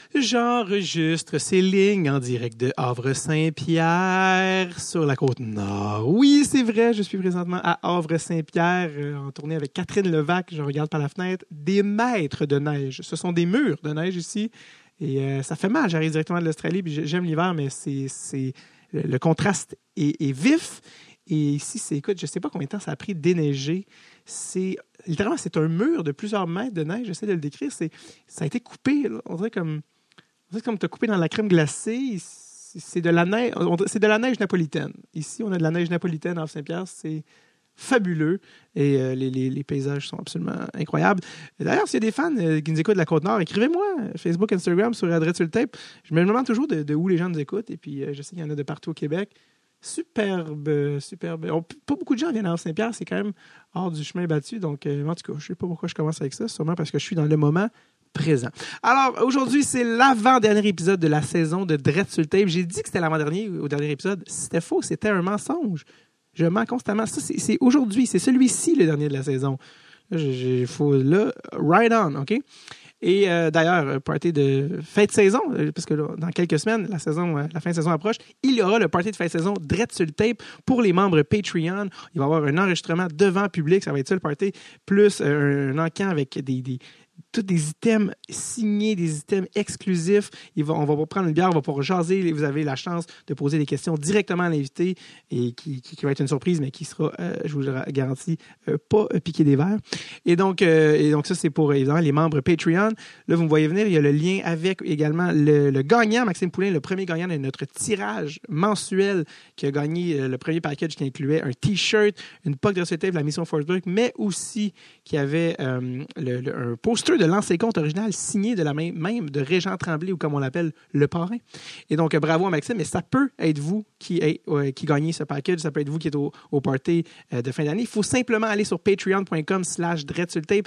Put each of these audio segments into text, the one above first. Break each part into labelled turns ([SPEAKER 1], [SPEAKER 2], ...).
[SPEAKER 1] J'enregistre ces lignes en direct de Havre-Saint-Pierre sur la Côte-Nord. Oui, c'est vrai, je suis présentement à Havre-Saint-Pierre en tournée avec Catherine Levac. Je regarde par la fenêtre des mètres de neige. Ce sont des murs de neige ici et ça fait mal. J'arrive directement de l'Australie puis j'aime l'hiver, mais le contraste est vif. Et ici, écoute, je ne sais pas combien de temps ça a pris de déneiger. Littéralement, c'est un mur de plusieurs mètres de neige. J'essaie de le décrire. Ça a été coupé. Là. On dirait comme tu as coupé dans la crème glacée. C'est de la neige. C'est de la neige napolitaine. Ici, on a de la neige napolitaine à Saint-Pierre. C'est fabuleux. Et les paysages sont absolument incroyables. D'ailleurs, s'il y a des fans qui nous écoutent de la Côte-Nord, écrivez-moi Facebook, Instagram, sur Adresse sur le tape. Je me demande toujours de où les gens nous écoutent. Et puis, je sais qu'il y en a de partout au Québec. Superbe. Pas beaucoup de gens viennent à Saint-Pierre, c'est quand même hors du chemin battu. Donc, en tout cas, je ne sais pas pourquoi je commence avec ça, sûrement parce que je suis dans le moment présent. Alors, aujourd'hui, c'est l'avant-dernier épisode de la saison de Drette sur le tape. J'ai dit que c'était l'avant-dernier au dernier épisode. C'était faux, c'était un mensonge. Je mens constamment. Ça, c'est aujourd'hui, c'est celui-ci le dernier de la saison. Il faut ride on, OK? Et d'ailleurs, party de fin de saison, parce que là, dans quelques semaines, la fin de saison approche, il y aura le party de fin de saison Drette sur le tape pour les membres Patreon. Il va y avoir un enregistrement devant public, ça va être ça le party, plus un encan avec tous des items signés, des items exclusifs. On va prendre une bière, on va pouvoir jaser. Vous avez la chance de poser des questions directement à l'invité et qui va être une surprise, mais qui sera, je vous le garantis, pas piqué des verres. Et donc ça, c'est pour évidemment les membres Patreon. Là, vous me voyez venir, il y a le lien avec également le gagnant, Maxime Poulin, le premier gagnant de notre tirage mensuel qui a gagné le premier package qui incluait un T-shirt, une POC de recette de la mission Forsberg, mais aussi qui avait un poster de lancer compte original signé de la même de Régent Tremblay ou comme on l'appelle le parrain. Et donc bravo à Maxime, mais ça peut être vous qui gagnez ce package, ça peut être vous qui êtes au party de fin d'année. Il faut simplement aller sur patreon.com/dreadsultape,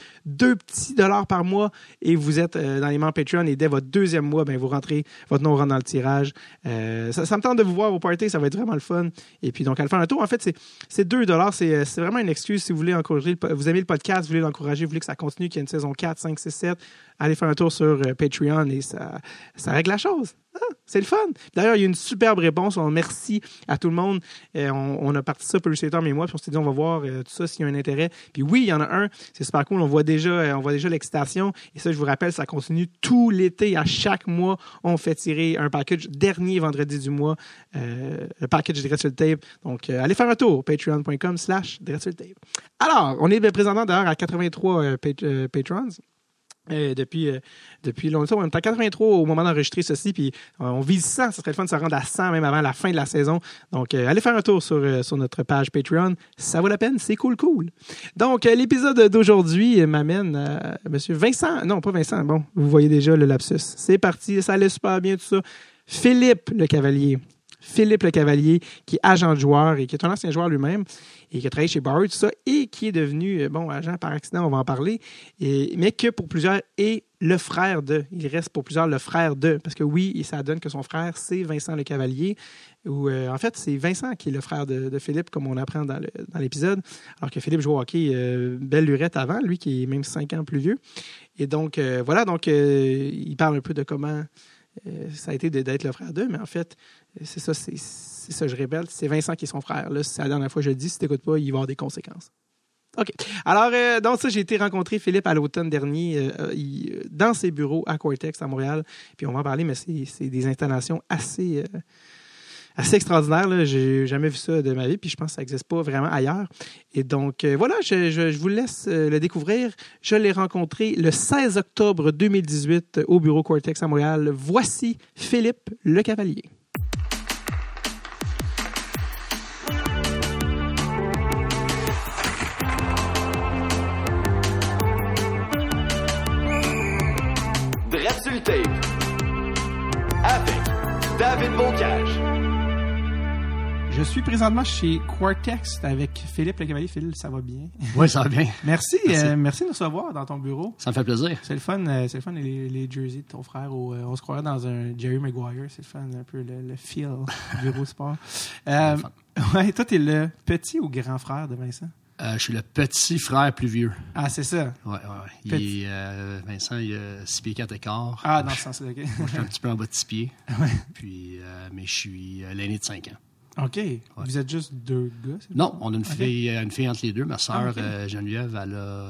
[SPEAKER 1] $2 par mois et vous êtes dans les membres Patreon et dès votre deuxième mois, vous rentrez, votre nom rentre dans le tirage. Ça me tente de vous voir au party, ça va être vraiment le fun. Et puis donc à le faire un tour, en fait c'est $2, c'est vraiment une excuse si vous voulez encourager, vous aimez le podcast, vous voulez l'encourager, vous voulez que ça continue, qu'il y ait une saison 4, 5, 6, 7, allez faire un tour sur Patreon et ça règle la chose. C'est le fun. D'ailleurs, il y a une superbe réponse. Merci à tout le monde. On a parti ça, Pulsator, mais moi, puis on s'est dit, on va voir tout ça s'il y a un intérêt. Puis oui, il y en a un. C'est super cool. On voit déjà l'excitation. Et ça, je vous rappelle, ça continue tout l'été. À chaque mois, on fait tirer un package dernier vendredi du mois. Le package de Drette sur le tape. Donc, allez faire un tour. Patreon.com/Drette sur le tape. Alors, on est présentement d'ailleurs à 83 patrons. Depuis longtemps, on est à 83 au moment d'enregistrer ceci, puis on vise 100, ça serait le fun de se rendre à 100 même avant la fin de la saison. Donc, allez faire un tour sur notre page Patreon, ça vaut la peine, c'est cool. Donc, l'épisode d'aujourd'hui m'amène à Monsieur Vincent, non pas Vincent, bon, vous voyez déjà le lapsus. C'est parti, ça allait super bien tout ça. Philippe Le Cavalier, qui est agent de joueur et qui est un ancien joueur lui-même et qui a travaillé chez Bauer, tout ça, et qui est devenu, agent par accident, on va en parler, mais que pour plusieurs est le frère de. Il reste pour plusieurs le frère de. Parce que oui, ça donne que son frère, c'est Vincent Le Cavalier, ou en fait, c'est Vincent qui est le frère de Philippe, comme on apprend dans l'épisode, alors que Philippe joue au hockey belle lurette avant, lui qui est même 5 ans plus vieux. Et donc, il parle un peu de comment ça a été d'être le frère d'eux, mais en fait, c'est ça, je répète, c'est Vincent qui est son frère. Là, c'est la dernière fois que je le dis, si tu n'écoutes pas, il va y avoir des conséquences. OK. Alors, donc ça, j'ai été rencontrer Philippe à l'automne dernier dans ses bureaux à Quartex à Montréal, puis on va en parler, mais c'est des installations assez extraordinaire. Là. J'ai jamais vu ça de ma vie, puis je pense que ça n'existe pas vraiment ailleurs. Et donc, voilà, je vous laisse le découvrir. Je l'ai rencontré le 16 octobre 2018 au bureau Quartex à Montréal. Voici Philippe Le Cavalier.
[SPEAKER 2] Drette sur le tape avec David Bocage.
[SPEAKER 1] Je suis présentement chez Quartex avec Philippe Le Cavalier. Phil, ça va bien?
[SPEAKER 3] Oui, ça va bien.
[SPEAKER 1] Merci de nous recevoir dans ton bureau.
[SPEAKER 3] Ça me fait plaisir.
[SPEAKER 1] C'est le fun les jerseys de ton frère. On se croirait dans un Jerry Maguire. C'est le fun, un peu le feel bureau sport. Ouais, toi, t'es le petit ou grand frère de Vincent?
[SPEAKER 3] Je suis le petit frère plus vieux.
[SPEAKER 1] Ah, c'est ça.
[SPEAKER 3] Ouais. Vincent, il a 6 pieds 4 écarts.
[SPEAKER 1] Ah, dans ce sens-là, OK.
[SPEAKER 3] Moi, je suis un petit peu en bas de 6 pieds. Puis, mais je suis l'aîné de 5 ans.
[SPEAKER 1] OK. Vous êtes juste 2 gars, c'est
[SPEAKER 3] Non, on a une fille entre les deux. Ma sœur, Geneviève, elle a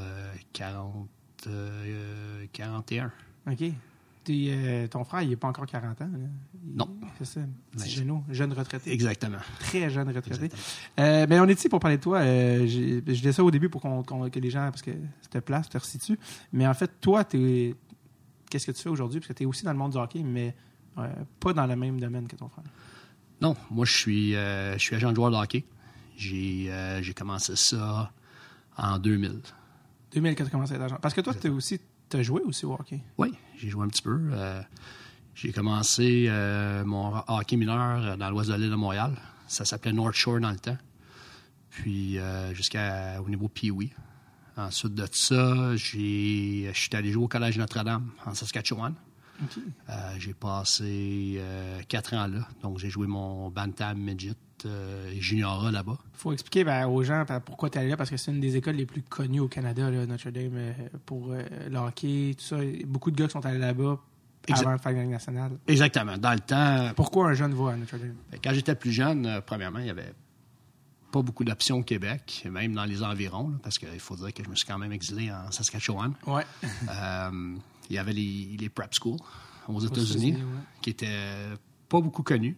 [SPEAKER 3] 41.
[SPEAKER 1] OK. Ton frère, il n'est pas encore 40 ans. Là.
[SPEAKER 3] Non.
[SPEAKER 1] C'est ça, petit géno, jeune retraité.
[SPEAKER 3] Exactement.
[SPEAKER 1] Très jeune retraité. Mais on est ici pour parler de toi. Je disais ça au début pour que les gens, parce que c'était place, te resitues. Mais en fait, toi, qu'est-ce que tu fais aujourd'hui? Parce que tu es aussi dans le monde du hockey, mais pas dans le même domaine que ton frère.
[SPEAKER 3] Non, moi, je suis agent de joueur de hockey. J'ai commencé ça en 2000.
[SPEAKER 1] 2000 quand tu commences à être agent. Parce que toi, tu as joué aussi au hockey.
[SPEAKER 3] Oui, j'ai joué un petit peu. J'ai commencé mon hockey mineur dans l'ouest de l'île de Montréal. Ça s'appelait North Shore dans le temps. Puis jusqu'au niveau Pee-Wee. Ensuite de ça, je suis allé jouer au Collège Notre-Dame en Saskatchewan.
[SPEAKER 1] Okay.
[SPEAKER 3] J'ai passé 4 ans là. Donc, j'ai joué mon Bantam, Midget et Juniora là-bas.
[SPEAKER 1] Il faut expliquer aux gens pourquoi tu es allé là, parce que c'est une des écoles les plus connues au Canada, là, Notre-Dame, pour le hockey, tout ça. Beaucoup de gars qui sont allés là-bas avant de faire la Ligue nationale.
[SPEAKER 3] Exactement. Dans le temps...
[SPEAKER 1] Pourquoi un jeune va à Notre-Dame?
[SPEAKER 3] Quand j'étais plus jeune, premièrement, il y avait pas beaucoup d'options au Québec, même dans les environs, là, parce qu'il faut dire que je me suis quand même exilé en Saskatchewan.
[SPEAKER 1] Ouais.
[SPEAKER 3] Il y avait les prep schools aux États-Unis, qui étaient pas beaucoup connus,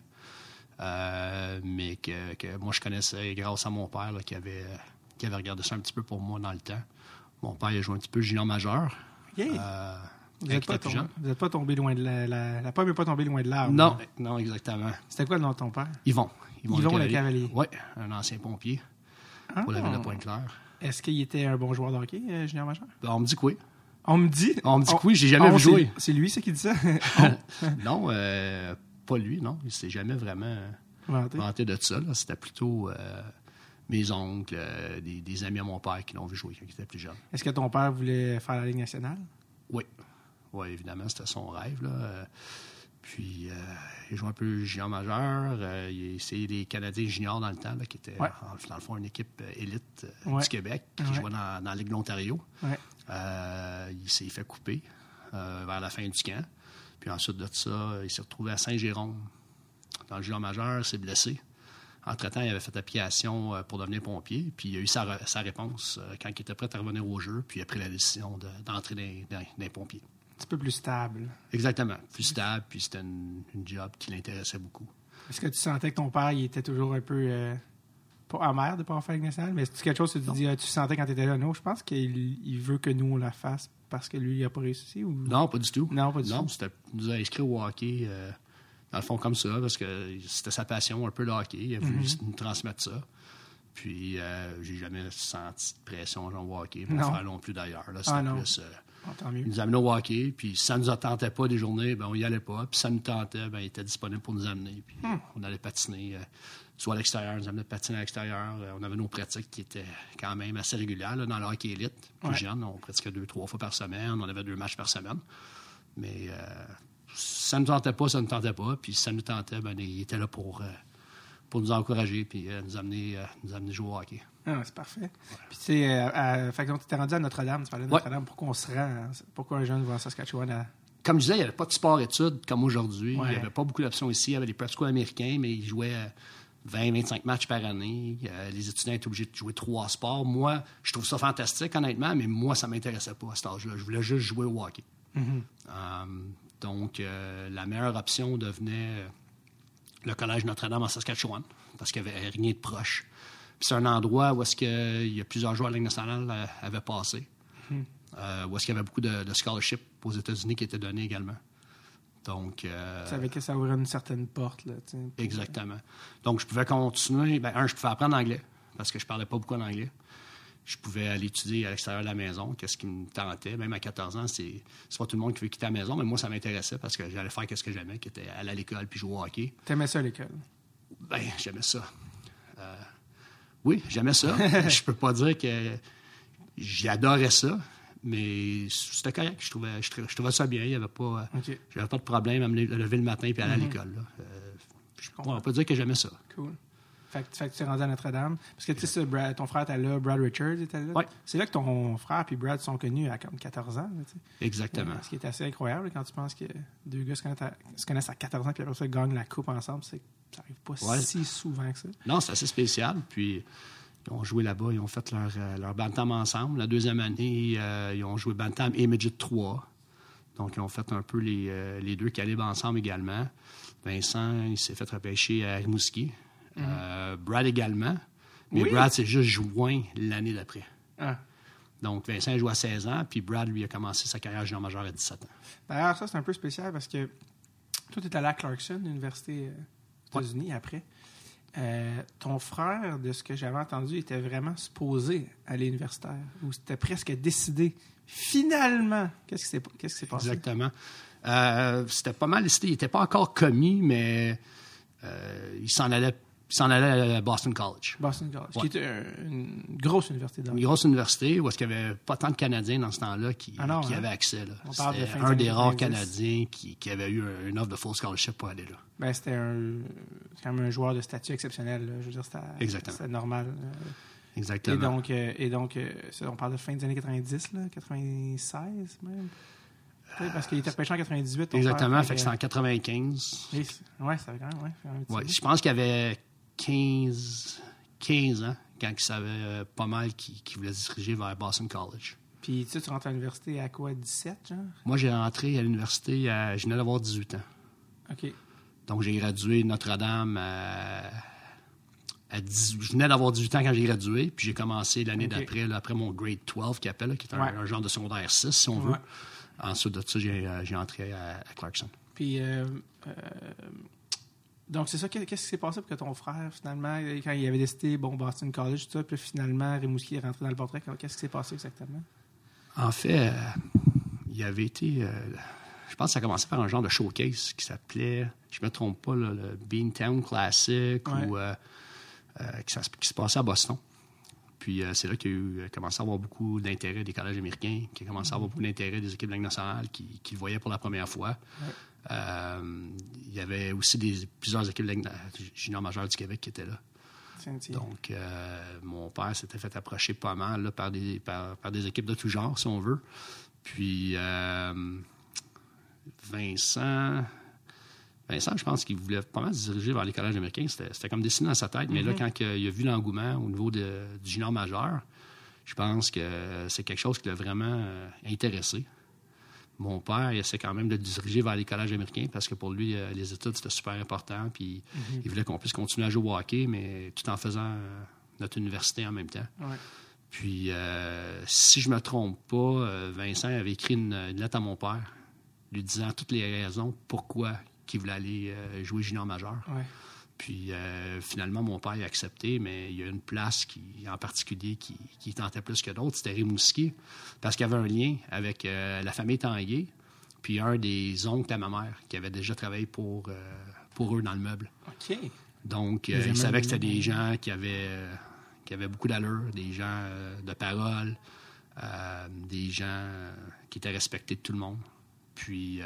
[SPEAKER 3] mais que moi je connaissais grâce à mon père là, qui avait regardé ça un petit peu pour moi dans le temps. Mon père il a joué un petit peu junior majeur.
[SPEAKER 1] Yeah. Vous n'êtes pas tombé loin de la pomme n'est pas tombée loin de l'arbre.
[SPEAKER 3] Non, exactement.
[SPEAKER 1] C'était quoi le nom de ton père?
[SPEAKER 3] Yvon
[SPEAKER 1] le Cavalier.
[SPEAKER 3] Oui, un ancien pompier pour la ville de Pointe-Claire.
[SPEAKER 1] Est-ce qu'il était un bon joueur de hockey, junior majeur?
[SPEAKER 3] On me dit que oui.
[SPEAKER 1] On me dit
[SPEAKER 3] que oui, j'ai jamais vu jouer.
[SPEAKER 1] C'est lui, ça, qui dit ça?
[SPEAKER 3] Non, pas lui, non. Il s'est jamais vraiment vanté de ça. Là. C'était plutôt mes oncles, des amis à mon père qui l'ont vu jouer quand il était plus jeune.
[SPEAKER 1] Est-ce que ton père voulait faire la Ligue nationale?
[SPEAKER 3] Oui. Oui, évidemment, c'était son rêve. Là. Puis, il jouait un peu junior majeur. C'est les Canadiens juniors dans le temps, là, qui étaient, dans le fond, une équipe élite du Québec qui jouait dans la Ligue de l'Ontario. Ouais. Il s'est fait couper vers la fin du camp. Puis ensuite de ça, il s'est retrouvé à Saint-Jérôme. Dans le junior majeur, il s'est blessé. Entre-temps, il avait fait application pour devenir pompier. Puis il a eu sa réponse quand il était prêt à revenir au jeu. Puis il a pris la décision d'entrer dans les pompiers.
[SPEAKER 1] Un petit peu plus stable.
[SPEAKER 3] Exactement. Plus stable. Puis c'était une job qui l'intéressait beaucoup.
[SPEAKER 1] Est-ce que tu sentais que ton père il était toujours un peu... pas amer de ne pas en faire Ligue nationale, mais c'est quelque chose que tu sentais quand tu étais là? Non, je pense qu'il veut que nous, on la fasse parce que lui, il n'a pas réussi? Ou...
[SPEAKER 3] Non, pas du tout.
[SPEAKER 1] Non, tout.
[SPEAKER 3] Il nous a inscrits au hockey, dans le fond, comme ça, parce que c'était sa passion, un peu le hockey. Il a voulu nous transmettre ça. Puis, j'ai jamais senti de pression au hockey pour faire non plus d'ailleurs. Là, c'était plus... il nous amenait au hockey, puis si ça ne nous tentait pas des journées, ben on n'y allait pas. Puis si ça nous tentait, ben il était disponible pour nous amener. Puis on allait patiner, soit à l'extérieur, nous amenait de patiner à l'extérieur. On avait nos pratiques qui étaient quand même assez régulières là, dans le hockey élite. Plus jeune, on pratiquait 2-3 fois par semaine. On avait 2 matchs par semaine. Mais si ça ne nous tentait pas, ça ne nous tentait pas. Puis si ça nous tentait, ben il était là pour nous encourager puis nous amener jouer au hockey.
[SPEAKER 1] Ah, c'est parfait. Ouais. Puis tu sais, fait que tu t'es rendu à Notre-Dame, tu parlais de Notre-Dame, pourquoi on se rend, pourquoi un jeune va en Saskatchewan
[SPEAKER 3] Comme je disais, il n'y avait pas de sport-études comme aujourd'hui. Il n'y avait pas beaucoup d'options ici. Il y avait des prep schools américains, mais ils jouaient 20-25 matchs par année. Les étudiants étaient obligés de jouer 3 sports. Moi, je trouve ça fantastique, honnêtement, mais moi, ça ne m'intéressait pas à cet âge-là. Je voulais juste jouer au hockey. Donc, la meilleure option devenait le Collège Notre-Dame en Saskatchewan, parce qu'il n'y avait rien de proche. Puis c'est un endroit où est-ce qu'il y a plusieurs joueurs de la Ligue nationale avaient passé. Où est-ce qu'il y avait beaucoup de scholarships aux États-Unis qui étaient donnés également. Donc... tu
[SPEAKER 1] savais que ça ouvrait une certaine porte, là.
[SPEAKER 3] Exactement. Donc, je pouvais continuer. Je pouvais apprendre l'anglais, parce que je parlais pas beaucoup en anglais. Je pouvais aller étudier à l'extérieur de la maison, qu'est-ce qui me tentait. Même à 14 ans, c'est pas tout le monde qui veut quitter la maison, mais moi, ça m'intéressait parce que j'allais faire ce que j'aimais, qui était aller à l'école puis jouer au hockey.
[SPEAKER 1] T'aimais ça à l'école?
[SPEAKER 3] J'aimais ça. Oui, j'aimais ça. Je peux pas dire que j'adorais ça, mais c'était correct. Je trouvais ça bien. Il y avait pas, j'avais pas de problème à me lever le matin et aller à l'école. On peut dire que j'aimais ça.
[SPEAKER 1] Cool. Fait que tu t'es rendu à Notre-Dame. Parce que tu sais, ton frère était là, Brad Richards était là.
[SPEAKER 3] Ouais.
[SPEAKER 1] C'est là que ton frère et Brad sont connus à comme 14 ans. Tu sais.
[SPEAKER 3] Exactement.
[SPEAKER 1] Ce qui est assez incroyable quand tu penses que deux gars se connaissent à 14 ans puis après ça gagnent la coupe ensemble. Ça n'arrive pas si souvent que ça.
[SPEAKER 3] Non, c'est assez spécial. Puis ils ont joué là-bas, ils ont fait leur Bantam ensemble. La deuxième année, ils ont joué Bantam et Midget 3. Donc, ils ont fait un peu les deux calibres ensemble également. Vincent, il s'est fait repêcher à Rimouski. Brad également. Mais Brad s'est juste joint l'année d'après.
[SPEAKER 1] Ah.
[SPEAKER 3] Donc, Vincent a joué à 16 ans, puis Brad, lui, a commencé sa carrière junior majeure à 17 ans.
[SPEAKER 1] D'ailleurs, ça, c'est un peu spécial parce que toi, tu es allé à Clarkson, l'université aux États-Unis, après. Ton frère, de ce que j'avais entendu, était vraiment supposé aller universitaire, ou c'était presque décidé. Finalement, qu'est-ce qui s'est passé?
[SPEAKER 3] Exactement. C'était pas mal décidé. Il n'était pas encore commis, mais il s'en allait à Boston College.
[SPEAKER 1] Boston College, qui était une grosse université.
[SPEAKER 3] Une grosse université où il n'y avait pas tant de Canadiens dans ce temps-là qui avaient accès. Là. C'était un des rares Canadiens qui avait eu une offre de full scholarship pour aller là.
[SPEAKER 1] Ben, c'était quand même un joueur de statut exceptionnel. Là. Je veux dire, c'était normal.
[SPEAKER 3] Exactement.
[SPEAKER 1] Et donc on parle de fin des années 90, là, 96 même. Parce qu'il était repêché en 98.
[SPEAKER 3] Exactement, fait que c'était en 95.
[SPEAKER 1] Oui, ça avait quand même.
[SPEAKER 3] Ouais, je pense qu'il avait 15 ans quand il savait pas mal qu'il voulait se diriger vers Boston College.
[SPEAKER 1] Puis tu rentres à l'université à quoi, 17, genre?
[SPEAKER 3] Moi, j'ai rentré à l'université, je venais d'avoir 18 ans.
[SPEAKER 1] OK.
[SPEAKER 3] Donc, j'ai gradué Notre-Dame je venais d'avoir 18 ans quand j'ai gradué, puis j'ai commencé l'année d'après, là, après mon grade 12 qui appelle, qui est un genre de secondaire 6, si on veut. Ensuite de ça, j'ai entré à Clarkson.
[SPEAKER 1] Puis, donc, c'est ça. Qu'est-ce qui s'est passé pour que ton frère, finalement, quand il avait décidé, Boston College, tout ça, puis finalement, Rimouski est rentré dans le portrait, qu'est-ce qui s'est passé exactement?
[SPEAKER 3] En fait, il avait été... je pense que ça a commencé par un genre de showcase qui s'appelait, je ne me trompe pas, là, le Beantown Classic, ou qui se passait à Boston. Puis c'est là qu'il a commencé à avoir beaucoup d'intérêt des collèges américains, qu'il a commencé à avoir beaucoup d'intérêt des équipes de la Ligue nationale qui le voyaient pour la première fois. Ouais. Il y avait aussi plusieurs équipes de la junior majeure du Québec qui étaient là. Donc, mon père s'était fait approcher pas mal là, par des équipes de tout genre, si on veut. Puis Vincent, je pense qu'il voulait pas mal se diriger vers les collèges américains. C'était comme dessiné dans sa tête. Mais là, quand il a vu l'engouement au niveau du junior majeur, je pense que c'est quelque chose qui l'a vraiment intéressé. Mon père, il essaie quand même de le diriger vers les collèges américains parce que pour lui, les études, c'était super important. Puis il voulait qu'on puisse continuer à jouer au hockey, mais tout en faisant notre université en même temps. Ouais. Puis, si je me trompe pas, Vincent avait écrit une lettre à mon père lui disant toutes les raisons pourquoi qu'il voulait aller jouer junior majeur. Ouais. Puis finalement, mon père a accepté, mais il y a une place en particulier qui tentait plus que d'autres, c'était Rimouski, parce qu'il y avait un lien avec la famille Tanguay, puis un des oncles à ma mère qui avait déjà travaillé pour eux dans le meuble.
[SPEAKER 1] OK.
[SPEAKER 3] Donc, il savait que c'était des gens qui avaient beaucoup d'allure, des gens de parole, des gens qui étaient respectés de tout le monde. Puis,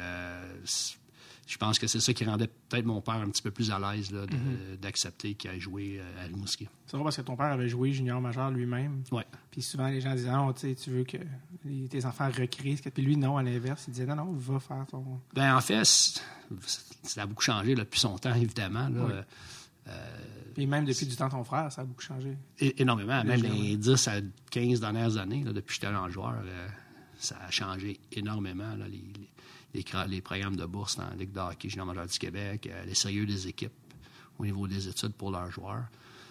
[SPEAKER 3] je pense que c'est ça qui rendait peut-être mon père un petit peu plus à l'aise là, d'accepter qu'il ait joué à Rimouski.
[SPEAKER 1] C'est vrai parce que ton père avait joué junior majeur lui-même.
[SPEAKER 3] Oui.
[SPEAKER 1] Puis souvent, les gens disaient, non, tu veux que tes enfants recréent. Puis lui, non, à l'inverse. Il disait, non, va faire ton...
[SPEAKER 3] Bien, en fait, ça a beaucoup changé là, depuis son temps, évidemment. Là.
[SPEAKER 1] Oui. Puis même depuis du temps de ton frère, ça a beaucoup changé.
[SPEAKER 3] Énormément. Même les 10 à 15 dernières années, là, depuis que j'étais en joueur, ça a changé énormément. Là, les programmes de bourse dans la Ligue de hockey junior majeure du Québec, les sérieux des équipes au niveau des études pour leurs joueurs.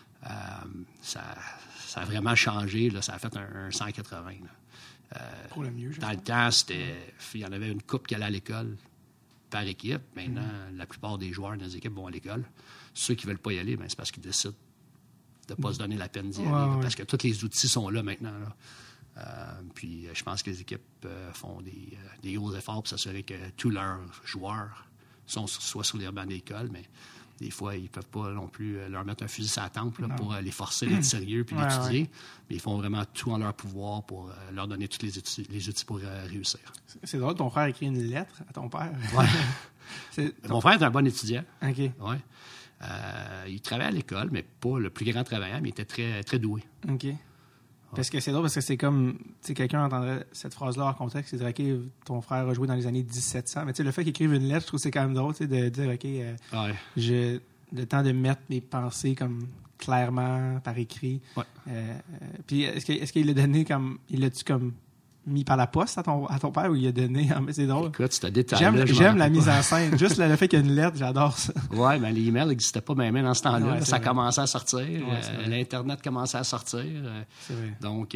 [SPEAKER 3] Ça a vraiment changé. Là, ça a fait un 180.
[SPEAKER 1] Pour le mieux,
[SPEAKER 3] dans le temps, il y en avait une couple qui allait à l'école par équipe. Maintenant, la plupart des joueurs dans les équipes vont à l'école. Ceux qui ne veulent pas y aller, c'est parce qu'ils décident de ne pas se donner la peine d'y aller. Parce que tous les outils sont là maintenant. Là. Puis je pense que les équipes font des gros efforts pour s'assurer que tous leurs joueurs sont soit sur les bancs d'école, mais des fois, ils ne peuvent pas non plus leur mettre un fusil sur la tempe là, pour les forcer d'être sérieux puis d'étudier. Ouais. Mais ils font vraiment tout en leur pouvoir pour leur donner tous les outils pour réussir.
[SPEAKER 1] C'est drôle, ton frère a écrit une lettre à ton père.
[SPEAKER 3] Ouais. Mon frère est un bon étudiant.
[SPEAKER 1] OK.
[SPEAKER 3] Ouais. Il travaillait à l'école, mais pas le plus grand travaillant, mais il était très, très doué.
[SPEAKER 1] OK. Parce que c'est drôle, parce que c'est comme, tu sais, quelqu'un entendrait cette phrase-là hors contexte, c'est dire, OK, ton frère a joué dans les années 1700, mais tu sais, le fait qu'il écrive une lettre, je trouve que c'est quand même drôle, tu sais, de dire, OK, j'ai le temps de mettre mes pensées comme clairement par écrit.
[SPEAKER 3] Ouais.
[SPEAKER 1] Puis est-ce qu'il l'a donné comme, il l'a-tu comme mis par la poste à ton père ou il a donné, mais c'est drôle.
[SPEAKER 3] Écoute, c'est un détail.
[SPEAKER 1] J'aime la mise en scène, juste le fait qu'il y a une lettre, j'adore ça.
[SPEAKER 3] Oui, mais les emails n'existaient pas même dans ce temps-là.
[SPEAKER 1] Ouais,
[SPEAKER 3] ça
[SPEAKER 1] vrai.
[SPEAKER 3] commençait à sortir.
[SPEAKER 1] Ouais,
[SPEAKER 3] L'Internet commençait à sortir.
[SPEAKER 1] C'est vrai.
[SPEAKER 3] Donc,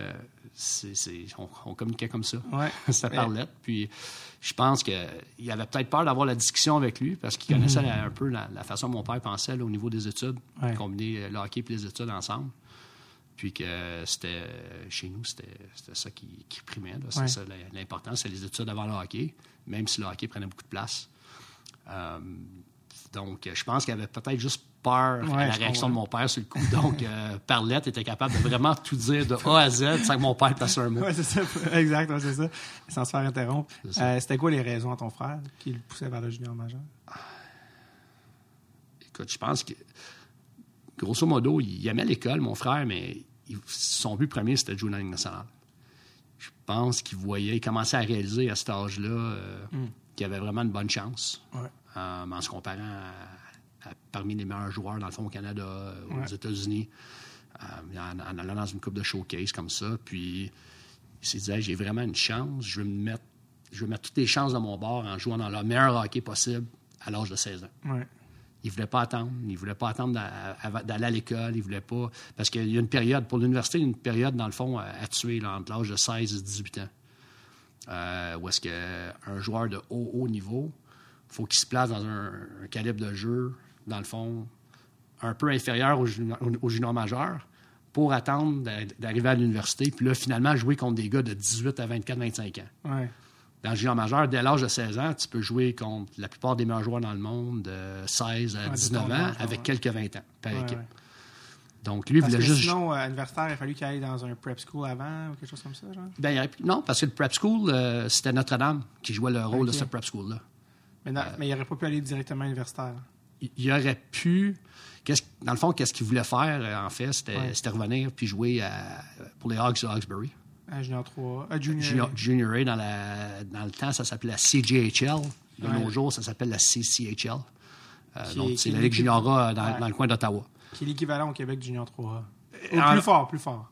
[SPEAKER 3] on communiquait comme ça.
[SPEAKER 1] Ouais.
[SPEAKER 3] C'était par lettre. Puis, je pense qu'il avait peut-être peur d'avoir la discussion avec lui parce qu'il connaissait un peu la façon dont mon père pensait là, au niveau des études, combiner le hockey et les études ensemble. Puis que c'était chez nous, c'était ça qui primait. Là. C'est ça l'important, c'est les études avant le hockey, même si le hockey prenait beaucoup de place. Donc, je pense qu'il avait peut-être juste peur à la réaction de mon père sur le coup. Donc, par lettre, il était capable de vraiment tout dire de A à Z sans que mon père passe un mot.
[SPEAKER 1] Oui, c'est ça. Exact, c'est ça. Sans se faire interrompre. C'était quoi les raisons à ton frère qui le poussait vers le junior majeur?
[SPEAKER 3] Écoute, je pense que grosso modo, il aimait l'école, mon frère, mais son but premier, c'était de jouer dans la Ligue nationale. Je pense il commençait à réaliser à cet âge-là qu'il avait vraiment une bonne chance en se comparant à parmi les meilleurs joueurs, dans le fond, au Canada, aux États-Unis, en allant dans une coupe de showcase comme ça. Puis, il s'est dit, hey, j'ai vraiment une chance, je vais mettre toutes les chances de mon bord en jouant dans le meilleur hockey possible à l'âge de 16 ans.
[SPEAKER 1] Ouais.
[SPEAKER 3] Il ne voulait pas attendre. Il ne voulait pas attendre d'aller à l'école. Il voulait pas... Parce qu'il y a une période, pour l'université, il y a une période, dans le fond, à tuer là, entre l'âge de 16 et 18 ans. Où est-ce qu'un joueur de haut niveau, il faut qu'il se place dans un calibre de jeu, dans le fond, un peu inférieur au junior majeur pour attendre d'arriver à l'université. Puis là, finalement, jouer contre des gars de 18 à 24, 25 ans.
[SPEAKER 1] Ouais.
[SPEAKER 3] Dans le junior majeur, dès l'âge de 16 ans, tu peux jouer contre la plupart des meilleurs joueurs dans le monde de 16 à 19 ans avec quelques 20 ans par équipe. Ouais. Donc, lui, il voulait juste...
[SPEAKER 1] Sinon, à l'universitaire, il a fallu qu'il aille dans un prep school avant ou quelque chose comme ça, genre?
[SPEAKER 3] Non, parce que le prep school, c'était Notre-Dame qui jouait le rôle de ce prep school-là.
[SPEAKER 1] Mais il n'aurait pas pu aller directement à l'universitaire.
[SPEAKER 3] Il aurait pu... Dans le fond, qu'est-ce qu'il voulait faire, en fait, c'était revenir puis jouer pour les Hawks de Hawkesbury.
[SPEAKER 1] Junior 3.
[SPEAKER 3] Junior A, dans le temps, ça s'appelait la CJHL. De nos jours, ça s'appelle la CCHL. Donc, c'est la Ligue Junior A dans le coin d'Ottawa.
[SPEAKER 1] Qui est l'équivalent au Québec du Junior 3A. Plus fort.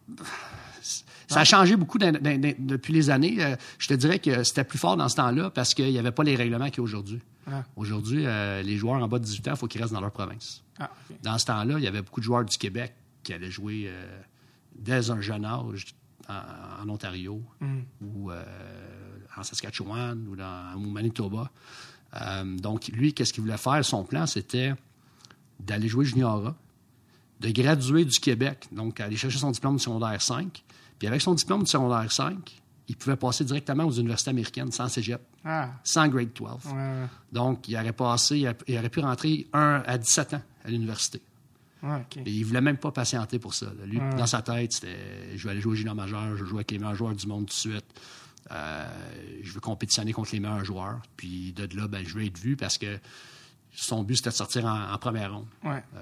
[SPEAKER 3] Ça a changé beaucoup depuis les années. Je te dirais que c'était plus fort dans ce temps-là parce qu'il n'y avait pas les règlements qu'il y a aujourd'hui. Aujourd'hui, les joueurs en bas de 18 ans, il faut qu'ils restent dans leur province. Dans ce temps-là, il y avait beaucoup de joueurs du Québec qui allaient jouer dès un jeune âge en Ontario ou en Saskatchewan ou au Manitoba. Donc, lui, qu'est-ce qu'il voulait faire? Son plan, c'était d'aller jouer junior A, de graduer du Québec, donc aller chercher son diplôme du secondaire 5. Puis avec son diplôme du secondaire 5, il pouvait passer directement aux universités américaines sans cégep, sans grade 12. Donc, il aurait pu rentrer à 17 ans à l'université. Et il ne voulait même pas patienter pour ça. Lui, dans sa tête, c'était je vais aller jouer au junior majeur, je vais jouer avec les meilleurs joueurs du monde tout de suite. Je veux compétitionner contre les meilleurs joueurs. Puis de là, je veux être vu parce que son but, c'était de sortir en première ronde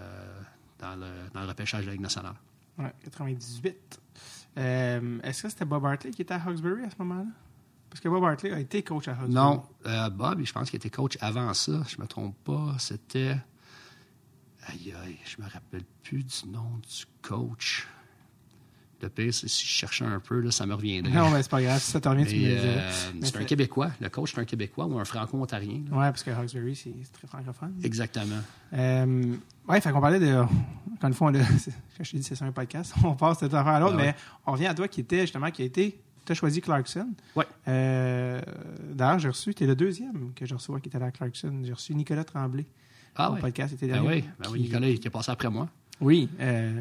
[SPEAKER 3] dans le repêchage de la Ligue nationale.
[SPEAKER 1] 98. Est-ce que c'était Bob Hartley qui était à Hawkesbury à ce moment-là? Parce que Bob Hartley a été coach à Hawkesbury.
[SPEAKER 3] Non, Bob, je pense qu'il était coach avant ça. Je ne me trompe pas. C'était... Aïe, je me rappelle plus du nom du coach. Le pire, c'est si je cherchais un peu, là, ça me reviendrait.
[SPEAKER 1] Non, mais c'est pas grave. Si ça te revient, tu me le dirais.
[SPEAKER 3] C'est un Québécois. Le coach, c'est un Québécois ou un Franco-Ontarien.
[SPEAKER 1] Oui, parce que Hawkesbury, c'est très francophone.
[SPEAKER 3] Exactement.
[SPEAKER 1] Oui, fait qu'on parlait de... Encore une fois, quand je t'ai dit c'est ça un podcast, on passe de cette affaire à l'autre, mais on revient à toi qui a été... Tu as choisi Clarkson.
[SPEAKER 3] Oui.
[SPEAKER 1] D'ailleurs, j'ai reçu... Tu es le deuxième que je reçois qui était à Clarkson. J'ai reçu Nicolas Tremblay. Au podcast était dernier.
[SPEAKER 3] Oui, Nicolas, qui est passé après moi.
[SPEAKER 1] Oui,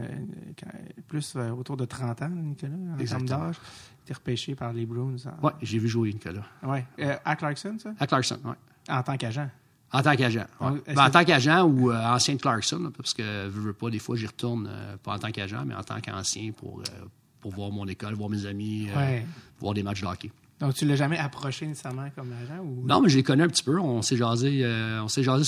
[SPEAKER 1] plus autour de 30 ans, Nicolas, en termes d'âge. Il était repêché par les Bruins.
[SPEAKER 3] Oui, j'ai vu jouer Nicolas.
[SPEAKER 1] Oui. À Clarkson, ça?
[SPEAKER 3] À Clarkson, oui.
[SPEAKER 1] En tant qu'agent?
[SPEAKER 3] En tant qu'agent, oui. En tant qu'agent ou ancien de Clarkson, parce que je veux pas, des fois, j'y retourne, pas en tant qu'agent, mais en tant qu'ancien pour voir mon école, voir mes amis, voir des matchs de hockey.
[SPEAKER 1] Donc, tu ne l'as jamais approché nécessairement comme agent? Ou...
[SPEAKER 3] Non, mais je les connais un petit peu. On s'est jasé souvent.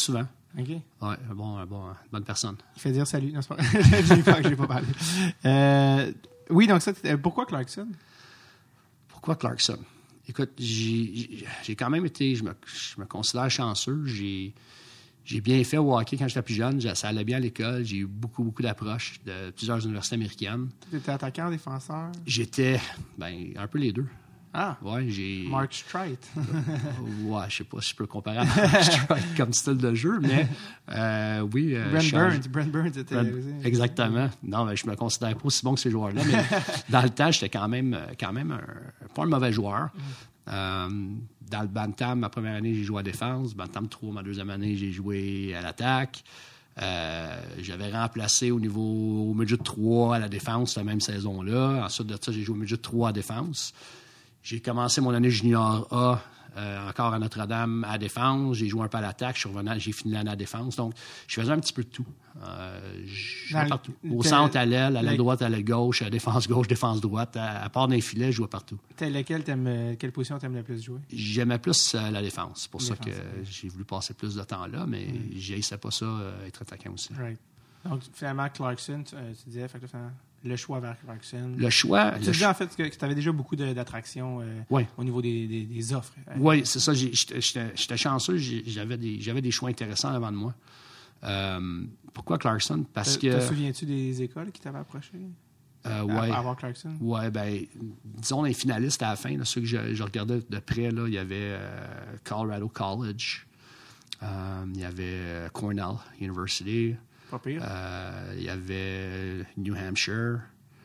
[SPEAKER 4] OK.
[SPEAKER 3] Ouais, bonne personne.
[SPEAKER 4] Il fait dire salut. Non, c'est pas j'ai pas parlé. Oui, donc ça, pourquoi Clarkson?
[SPEAKER 3] Pourquoi Clarkson? Écoute, j'ai quand même été... Je me considère chanceux. J'ai bien fait au hockey quand j'étais plus jeune. Ça allait bien à l'école. J'ai eu beaucoup de plusieurs universités américaines.
[SPEAKER 4] Tu étais attaquant, défenseur?
[SPEAKER 3] J'étais, un peu les deux.
[SPEAKER 4] Ah!
[SPEAKER 3] Ouais, j'ai...
[SPEAKER 4] Mark Streit.
[SPEAKER 3] Ouais, je sais pas si je peux comparer à Mark Streit comme style de jeu, mais oui.
[SPEAKER 4] Brent Burns était...
[SPEAKER 3] Exactement. Non, mais je me considère pas aussi bon que ces joueurs-là, mais dans le temps, j'étais quand même pas un mauvais joueur. Dans le Bantam, ma première année, j'ai joué à défense. Bantam 3, ma deuxième année, j'ai joué à l'attaque. J'avais remplacé au midget 3 à la défense la même saison-là. Ensuite de ça, j'ai joué au midget 3 à défense. J'ai commencé mon année junior A encore à Notre-Dame à défense. J'ai joué un peu à l'attaque. J'ai fini l'année à défense. Donc, je faisais un petit peu de tout. Je jouais partout. Au centre, à l'aile droite, à l'aile gauche, défense gauche, défense droite. À part dans les filets, je jouais partout.
[SPEAKER 4] Quelle position t'aimes le plus jouer?
[SPEAKER 3] J'aimais plus la défense. C'est pour ça que j'ai voulu passer plus de temps là, mais j'haïssais pas ça, être attaquant aussi.
[SPEAKER 4] Right. Donc, finalement, Clarkson, tu disais, fait que le choix vers Clarkson.
[SPEAKER 3] Le choix...
[SPEAKER 4] Tu disais, en fait, que tu avais déjà beaucoup d'attractions au niveau des offres.
[SPEAKER 3] Oui, c'est ça. J'étais chanceux. J'avais des choix intéressants avant de moi. Pourquoi Clarkson? Parce que...
[SPEAKER 4] Te souviens-tu des écoles qui t'avaient approché?
[SPEAKER 3] Ouais.
[SPEAKER 4] À avoir Clarkson?
[SPEAKER 3] Oui, disons les finalistes à la fin, là, ceux que je regardais de près, là, il y avait Colorado College, il y avait Cornell University,
[SPEAKER 4] pas pire.
[SPEAKER 3] Il y avait New Hampshire,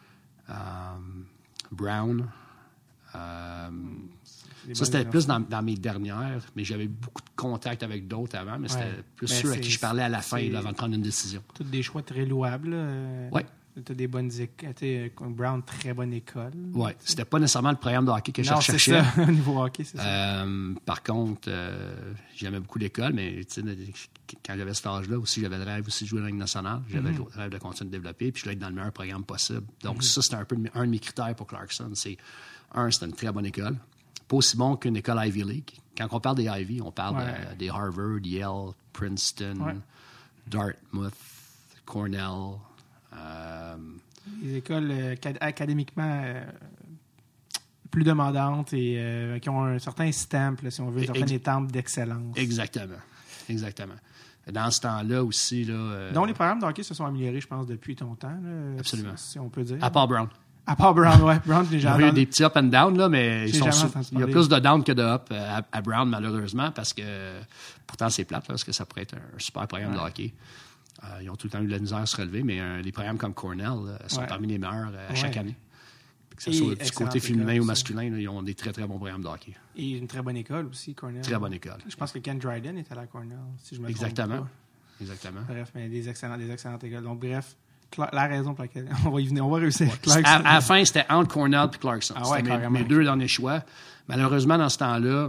[SPEAKER 3] Brown. Ça, c'était plus dans mes dernières, mais j'avais beaucoup de contacts avec d'autres avant, mais c'était plus ceux à qui je parlais à la fin, là, avant de prendre une décision.
[SPEAKER 4] Tous des choix très louables.
[SPEAKER 3] Oui.
[SPEAKER 4] Tu as des bonnes écoles. Brown, très bonne école.
[SPEAKER 3] Oui. C'était pas nécessairement le programme de hockey que je recherchais.
[SPEAKER 4] C'est ça. Au niveau hockey, c'est ça.
[SPEAKER 3] Par contre, j'aimais beaucoup l'école, mais quand j'avais cet âge-là aussi, j'avais le rêve aussi de jouer dans la Ligue nationale. J'avais le rêve de continuer de développer, puis je voulais être dans le meilleur programme possible. Donc, ça, c'était un peu un de mes critères pour Clarkson. C'était une très bonne école. Pas aussi bon qu'une école Ivy League. Quand on parle des Ivy, on parle des Harvard, Yale, Princeton, Dartmouth, Cornell.
[SPEAKER 4] Les écoles académiquement plus demandantes et qui ont un certain stamp, là, si on veut, un certain étampe d'excellence.
[SPEAKER 3] Exactement. Dans ce temps-là aussi...
[SPEAKER 4] Donc, les programmes de hockey se sont améliorés, je pense, depuis ton temps. Là,
[SPEAKER 3] absolument.
[SPEAKER 4] Si on peut dire.
[SPEAKER 3] À part Brown.
[SPEAKER 4] À part Brown, oui. Brown,
[SPEAKER 3] il y a eu des petits up and down, là, mais il y a plus de down que de up à Brown, malheureusement, parce que pourtant, c'est plate, parce que ça pourrait être un super programme de hockey. Ils ont tout le temps eu de la misère à se relever, mais des programmes comme Cornell sont parmi les meilleurs à chaque année. Que ce soit du côté féminin ou masculin, là, ils ont des très, très bons programmes de hockey.
[SPEAKER 4] Et une très bonne école aussi, Cornell.
[SPEAKER 3] Très bonne école.
[SPEAKER 4] Je pense que Ken Dryden était à la Cornell, si je me trompe
[SPEAKER 3] Exactement.
[SPEAKER 4] Bref, mais des excellentes écoles. Donc, bref, la raison pour laquelle on va y venir, on va réussir.
[SPEAKER 3] Ouais. À la fin, c'était entre Cornell et Clarkson.
[SPEAKER 4] C'était
[SPEAKER 3] mes deux derniers choix. Malheureusement, dans ce temps-là,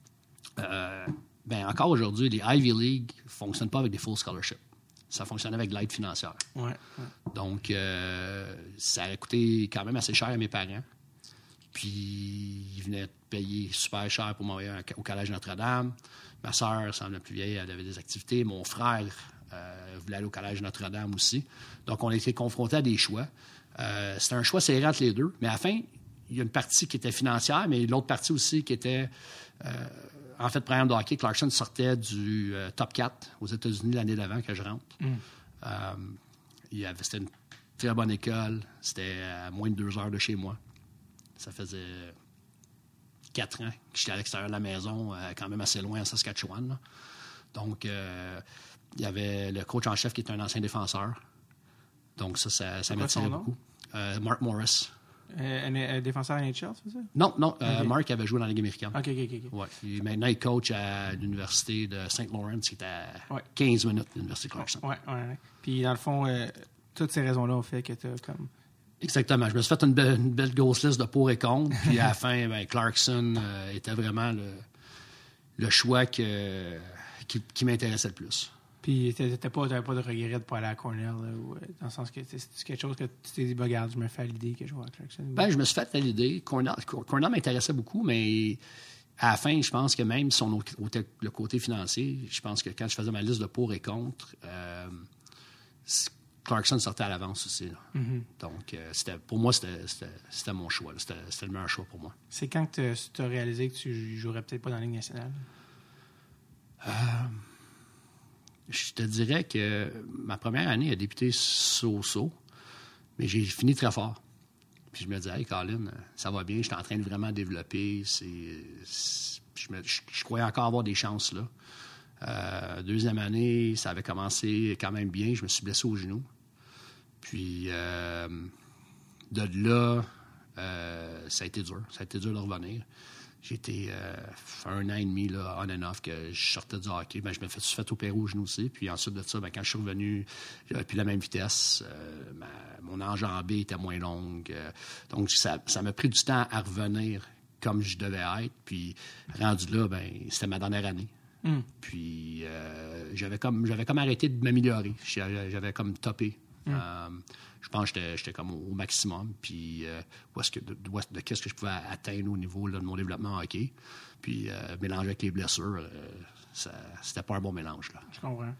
[SPEAKER 3] encore aujourd'hui, les Ivy League ne fonctionnent pas avec des full scholarships. Ça fonctionnait avec de l'aide financière. Donc, ça a coûté quand même assez cher à mes parents. Puis, ils venaient payer super cher pour m'envoyer au Collège Notre-Dame. Ma sœur, semble la plus vieille, elle avait des activités. Mon frère voulait aller au Collège Notre-Dame aussi. Donc, on a été confrontés à des choix. C'était un choix serré entre les deux. Mais à la fin, il y a une partie qui était financière, mais l'autre partie aussi qui était... en fait, programme de hockey, Clarkson sortait du top 4 aux États-Unis l'année d'avant que je rentre. C'était une très bonne école. C'était à moins de 2 heures de chez moi. Ça faisait 4 ans que j'étais à l'extérieur de la maison, quand même assez loin en Saskatchewan. Là. Donc, il y avait le coach en chef qui était un ancien défenseur. Donc, ça m'attirait beaucoup. Mark Morris.
[SPEAKER 4] Un défenseur NHL, c'est ça?
[SPEAKER 3] Non. Okay. Mark avait joué dans la Ligue américaine.
[SPEAKER 4] OK.
[SPEAKER 3] Ouais. Maintenant, il coach à l'Université de St. Lawrence, qui est à 15 minutes de l'Université de Clarkson.
[SPEAKER 4] Ouais. Puis, dans le fond, toutes ces raisons-là ont fait que tu as comme...
[SPEAKER 3] Exactement. Je me suis fait une belle grosse liste de pour et contre. Puis, à la fin, Clarkson était vraiment le choix qui m'intéressait le plus.
[SPEAKER 4] Puis, tu n'avais pas de regret de ne pas aller à Cornell, là, dans le sens que c'est quelque chose que tu t'es dit, regarde, je me fais à l'idée que je vois à Clarkson.
[SPEAKER 3] Je me suis fait à l'idée. Cornell m'intéressait beaucoup, mais à la fin, je pense que même si on ôtait le côté financier, je pense que quand je faisais ma liste de pour et contre, Clarkson sortait à l'avance aussi. Mm-hmm. Donc, pour moi, c'était mon choix. C'était le meilleur choix pour moi.
[SPEAKER 4] C'est quand tu as réalisé que tu jouerais peut-être pas dans la Ligue nationale?
[SPEAKER 3] Je te dirais que ma première année a débuté so-so, mais j'ai fini très fort. Puis je me disais, hey, Colin, ça va bien, je suis en train de vraiment développer. Je croyais encore avoir des chances là. Deuxième année, ça avait commencé quand même bien. Je me suis blessé au genou. Puis de là, ça a été dur. Ça a été dur de revenir. J'ai été 1 an et demi là, on and off que je sortais du hockey. Ben, je me suis fait opérer au genou aussi. Puis ensuite de ça, ben, quand je suis revenu, j'avais plus la même vitesse. Mon enjambée était moins longue. Donc, ça m'a pris du temps à revenir comme je devais être. Puis rendu là, ben, c'était ma dernière année. Mm. Puis j'avais comme arrêté de m'améliorer. J'avais comme topé. Je pense que j'étais comme au maximum. Puis de qu'est-ce que je pouvais atteindre au niveau là, de mon développement hockey. Puis mélanger avec les blessures, c'était pas un bon mélange. Là.
[SPEAKER 4] Je comprends.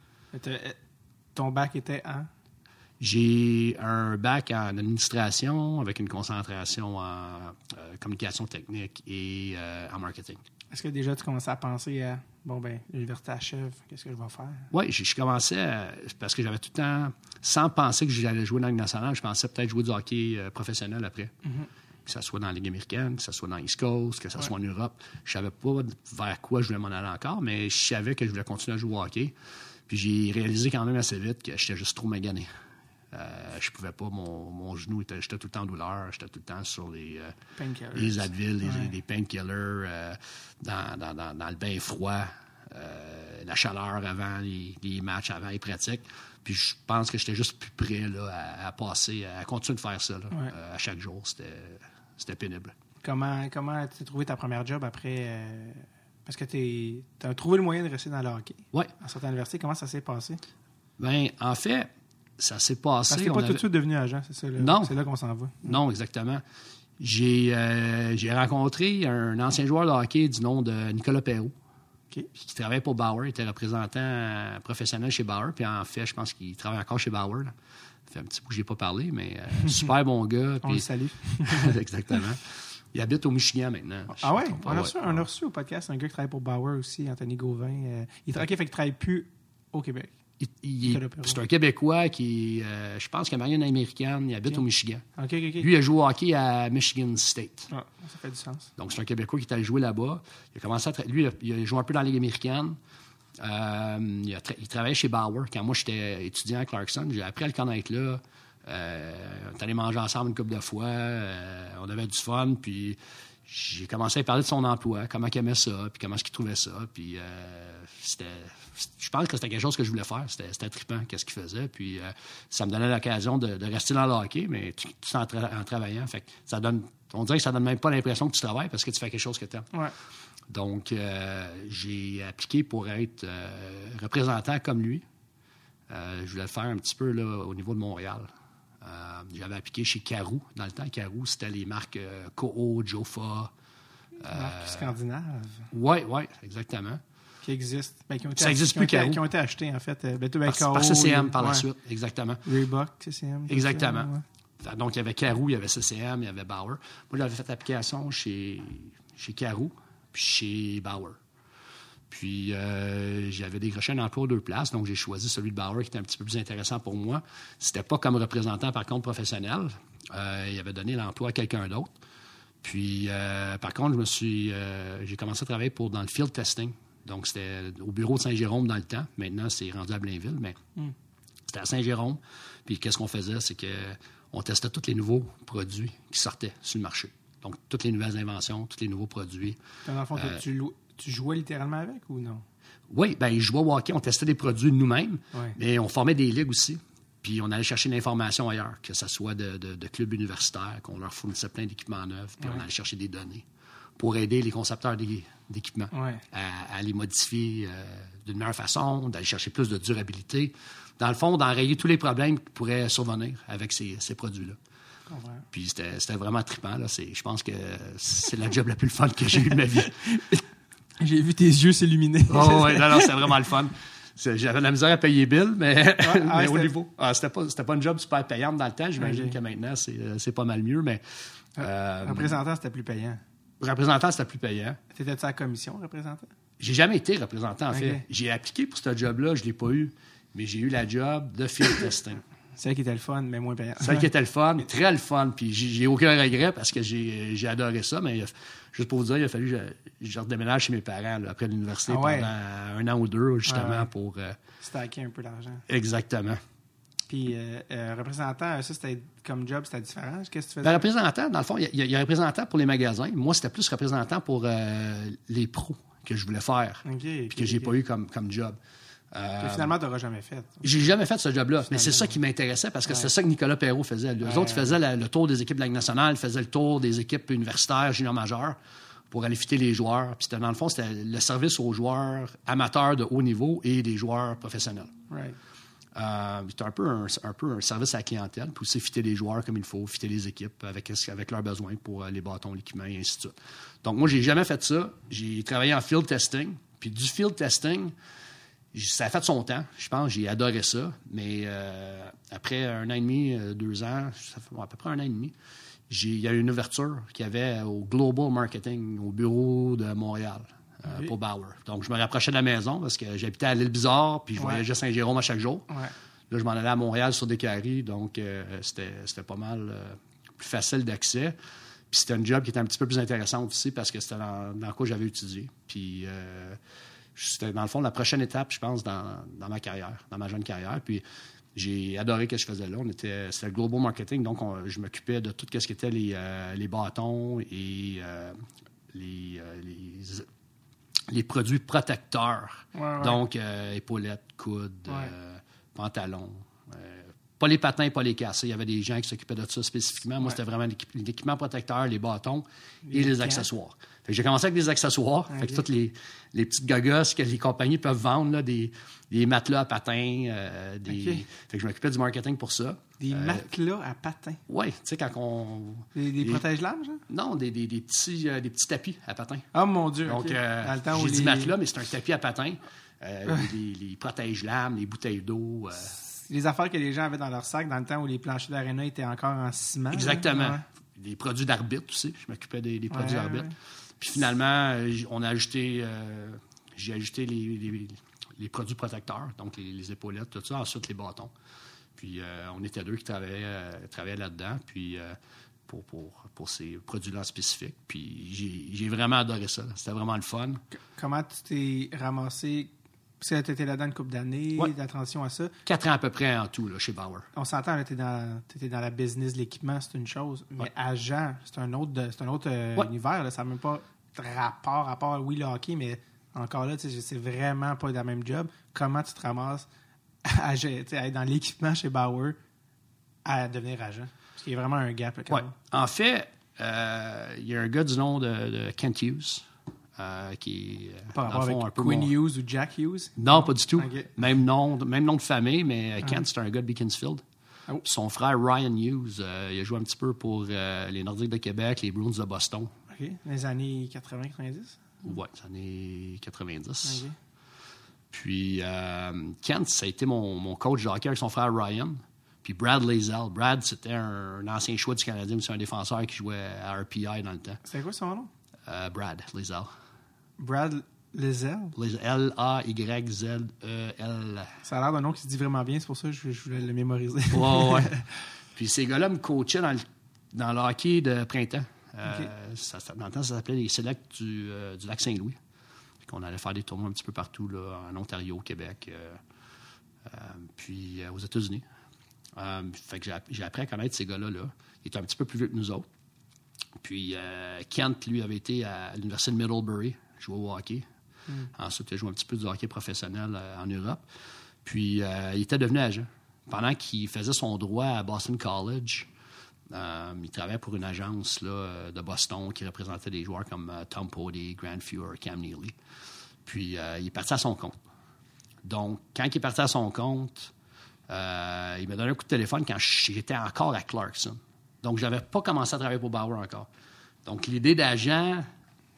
[SPEAKER 4] Ton bac était en?
[SPEAKER 3] J'ai un bac en administration avec une concentration en communication technique et en marketing.
[SPEAKER 4] Est-ce que déjà tu commençais à penser à l'université achève, qu'est-ce que je vais faire?
[SPEAKER 3] Oui, je commençais parce que j'avais tout le temps, sans penser que j'allais jouer dans la Ligue nationale, je pensais peut-être jouer du hockey professionnel après. Mm-hmm. Que ce soit dans la Ligue américaine, que ce soit dans l'East Coast, que ce soit en Europe. Je savais pas vers quoi je voulais m'en aller encore, mais je savais que je voulais continuer à jouer au hockey. Puis j'ai réalisé quand même assez vite que j'étais juste trop magané. Je pouvais pas, mon genou, j'étais tout le temps en douleur, j'étais tout le temps sur les Advil, les painkillers, dans le bain froid, la chaleur avant les matchs, avant les pratiques. Puis je pense que j'étais juste plus prêt là, à passer, à continuer de faire ça là, à chaque jour. C'était pénible.
[SPEAKER 4] Comment tu as trouvé ta première job après? Parce que tu as trouvé le moyen de rester dans le hockey.
[SPEAKER 3] Oui.
[SPEAKER 4] À certaines universités, comment ça s'est passé?
[SPEAKER 3] Bien, en fait, ça s'est passé.
[SPEAKER 4] Parce que t'es pas tout de suite devenu agent, c'est ça?
[SPEAKER 3] Non.
[SPEAKER 4] C'est là qu'on s'en va.
[SPEAKER 3] Non, exactement. J'ai rencontré un ancien joueur de hockey du nom de Nicolas Perrault, qui travaillait pour Bauer. Il était représentant professionnel chez Bauer. Puis en fait, je pense qu'il travaille encore chez Bauer. Là. Ça fait un petit bout que je n'ai pas parlé, mais super bon gars.
[SPEAKER 4] On le salue.
[SPEAKER 3] Exactement. Il habite au Michigan maintenant.
[SPEAKER 4] Ah ouais? On a reçu au podcast un gars qui travaille pour Bauer aussi, Anthony Gauvin. Fait qu'il ne travaille plus au Québec.
[SPEAKER 3] C'est un Québécois qui, je pense qu'il a marié une Américaine, il habite au Michigan.
[SPEAKER 4] Okay.
[SPEAKER 3] Lui, il a joué au hockey à Michigan State.
[SPEAKER 4] Ah, ça fait du sens.
[SPEAKER 3] Donc, c'est un Québécois qui est allé jouer là-bas. Il a commencé lui, il a joué un peu dans la Ligue américaine. Il travaillait chez Bauer. Quand moi, j'étais étudiant à Clarkson, j'ai appris à le connaître là. On est allé manger ensemble une couple de fois. On avait du fun, puis j'ai commencé à parler de son emploi, comment il aimait ça, puis comment est-ce qu'il trouvait ça. Puis je pense que c'était quelque chose que je voulais faire. C'était trippant, qu'est-ce qu'il faisait. Puis ça me donnait l'occasion de rester dans le hockey, mais tout en travaillant. Fait que ça donne, on dirait que ça donne même pas l'impression que tu travailles parce que tu fais quelque chose que tu aimes.
[SPEAKER 4] Ouais.
[SPEAKER 3] Donc, j'ai appliqué pour être représentant comme lui. Je voulais le faire un petit peu là, au niveau de Montréal. J'avais appliqué chez Karoo. Dans le temps, Karoo, c'était les marques Koho, Jofa.
[SPEAKER 4] Marques scandinaves.
[SPEAKER 3] Oui, exactement.
[SPEAKER 4] Qui existent.
[SPEAKER 3] Ça n'existe plus, Karoo.
[SPEAKER 4] Qui ont été achetés, en fait.
[SPEAKER 3] Par CCM, par la suite. Exactement.
[SPEAKER 4] Reebok, CCM.
[SPEAKER 3] Exactement.
[SPEAKER 4] Ouais.
[SPEAKER 3] Donc, il y avait Karoo, il y avait CCM, il y avait Bauer. Moi, j'avais fait l'application chez Karoo puis chez Bauer. Puis, j'avais décroché un emploi aux 2 places, donc j'ai choisi celui de Bauer qui était un petit peu plus intéressant pour moi. C'était pas comme représentant, par contre, professionnel. Il avait donné l'emploi à quelqu'un d'autre. Puis, par contre, j'ai commencé à travailler dans le field testing. Donc, c'était au bureau de Saint-Jérôme dans le temps. Maintenant, c'est rendu à Blainville, mais c'était à Saint-Jérôme. Puis, qu'est-ce qu'on faisait? C'est qu'on testait tous les nouveaux produits qui sortaient sur le marché. Donc, toutes les nouvelles inventions, tous les nouveaux produits.
[SPEAKER 4] Dans le fond, tu jouais littéralement avec ou non?
[SPEAKER 3] Oui, bien, je jouais au hockey, on testait des produits nous-mêmes, mais on formait des ligues aussi. Puis on allait chercher de l'information ailleurs, que ce soit de clubs universitaires, qu'on leur fournissait plein d'équipements neufs, puis on allait chercher des données pour aider les concepteurs d'équipements à les modifier d'une meilleure façon, d'aller chercher plus de durabilité. Dans le fond, d'enrayer tous les problèmes qui pourraient survenir avec ces produits-là. Puis c'était vraiment trippant. Là. Je pense que c'est la job la plus fun que j'ai eue de ma vie.
[SPEAKER 4] J'ai vu tes yeux s'illuminer.
[SPEAKER 3] Oh, ouais, non, c'était vraiment le fun. J'avais de la misère à payer Bill, mais, mais au niveau. C'était pas une job super payante dans le temps. J'imagine que maintenant, c'est pas mal mieux, mais.
[SPEAKER 4] Représentant, c'était plus payant.
[SPEAKER 3] Représentant, c'était plus payant.
[SPEAKER 4] T'étais-tu à la commission, représentant?
[SPEAKER 3] J'ai jamais été représentant, en fait. J'ai appliqué pour ce job-là, je l'ai pas eu, mais j'ai eu la job de field testing.
[SPEAKER 4] Celle qui était le fun, mais moins payant.
[SPEAKER 3] Celle qui était le fun, très le fun. Puis j'ai aucun regret parce que j'ai adoré ça, mais juste pour vous dire, il a fallu que je redéménage chez mes parents là, après l'université pendant 1 an ou 2, justement, pour...
[SPEAKER 4] stacker un peu l'argent.
[SPEAKER 3] Exactement.
[SPEAKER 4] Puis représentant, ça, c'était comme job, c'était différent? Qu'est-ce que tu faisais?
[SPEAKER 3] Ben, représentant, dans le fond, il y a représentant pour les magasins. Moi, c'était plus représentant pour les pros que je voulais faire. Puis que j'ai pas eu comme job.
[SPEAKER 4] Finalement, tu n'auras jamais fait.
[SPEAKER 3] J'ai jamais fait ce job-là, mais c'est ça qui m'intéressait parce que c'est ça que Nicolas Perrault faisait. Eux autres, ils faisaient le tour des équipes de la Ligue nationale, ils faisaient le tour des équipes universitaires, juniors majeurs pour aller fitter les joueurs. Puis dans le fond, c'était le service aux joueurs amateurs de haut niveau et des joueurs professionnels.
[SPEAKER 4] Right.
[SPEAKER 3] C'est un peu un service à la clientèle, puis aussi fitter les joueurs comme il faut, fitter les équipes avec leurs besoins pour les bâtons, l'équipement et ainsi de suite. Donc moi, j'ai jamais fait ça. J'ai travaillé en field testing, puis du field testing, ça a fait son temps, je pense. J'ai adoré ça. Mais après 1 an et demi, 2 ans, ça fait à peu près 1 an et demi, il y a eu une ouverture qu'il y avait au Global Marketing, au bureau de Montréal, pour Bauer. Donc, je me rapprochais de la maison parce que j'habitais à l'Île-Bizarre, puis je voyageais à Saint-Jérôme à chaque jour.
[SPEAKER 4] Ouais.
[SPEAKER 3] Là, je m'en allais à Montréal sur des carrés, donc c'était pas mal plus facile d'accès. Puis c'était un job qui était un petit peu plus intéressant aussi parce que c'était dans quoi j'avais étudié. Puis... c'était, dans le fond, la prochaine étape, je pense, dans ma carrière, dans ma jeune carrière. Puis, j'ai adoré ce que je faisais là. C'était le Global Marketing, donc je m'occupais de tout ce qui était les bâtons et les produits protecteurs.
[SPEAKER 4] Ouais.
[SPEAKER 3] Donc, épaulettes, coudes, pantalons. Pas les patins, pas les casses. Il y avait des gens qui s'occupaient de ça spécifiquement. Moi, c'était vraiment l'équipement protecteur, les bâtons et les accessoires. Fait que j'ai commencé avec des accessoires. Fait que toutes les petites gogosses que les compagnies peuvent vendre, là, des matelas à patins. Fait que je m'occupais du marketing pour ça.
[SPEAKER 4] Des matelas à patins?
[SPEAKER 3] Oui, tu sais, quand on...
[SPEAKER 4] Des protège-lames, genre?
[SPEAKER 3] Non, des petits tapis à patins.
[SPEAKER 4] Oh mon Dieu!
[SPEAKER 3] Donc,
[SPEAKER 4] dans le temps
[SPEAKER 3] j'ai dit matelas, mais c'est un tapis à patins. Les protège-lames, les bouteilles d'eau...
[SPEAKER 4] Les affaires que les gens avaient dans leur sac dans le temps où les planchers d'aréna étaient encore en ciment.
[SPEAKER 3] Exactement.
[SPEAKER 4] Ouais.
[SPEAKER 3] Des produits d'arbitre aussi. Je m'occupais des produits d'arbitre. Ouais. Puis finalement, j'ai ajouté les produits protecteurs, donc les épaulettes, tout ça. Ensuite, les bâtons. Puis on était 2 qui travaillaient là-dedans, puis pour ces produits-là spécifiques. Puis j'ai vraiment adoré ça. C'était vraiment le fun.
[SPEAKER 4] Comment tu t'es ramassé... Parce que tu étais là-dedans une couple d'années, la transition à ça.
[SPEAKER 3] 4 ans à peu près en tout, là, chez Bauer.
[SPEAKER 4] On s'entend, tu étais dans la business de l'équipement, c'est une chose. Mais agent, c'est un autre univers. Là, ça n'a même pas rapport, oui, le hockey, mais encore là, c'est vraiment pas le même job. Comment tu te ramasses à être dans l'équipement chez Bauer à devenir agent? Parce qu'il y a vraiment un gap. Là, quand même.
[SPEAKER 3] En fait, il y a un gars du nom de Kent Hughes. Qui est
[SPEAKER 4] pas dans le fond, un peu Quinn Hughes ou Jack Hughes?
[SPEAKER 3] Non, pas du tout. Okay. Même nom de famille, mais Kent, c'est un gars de Beaconsfield. Oh. Son frère Ryan Hughes, il a joué un petit peu pour les Nordiques de Québec, les Bruins de Boston.
[SPEAKER 4] OK. Les années 80-90?
[SPEAKER 3] Oui, les années 90.
[SPEAKER 4] Okay.
[SPEAKER 3] Puis Kent, ça a été mon coach de hockey avec son frère Ryan. Puis Brad Lazell. Brad, c'était un ancien choix du Canadien, c'est un défenseur qui jouait à RPI dans le temps.
[SPEAKER 4] C'était quoi son nom?
[SPEAKER 3] Brad Lazell.
[SPEAKER 4] Brad Lazell?
[SPEAKER 3] L-A-Y-Z-E-L.
[SPEAKER 4] Ça a l'air d'un nom qui se dit vraiment bien, c'est pour ça que je voulais le mémoriser.
[SPEAKER 3] Ouais. Puis ces gars-là me coachaient dans le hockey de printemps. Okay. Dans le temps, ça s'appelait les Selects du Lac-Saint-Louis. On allait faire des tournois un petit peu partout, là, en Ontario, au Québec, puis aux États-Unis. Fait que j'ai appris à connaître ces gars-là. Ils étaient un petit peu plus vieux que nous autres. Puis Kent, lui, avait été à l'université de Middlebury, jouer au hockey. Ensuite, il a joué un petit peu du hockey professionnel en Europe. Puis il était devenu agent. Pendant qu'il faisait son droit à Boston College, il travaillait pour une agence là, de Boston qui représentait des joueurs comme Tom Pody, Grant Fuhr, Cam Neely. Puis il est parti à son compte. Donc, quand il est parti à son compte, il m'a donné un coup de téléphone quand j'étais encore à Clarkson. Donc, je n'avais pas commencé à travailler pour Bauer encore. Donc, l'idée d'agent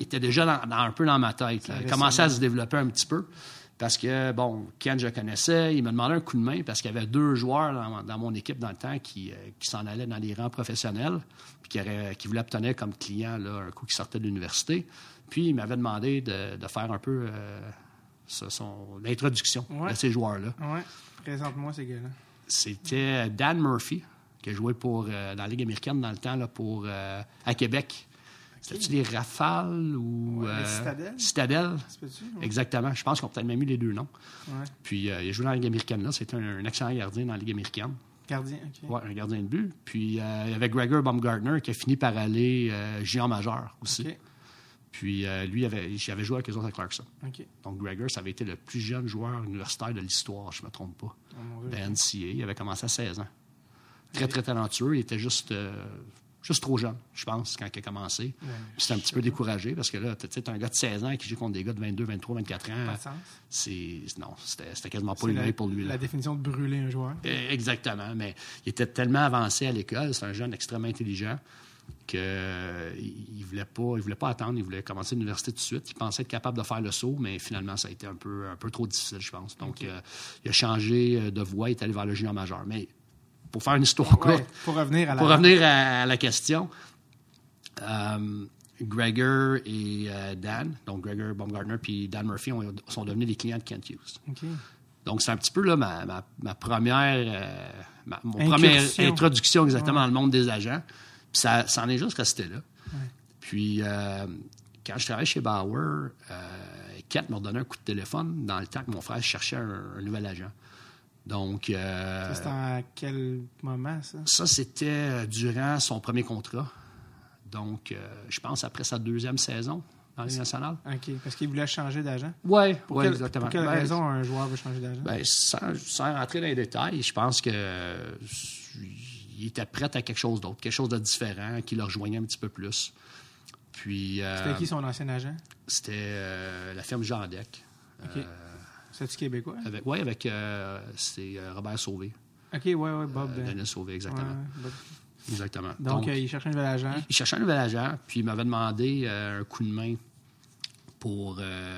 [SPEAKER 3] était déjà un peu dans ma tête. Il commençait à se développer un petit peu. Parce que, bon, Ken, je connaissais, il m'a demandé un coup de main parce qu'il y avait 2 joueurs dans mon équipe dans le temps qui s'en allaient dans les rangs professionnels puis qui voulaient obtenir comme client là, un coup qui sortait de l'université. Puis, il m'avait demandé de faire un peu l'introduction de ces joueurs-là.
[SPEAKER 4] Oui, présente-moi ces gars-là.
[SPEAKER 3] C'était Dan Murphy, qui a joué dans la Ligue américaine dans le temps là, à Québec. C'était-tu les Rafales ou...
[SPEAKER 4] Citadelle?
[SPEAKER 3] Exactement. Je pense qu'on a peut-être même eu les 2 noms.
[SPEAKER 4] Ouais.
[SPEAKER 3] Puis, il a joué dans la Ligue américaine. Là. C'était un excellent gardien dans la Ligue américaine.
[SPEAKER 4] Gardien, OK.
[SPEAKER 3] Oui, un gardien de but. Puis, il y avait Gregor Baumgartner qui a fini par aller junior majeur aussi.
[SPEAKER 4] Okay.
[SPEAKER 3] Puis, lui, j'avais joué avec eux autres à Clarkson.
[SPEAKER 4] Okay.
[SPEAKER 3] Donc, Gregor, ça avait été le plus jeune joueur universitaire de l'histoire, je ne me trompe pas. De NCAA. Il avait commencé à 16 ans. Très, très talentueux. Il était juste trop jeune, je pense, quand il a commencé. Ouais, c'était un petit peu découragé parce que là, tu sais, un gars de 16 ans qui joue contre des gars de 22, 23, 24 ans.
[SPEAKER 4] Pas de sens.
[SPEAKER 3] C'était quasiment pas une pour lui.
[SPEAKER 4] La définition de brûler un joueur.
[SPEAKER 3] Exactement. Mais il était tellement avancé à l'école. C'est un jeune extrêmement intelligent qu'il ne voulait pas attendre. Il voulait commencer l'université tout de suite. Il pensait être capable de faire le saut, mais finalement, ça a été un peu trop difficile, je pense. Donc, il a changé de voie. Il est allé vers le junior majeur. Mais pour faire une histoire courte,
[SPEAKER 4] pour revenir
[SPEAKER 3] à la question, Gregor et Dan, donc Gregor Baumgartner puis Dan Murphy sont devenus des clients de Kent Hughes.
[SPEAKER 4] Okay.
[SPEAKER 3] Donc, c'est un petit peu là, ma première introduction exactement dans le monde des agents. Puis ça en est juste resté là. Ouais. Puis, quand je travaillais chez Bauer, Kent m'a donné un coup de téléphone dans le temps que mon frère cherchait un nouvel agent. Donc,
[SPEAKER 4] c'était à quel moment, ça?
[SPEAKER 3] Ça, c'était durant son premier contrat. Donc, je pense après sa 2e saison dans la Ligue nationale.
[SPEAKER 4] OK. Parce qu'il voulait changer d'agent?
[SPEAKER 3] Oui, exactement.
[SPEAKER 4] Pour quelle raison un joueur veut changer d'agent?
[SPEAKER 3] Sans rentrer dans les détails, je pense qu'il était prêt à quelque chose d'autre, quelque chose de différent, qui le rejoignait un petit peu plus. Puis,
[SPEAKER 4] c'était qui son ancien agent?
[SPEAKER 3] C'était la firme Jandec.
[SPEAKER 4] OK. C'est-tu québécois?
[SPEAKER 3] Avec c'est Robert Sauvé.
[SPEAKER 4] OK, oui, Bob.
[SPEAKER 3] Denis Sauvé, exactement.
[SPEAKER 4] Ouais,
[SPEAKER 3] exactement.
[SPEAKER 4] Donc, il cherchait un nouvel agent.
[SPEAKER 3] Il cherchait un nouvel agent, puis il m'avait demandé un coup de main pour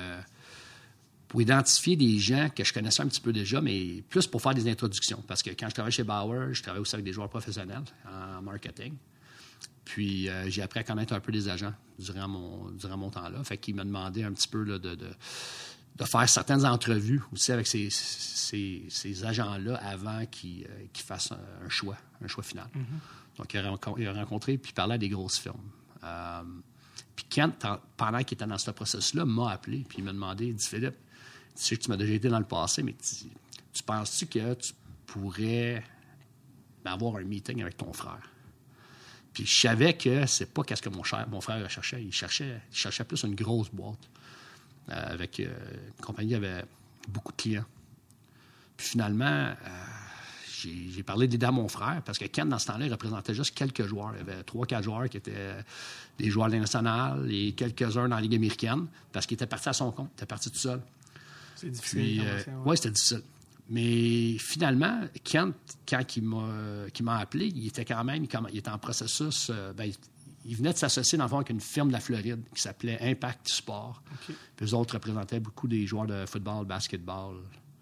[SPEAKER 3] identifier des gens que je connaissais un petit peu déjà, mais plus pour faire des introductions. Parce que quand je travaillais chez Bauer, je travaillais aussi avec des joueurs professionnels en marketing. Puis, j'ai appris à connaître un peu des agents durant mon temps-là. Fait qu'il m'a demandé un petit peu là, de faire certaines entrevues aussi avec ces agents-là avant qu'ils fassent un choix final. Mm-hmm. Donc, il a rencontré puis parlait à des grosses firmes. Puis Kent, pendant qu'il était dans ce processus-là, m'a appelé puis il m'a demandé, il dit « Philippe, tu sais que tu m'as déjà été dans le passé, mais tu penses-tu que tu pourrais avoir un meeting avec ton frère? » Puis je savais que c'est pas qu'est-ce que mon frère recherchait. Il cherchait plus une grosse boîte. Avec une compagnie qui avait beaucoup de clients. Puis finalement, j'ai parlé d'aider à mon frère parce que Ken, dans ce temps-là, il représentait juste quelques joueurs. Il y avait 3-4 joueurs qui étaient des joueurs de la nationale et quelques-uns dans la Ligue américaine parce qu'il était parti à son compte. Il était parti tout seul.
[SPEAKER 4] C'est difficile.
[SPEAKER 3] Oui, c'était difficile. Mais finalement, Kent, quand il m'a appelé, il était quand même il était en processus... il venait de s'associer, dans le fond, avec une firme de la Floride qui s'appelait Impact Sport. Okay. Puis eux autres représentaient beaucoup des joueurs de football, basketball.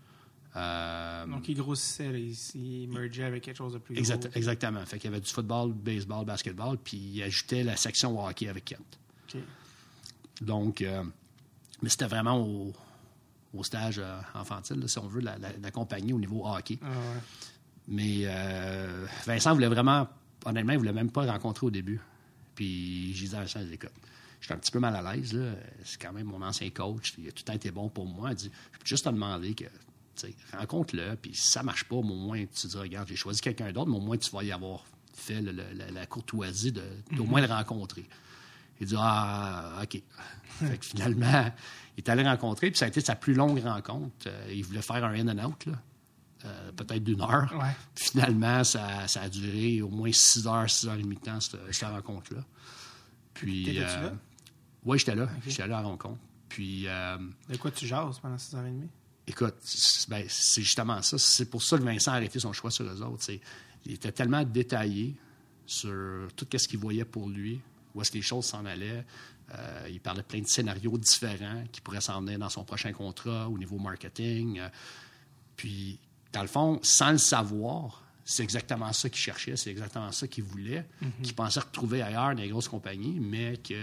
[SPEAKER 4] Donc, ils grossissaient, ils mergeaient avec quelque chose de plus gros.
[SPEAKER 3] Exactement. Fait qu'il y avait du football, baseball, basketball, puis ils ajoutaient la section hockey avec Kent.
[SPEAKER 4] Okay.
[SPEAKER 3] Donc, mais c'était vraiment au stage infantile, là, si on veut, l'accompagner au niveau hockey.
[SPEAKER 4] Ah ouais.
[SPEAKER 3] Mais Vincent voulait vraiment, honnêtement, il voulait même pas le rencontrer au début. Puis j'ai dit à Vincent, écoute, j'étais un petit peu mal à l'aise, là. C'est quand même mon ancien coach, il a tout le temps été bon pour moi. Il dit, je peux juste te demander que, rencontre-le, puis si ça marche pas, au moins tu dis, regarde, j'ai choisi quelqu'un d'autre, mais au moins tu vas y avoir fait la courtoisie d'au moins le rencontrer. Il dit, OK. Fait que finalement, il est allé rencontrer, puis ça a été sa plus longue rencontre. Il voulait faire un in and out, là. Peut-être d'1 heure.
[SPEAKER 4] Ouais.
[SPEAKER 3] Finalement, ça a duré au moins 6 heures, 6 heures et demie de temps, cette rencontre-là. Puis,
[SPEAKER 4] t'étais-tu là?
[SPEAKER 3] Oui, j'étais là.
[SPEAKER 4] Okay.
[SPEAKER 3] J'étais là à la rencontre. Puis,
[SPEAKER 4] de quoi tu jases pendant 6 heures et demie?
[SPEAKER 3] Écoute, c'est justement ça. C'est pour ça que Vincent a arrêté son choix sur eux autres. Il était tellement détaillé sur tout ce qu'il voyait pour lui, où est-ce que les choses s'en allaient. Il parlait de plein de scénarios différents qui pourraient s'en venir dans son prochain contrat au niveau marketing. Puis, dans le fond, sans le savoir, c'est exactement ça qu'il cherchait, c'est exactement ça qu'il voulait, qu'il pensait retrouver ailleurs dans les grosses compagnies, mais que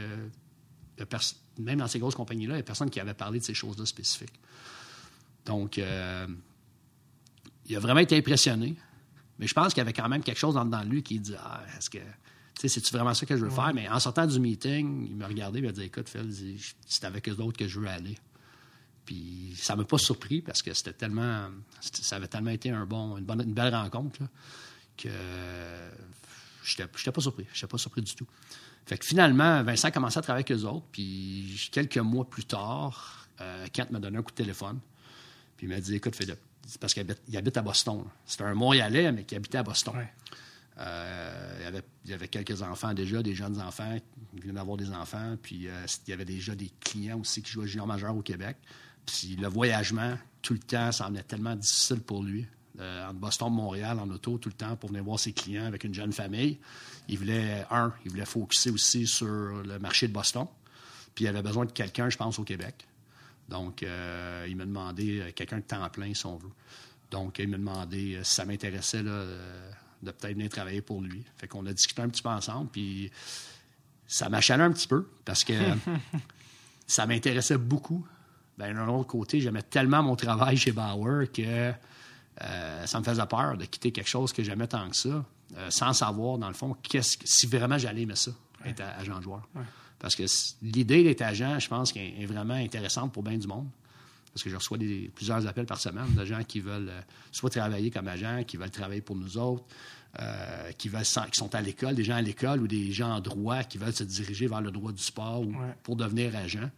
[SPEAKER 3] même dans ces grosses compagnies-là, il n'y a personne qui avait parlé de ces choses-là spécifiques. Donc, il a vraiment été impressionné, mais je pense qu'il y avait quand même quelque chose dans lui qui dit « est-ce que... » Tu sais, c'est-tu vraiment ça que je veux faire? Mais en sortant du meeting, il m'a regardé et il m'a dit « Écoute, Phil, c'est avec eux autres que je veux aller. » Puis ça m'a pas surpris parce que ça avait tellement été une belle rencontre là, que j'étais pas surpris. J'étais pas surpris du tout. Fait que finalement, Vincent a commencé à travailler avec eux autres. Puis quelques mois plus tard, Kent m'a donné un coup de téléphone. Puis il m'a dit « Écoute, Philippe, c'est parce qu'il habite à Boston. C'était un Montréalais, mais qui habitait à Boston. Ouais. Il y avait quelques enfants déjà, des jeunes enfants qui venaient d'avoir des enfants. Puis il y avait déjà des clients aussi qui jouaient junior majeur au Québec. Puis le voyagement, tout le temps, ça en est tellement difficile pour lui. Entre Boston et Montréal, en auto, tout le temps, pour venir voir ses clients avec une jeune famille. Il voulait focusser aussi sur le marché de Boston. Puis il avait besoin de quelqu'un, je pense, au Québec. Donc, il m'a demandé quelqu'un de temps plein, si on veut. Donc, il m'a demandé si ça m'intéressait là, de peut-être venir travailler pour lui. Fait qu'on a discuté un petit peu ensemble, puis ça m'achalait un petit peu parce que ça m'intéressait beaucoup. Ben, d'un autre côté, j'aimais tellement mon travail chez Bauer que ça me faisait peur de quitter quelque chose que j'aimais tant que ça, sans savoir, dans le fond, si vraiment j'allais aimer ça, être agent joueur. Ouais. Parce que l'idée d'être agent, je pense qu'elle est vraiment intéressante pour bien du monde. Parce que je reçois plusieurs appels par semaine de gens qui veulent soit travailler comme agent, qui veulent travailler pour nous autres, qui sont à l'école, des gens à l'école ou des gens en droit qui veulent se diriger vers le droit du sport ou pour devenir agent.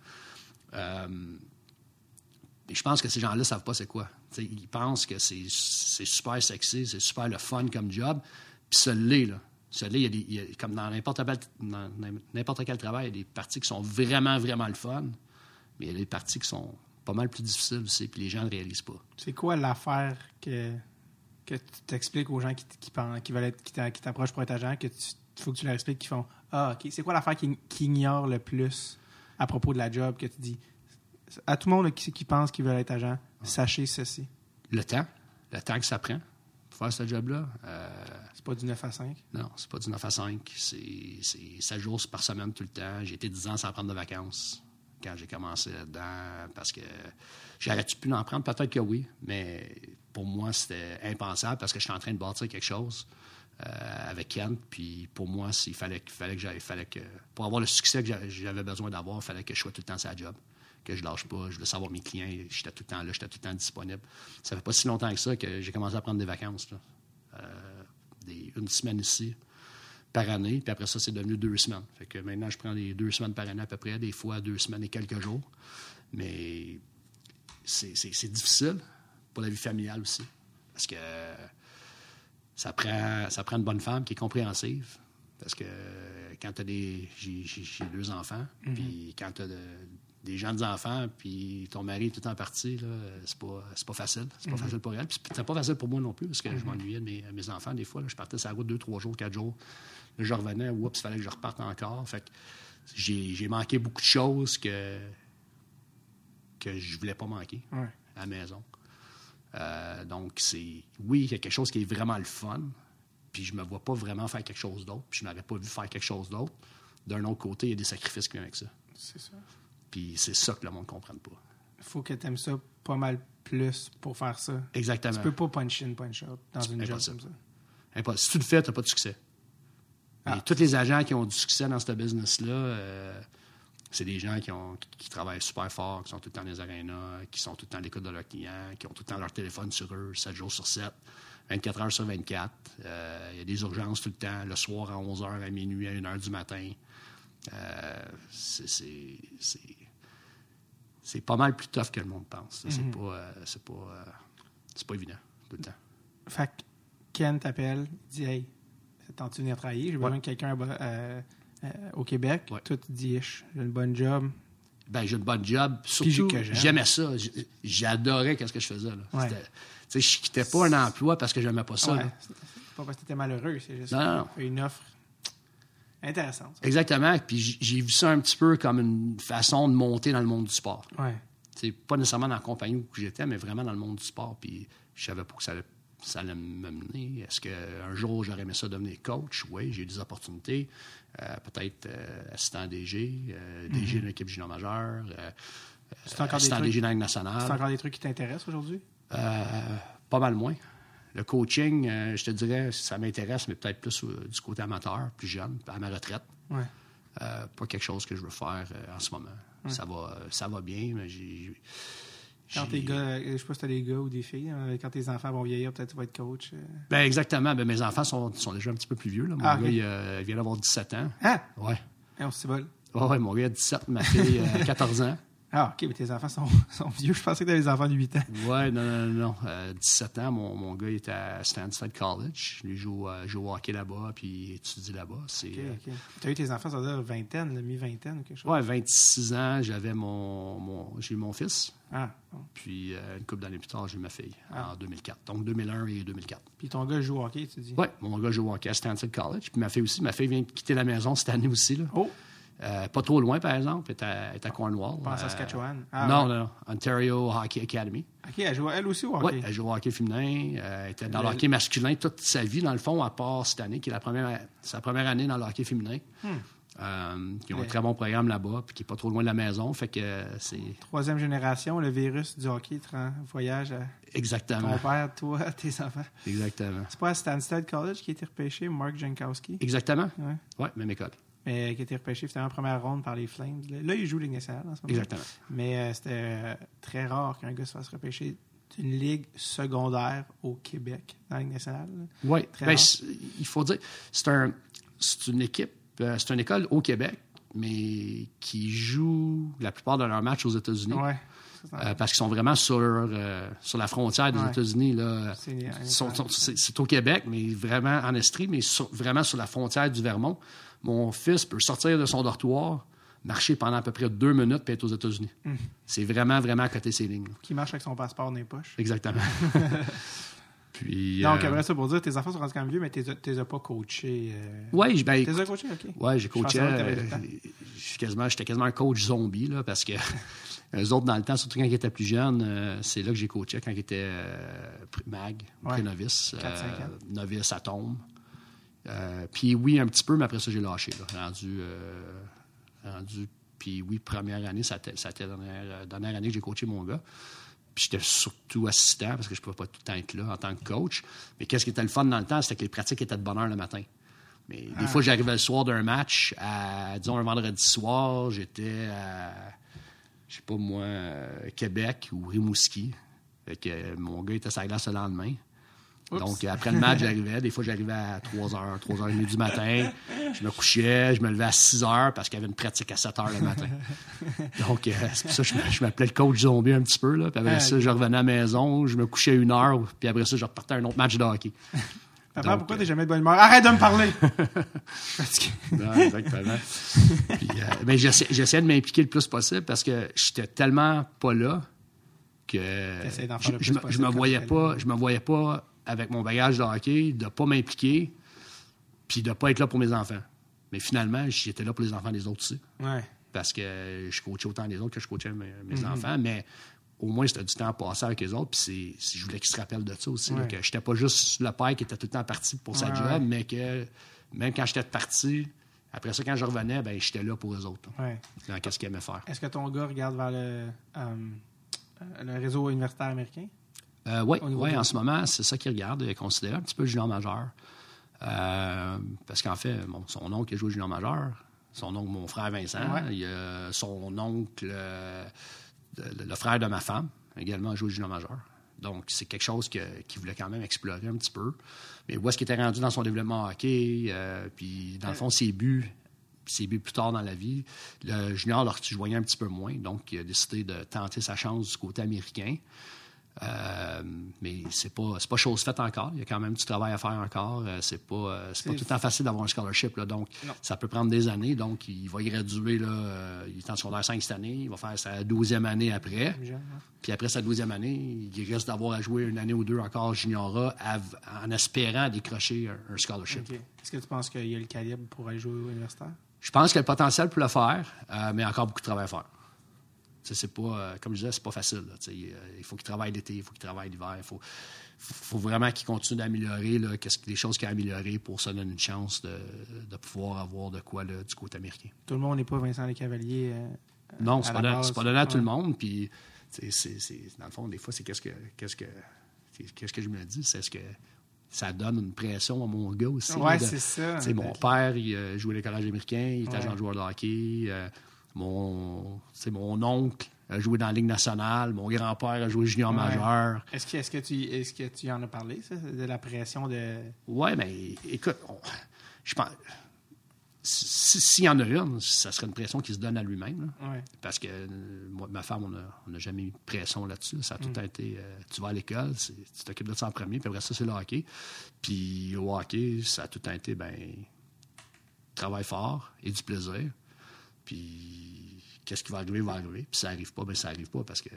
[SPEAKER 3] Et je pense que ces gens-là ne savent pas c'est quoi. T'sais, ils pensent que c'est super sexy, c'est super le fun comme job. Puis ça l'est, là. Ça l'est, il y a, comme dans n'importe quel travail, il y a des parties qui sont vraiment, vraiment le fun, mais il y a des parties qui sont pas mal plus difficiles aussi, puis les gens ne le réalisent pas. C'est
[SPEAKER 4] quoi l'affaire que tu t'expliques aux gens qui t'approchent pour être agent, que faut que tu leur expliques, qu'ils font « Ah, OK. » C'est quoi l'affaire qu'ils ignorent le plus à propos de la job, que tu dis à tout le monde qui pense qu'ils veulent être agent, sachez ceci. Le temps que ça prend pour faire ce job-là. C'est pas du 9 à 5? Non, c'est pas du 9 à 5. C'est 7 jours par semaine tout le temps. J'ai été 10 ans sans prendre de vacances quand j'ai commencé là-dedans, parce que j'aurais-tu pu en prendre? Peut-être que oui, mais pour moi, c'était impensable parce que je suis en train de bâtir quelque chose avec Kent, puis pour moi, il fallait que pour avoir le succès que j'avais besoin d'avoir, il fallait que je sois tout le temps sur la job, que je lâche pas, je voulais savoir mes clients, j'étais tout le temps là, j'étais tout le temps disponible. Ça fait pas si longtemps que ça que j'ai commencé à prendre des vacances, là. Une semaine ici par année, puis après ça, c'est devenu 2 semaines. Fait que maintenant, je prends les 2 semaines par année à peu près, des fois 2 semaines et quelques jours. Mais c'est difficile pour la vie familiale aussi, parce que ça prend une bonne femme qui est compréhensive, parce que quand tu as j'ai 2 enfants, puis quand tu as des jeunes enfants, puis ton mari est tout en partie, là, c'est pas facile. C'est pas facile pour elle. Puis c'est pas facile pour moi non plus, parce que je m'ennuyais de mes enfants des fois. Là. Je partais sur la route 2, 3 jours, 4 jours. Là, je revenais, oups, il fallait que je reparte encore. Fait que j'ai manqué beaucoup de choses que je voulais pas manquer à la maison. Donc, oui, il y a quelque chose qui est vraiment le fun, puis je me vois pas vraiment faire quelque chose d'autre, puis je m'aurais pas vu faire quelque chose d'autre. D'un autre côté, il y a des sacrifices qui viennent avec ça. C'est ça. Puis c'est ça que le monde ne comprenne pas. Il faut que tu aimes ça pas mal plus pour faire ça. Exactement. Tu peux pas punch in, punch out dans une job comme ça. Impossible. Si tu le fais, tu n'as pas de succès. Et tous les agents qui ont du succès dans ce business-là, c'est des gens qui travaillent super fort, qui sont tout le temps dans les arénas, qui sont tout le temps à l'écoute de leurs clients, qui ont tout le temps leur téléphone sur eux, 7 jours sur 7, 24 heures sur 24. Il y a des urgences tout le temps, le soir à 11h, à minuit, à 1h du matin. C'est pas mal plus tough que le monde pense. C'est pas évident tout le temps. Fait que Ken t'appelle, dit « Hey, t'as-tu venir travailler? J'ai besoin de quelqu'un au Québec. » Toi, tu dis « J'ai une bonne job. » Ben, j'ai une bonne job. Surtout, j'aimais ça. J'adorais ce que je faisais. Là. Je quittais pas un emploi parce que j'aimais pas ça. C'est pas parce que t'étais malheureux. C'est juste une offre. Intéressant. Ça.
[SPEAKER 3] Exactement. Puis j'ai vu ça un petit peu comme une façon de monter dans le monde du sport.
[SPEAKER 4] Ouais.
[SPEAKER 3] C'est pas nécessairement dans la compagnie où j'étais, mais vraiment dans le monde du sport. Puis je savais pas que ça allait me mener. Est-ce qu'un jour, j'aurais aimé ça devenir coach? Oui, j'ai eu des opportunités. Peut-être assistant DG, DG de l'équipe junior majeure, assistant DG de la Ligue nationale.
[SPEAKER 4] C'est encore des trucs qui t'intéressent aujourd'hui?
[SPEAKER 3] Pas mal moins. Le coaching, je te dirais, ça m'intéresse, mais peut-être plus du côté amateur, plus jeune, à ma retraite.
[SPEAKER 4] Ouais.
[SPEAKER 3] Pas quelque chose que je veux faire en ce moment. Ouais. Ça va bien, mais
[SPEAKER 4] quand tes gars, je sais pas si t'as des gars ou des filles, quand tes enfants vont vieillir, peut-être tu vas être coach.
[SPEAKER 3] Ben exactement. Ben, mes enfants sont déjà un petit peu plus vieux. Là. Mon gars, il vient d'avoir 17 ans.
[SPEAKER 4] Ah!
[SPEAKER 3] Ouais.
[SPEAKER 4] Et on s'y vole.
[SPEAKER 3] Ouais, mon gars a 17, ma fille a 14 ans.
[SPEAKER 4] Ah, OK, mais tes enfants sont vieux. Je pensais que tu avais des enfants de 8 ans.
[SPEAKER 3] Oui, non. 17 ans, mon gars est à Stansted College. Il joue au hockey là-bas, puis il étudie là-bas.
[SPEAKER 4] OK. Tu as eu tes enfants, ça veut dire vingtaine, mi-vingtaine ou quelque chose?
[SPEAKER 3] Oui, 26 ans, j'ai eu mon fils.
[SPEAKER 4] Ah, bon.
[SPEAKER 3] Puis une couple d'années plus tard, j'ai eu ma fille, en 2004. Donc 2001 et 2004.
[SPEAKER 4] Puis ton gars joue au hockey, tu dis?
[SPEAKER 3] Oui, mon gars joue au hockey à Stansted College. Puis ma fille aussi. Ma fille vient de quitter la maison cette année aussi. Là.
[SPEAKER 4] Oh!
[SPEAKER 3] Pas trop loin, par exemple. Elle est à Cornwall.
[SPEAKER 4] Pas en Saskatchewan?
[SPEAKER 3] Non. Ontario Hockey Academy.
[SPEAKER 4] OK, elle joue elle aussi au hockey?
[SPEAKER 3] Oui, elle joue au hockey féminin. Elle était dans le hockey masculin toute sa vie, dans le fond, à part cette année, qui est sa première année dans le hockey féminin. Qui ont un très bon programme là-bas, puis qui n'est pas trop loin de la maison. Fait que c'est...
[SPEAKER 4] 3e génération, le virus du hockey voyage à...
[SPEAKER 3] Exactement.
[SPEAKER 4] Ton père, toi, tes enfants.
[SPEAKER 3] Exactement.
[SPEAKER 4] C'est pas à Stansted College qui a été repêché, Mark Jankowski?
[SPEAKER 3] Exactement.
[SPEAKER 4] Oui,
[SPEAKER 3] ouais, même école.
[SPEAKER 4] Mais qui a été repêché finalement en première ronde par les Flames. Là, il joue Ligue nationale en ce moment.
[SPEAKER 3] Exactement.
[SPEAKER 4] Mais c'était très rare qu'un gars se fasse repêcher d'une ligue secondaire au Québec dans la Ligue nationale.
[SPEAKER 3] Oui, il faut dire, c'est une équipe, c'est une école au Québec, mais qui joue la plupart de leurs matchs aux États-Unis.
[SPEAKER 4] Ouais.
[SPEAKER 3] Parce qu'ils sont vraiment sur la frontière des États-Unis. Là. C'est au Québec, mais vraiment en Estrie, mais vraiment sur la frontière du Vermont. Mon fils peut sortir de son dortoir, marcher pendant à peu près 2 minutes et être aux États-Unis. C'est vraiment, vraiment à côté de ces lignes.
[SPEAKER 4] Qui marche avec son passeport dans les poches.
[SPEAKER 3] Exactement. Puis,
[SPEAKER 4] donc, après ça, pour dire, tes enfants sont rendus quand même vieux, mais tu les as pas coachés.
[SPEAKER 3] Oui,
[SPEAKER 4] tu les as coachés, OK.
[SPEAKER 3] Oui, j'ai coaché. J'étais quasiment un coach zombie, là, parce que eux autres, dans le temps, surtout quand ils étaient plus jeunes, c'est là que j'ai coaché, quand ils étaient mag, pré-novice, novice à tombe. Puis oui, un petit peu, mais après ça, j'ai lâché. Là, rendu. Puis oui, première année, ça a été la dernière année que j'ai coaché mon gars. Puis j'étais surtout assistant parce que je ne pouvais pas tout le temps être là en tant que coach. Mais qu'est-ce qui était le fun dans le temps, c'était que les pratiques étaient de bonne heure le matin. Mais des fois, j'arrivais le soir d'un match, disons un vendredi soir, j'étais à, je sais pas moi, Québec ou Rimouski. Fait que mon gars était sur la glace le lendemain. Oups. Donc, après le match, j'arrivais. Des fois, j'arrivais à 3h, 3h30 du matin. Je me couchais, je me levais à 6h parce qu'il y avait une pratique à 7h le matin. Donc, c'est pour ça que je m'appelais le coach zombie un petit peu. Là. Puis après ça, je revenais à la maison, je me couchais à 1h, puis après ça, je repartais à un autre match de hockey.
[SPEAKER 4] Papa, pourquoi t'es jamais de bonne humeur? Arrête de me parler! Je suis fatigué.
[SPEAKER 3] Non, exactement. Puis, mais j'essayais de m'impliquer le plus possible parce que j'étais tellement pas là que je me voyais pas avec mon bagage de hockey, de ne pas m'impliquer, puis de ne pas être là pour mes enfants. Mais finalement, j'étais là pour les enfants des autres aussi.
[SPEAKER 4] Ouais.
[SPEAKER 3] Parce que je coachais autant les autres que je coachais mes enfants, mais au moins, c'était du temps à passer avec les autres, puis je voulais qu'ils se rappellent de ça aussi, là, que je n'étais pas juste le père qui était tout le temps parti pour sa job, mais que même quand j'étais parti, après ça, quand je revenais, ben j'étais là pour eux autres. Dans qu'est-ce qu'ils aimaient faire.
[SPEAKER 4] Est-ce que ton gars regarde vers le réseau universitaire américain?
[SPEAKER 3] Oui, en ce moment, c'est ça qu'il regarde. Il considère un petit peu junior majeur. Parce qu'en fait, son oncle a joué junior majeur. Son oncle, mon frère Vincent. Il y a son oncle, le frère de ma femme, également a joué junior majeur. Donc, c'est quelque chose qu'il voulait quand même explorer un petit peu. Mais où est-ce qu'il était rendu dans son développement hockey? Puis, dans le fond, ses buts plus tard dans la vie. Le junior, alors, tu voyais un petit peu moins. Donc, il a décidé de tenter sa chance du côté américain. Mais c'est pas chose faite encore. Il y a quand même du travail à faire encore. C'est pas tout le temps facile d'avoir un scholarship. Là. Donc, ça peut prendre des années. Donc, il va graduer. Là, il est en secondaire 5 cette année. Il va faire sa 12e année après. Puis après sa 12e année, il risque d'avoir à jouer une année ou deux encore juniora en espérant décrocher un scholarship.
[SPEAKER 4] Okay. Est-ce que tu penses qu'il y a le calibre pour aller jouer au universitaire?
[SPEAKER 3] Je pense qu'il y a le potentiel pour le faire, mais encore beaucoup de travail à faire. C'est pas, comme je disais, c'est pas facile. Il faut qu'il travaille l'été, il faut qu'il travaille l'hiver. Il faut vraiment qu'il continue d'améliorer les choses qu'il a améliorées pour se donner une chance de pouvoir avoir de quoi là, du côté américain.
[SPEAKER 4] Tout le monde n'est pas Vincent Lescavaliers.
[SPEAKER 3] Non, c'est pas donné à tout le monde. Puis, dans le fond, des fois, c'est qu'est-ce que je me dis, c'est ce que ça donne une pression à mon gars aussi.
[SPEAKER 4] Oui, c'est ça.
[SPEAKER 3] Mon père, il jouait les collèges américains, il était agent de joueur de hockey. Mon oncle a joué dans la Ligue nationale. Mon grand-père a joué junior majeur.
[SPEAKER 4] Est-ce que tu en as parlé, ça, de la pression de...
[SPEAKER 3] Oui, mais écoute, je pense... S'il y en a une, ça serait une pression qu'il se donne à lui-même. Parce que moi ma femme, on n'a jamais eu de pression là-dessus. Ça a tout le temps été... tu vas à l'école, tu t'occupes de ça en premier, puis après ça, c'est le hockey. Puis au hockey, ça a tout le temps été, travail fort et du plaisir. Puis, qu'est-ce qui va arriver, va arriver. Puis, ça n'arrive pas, ça n'arrive pas parce que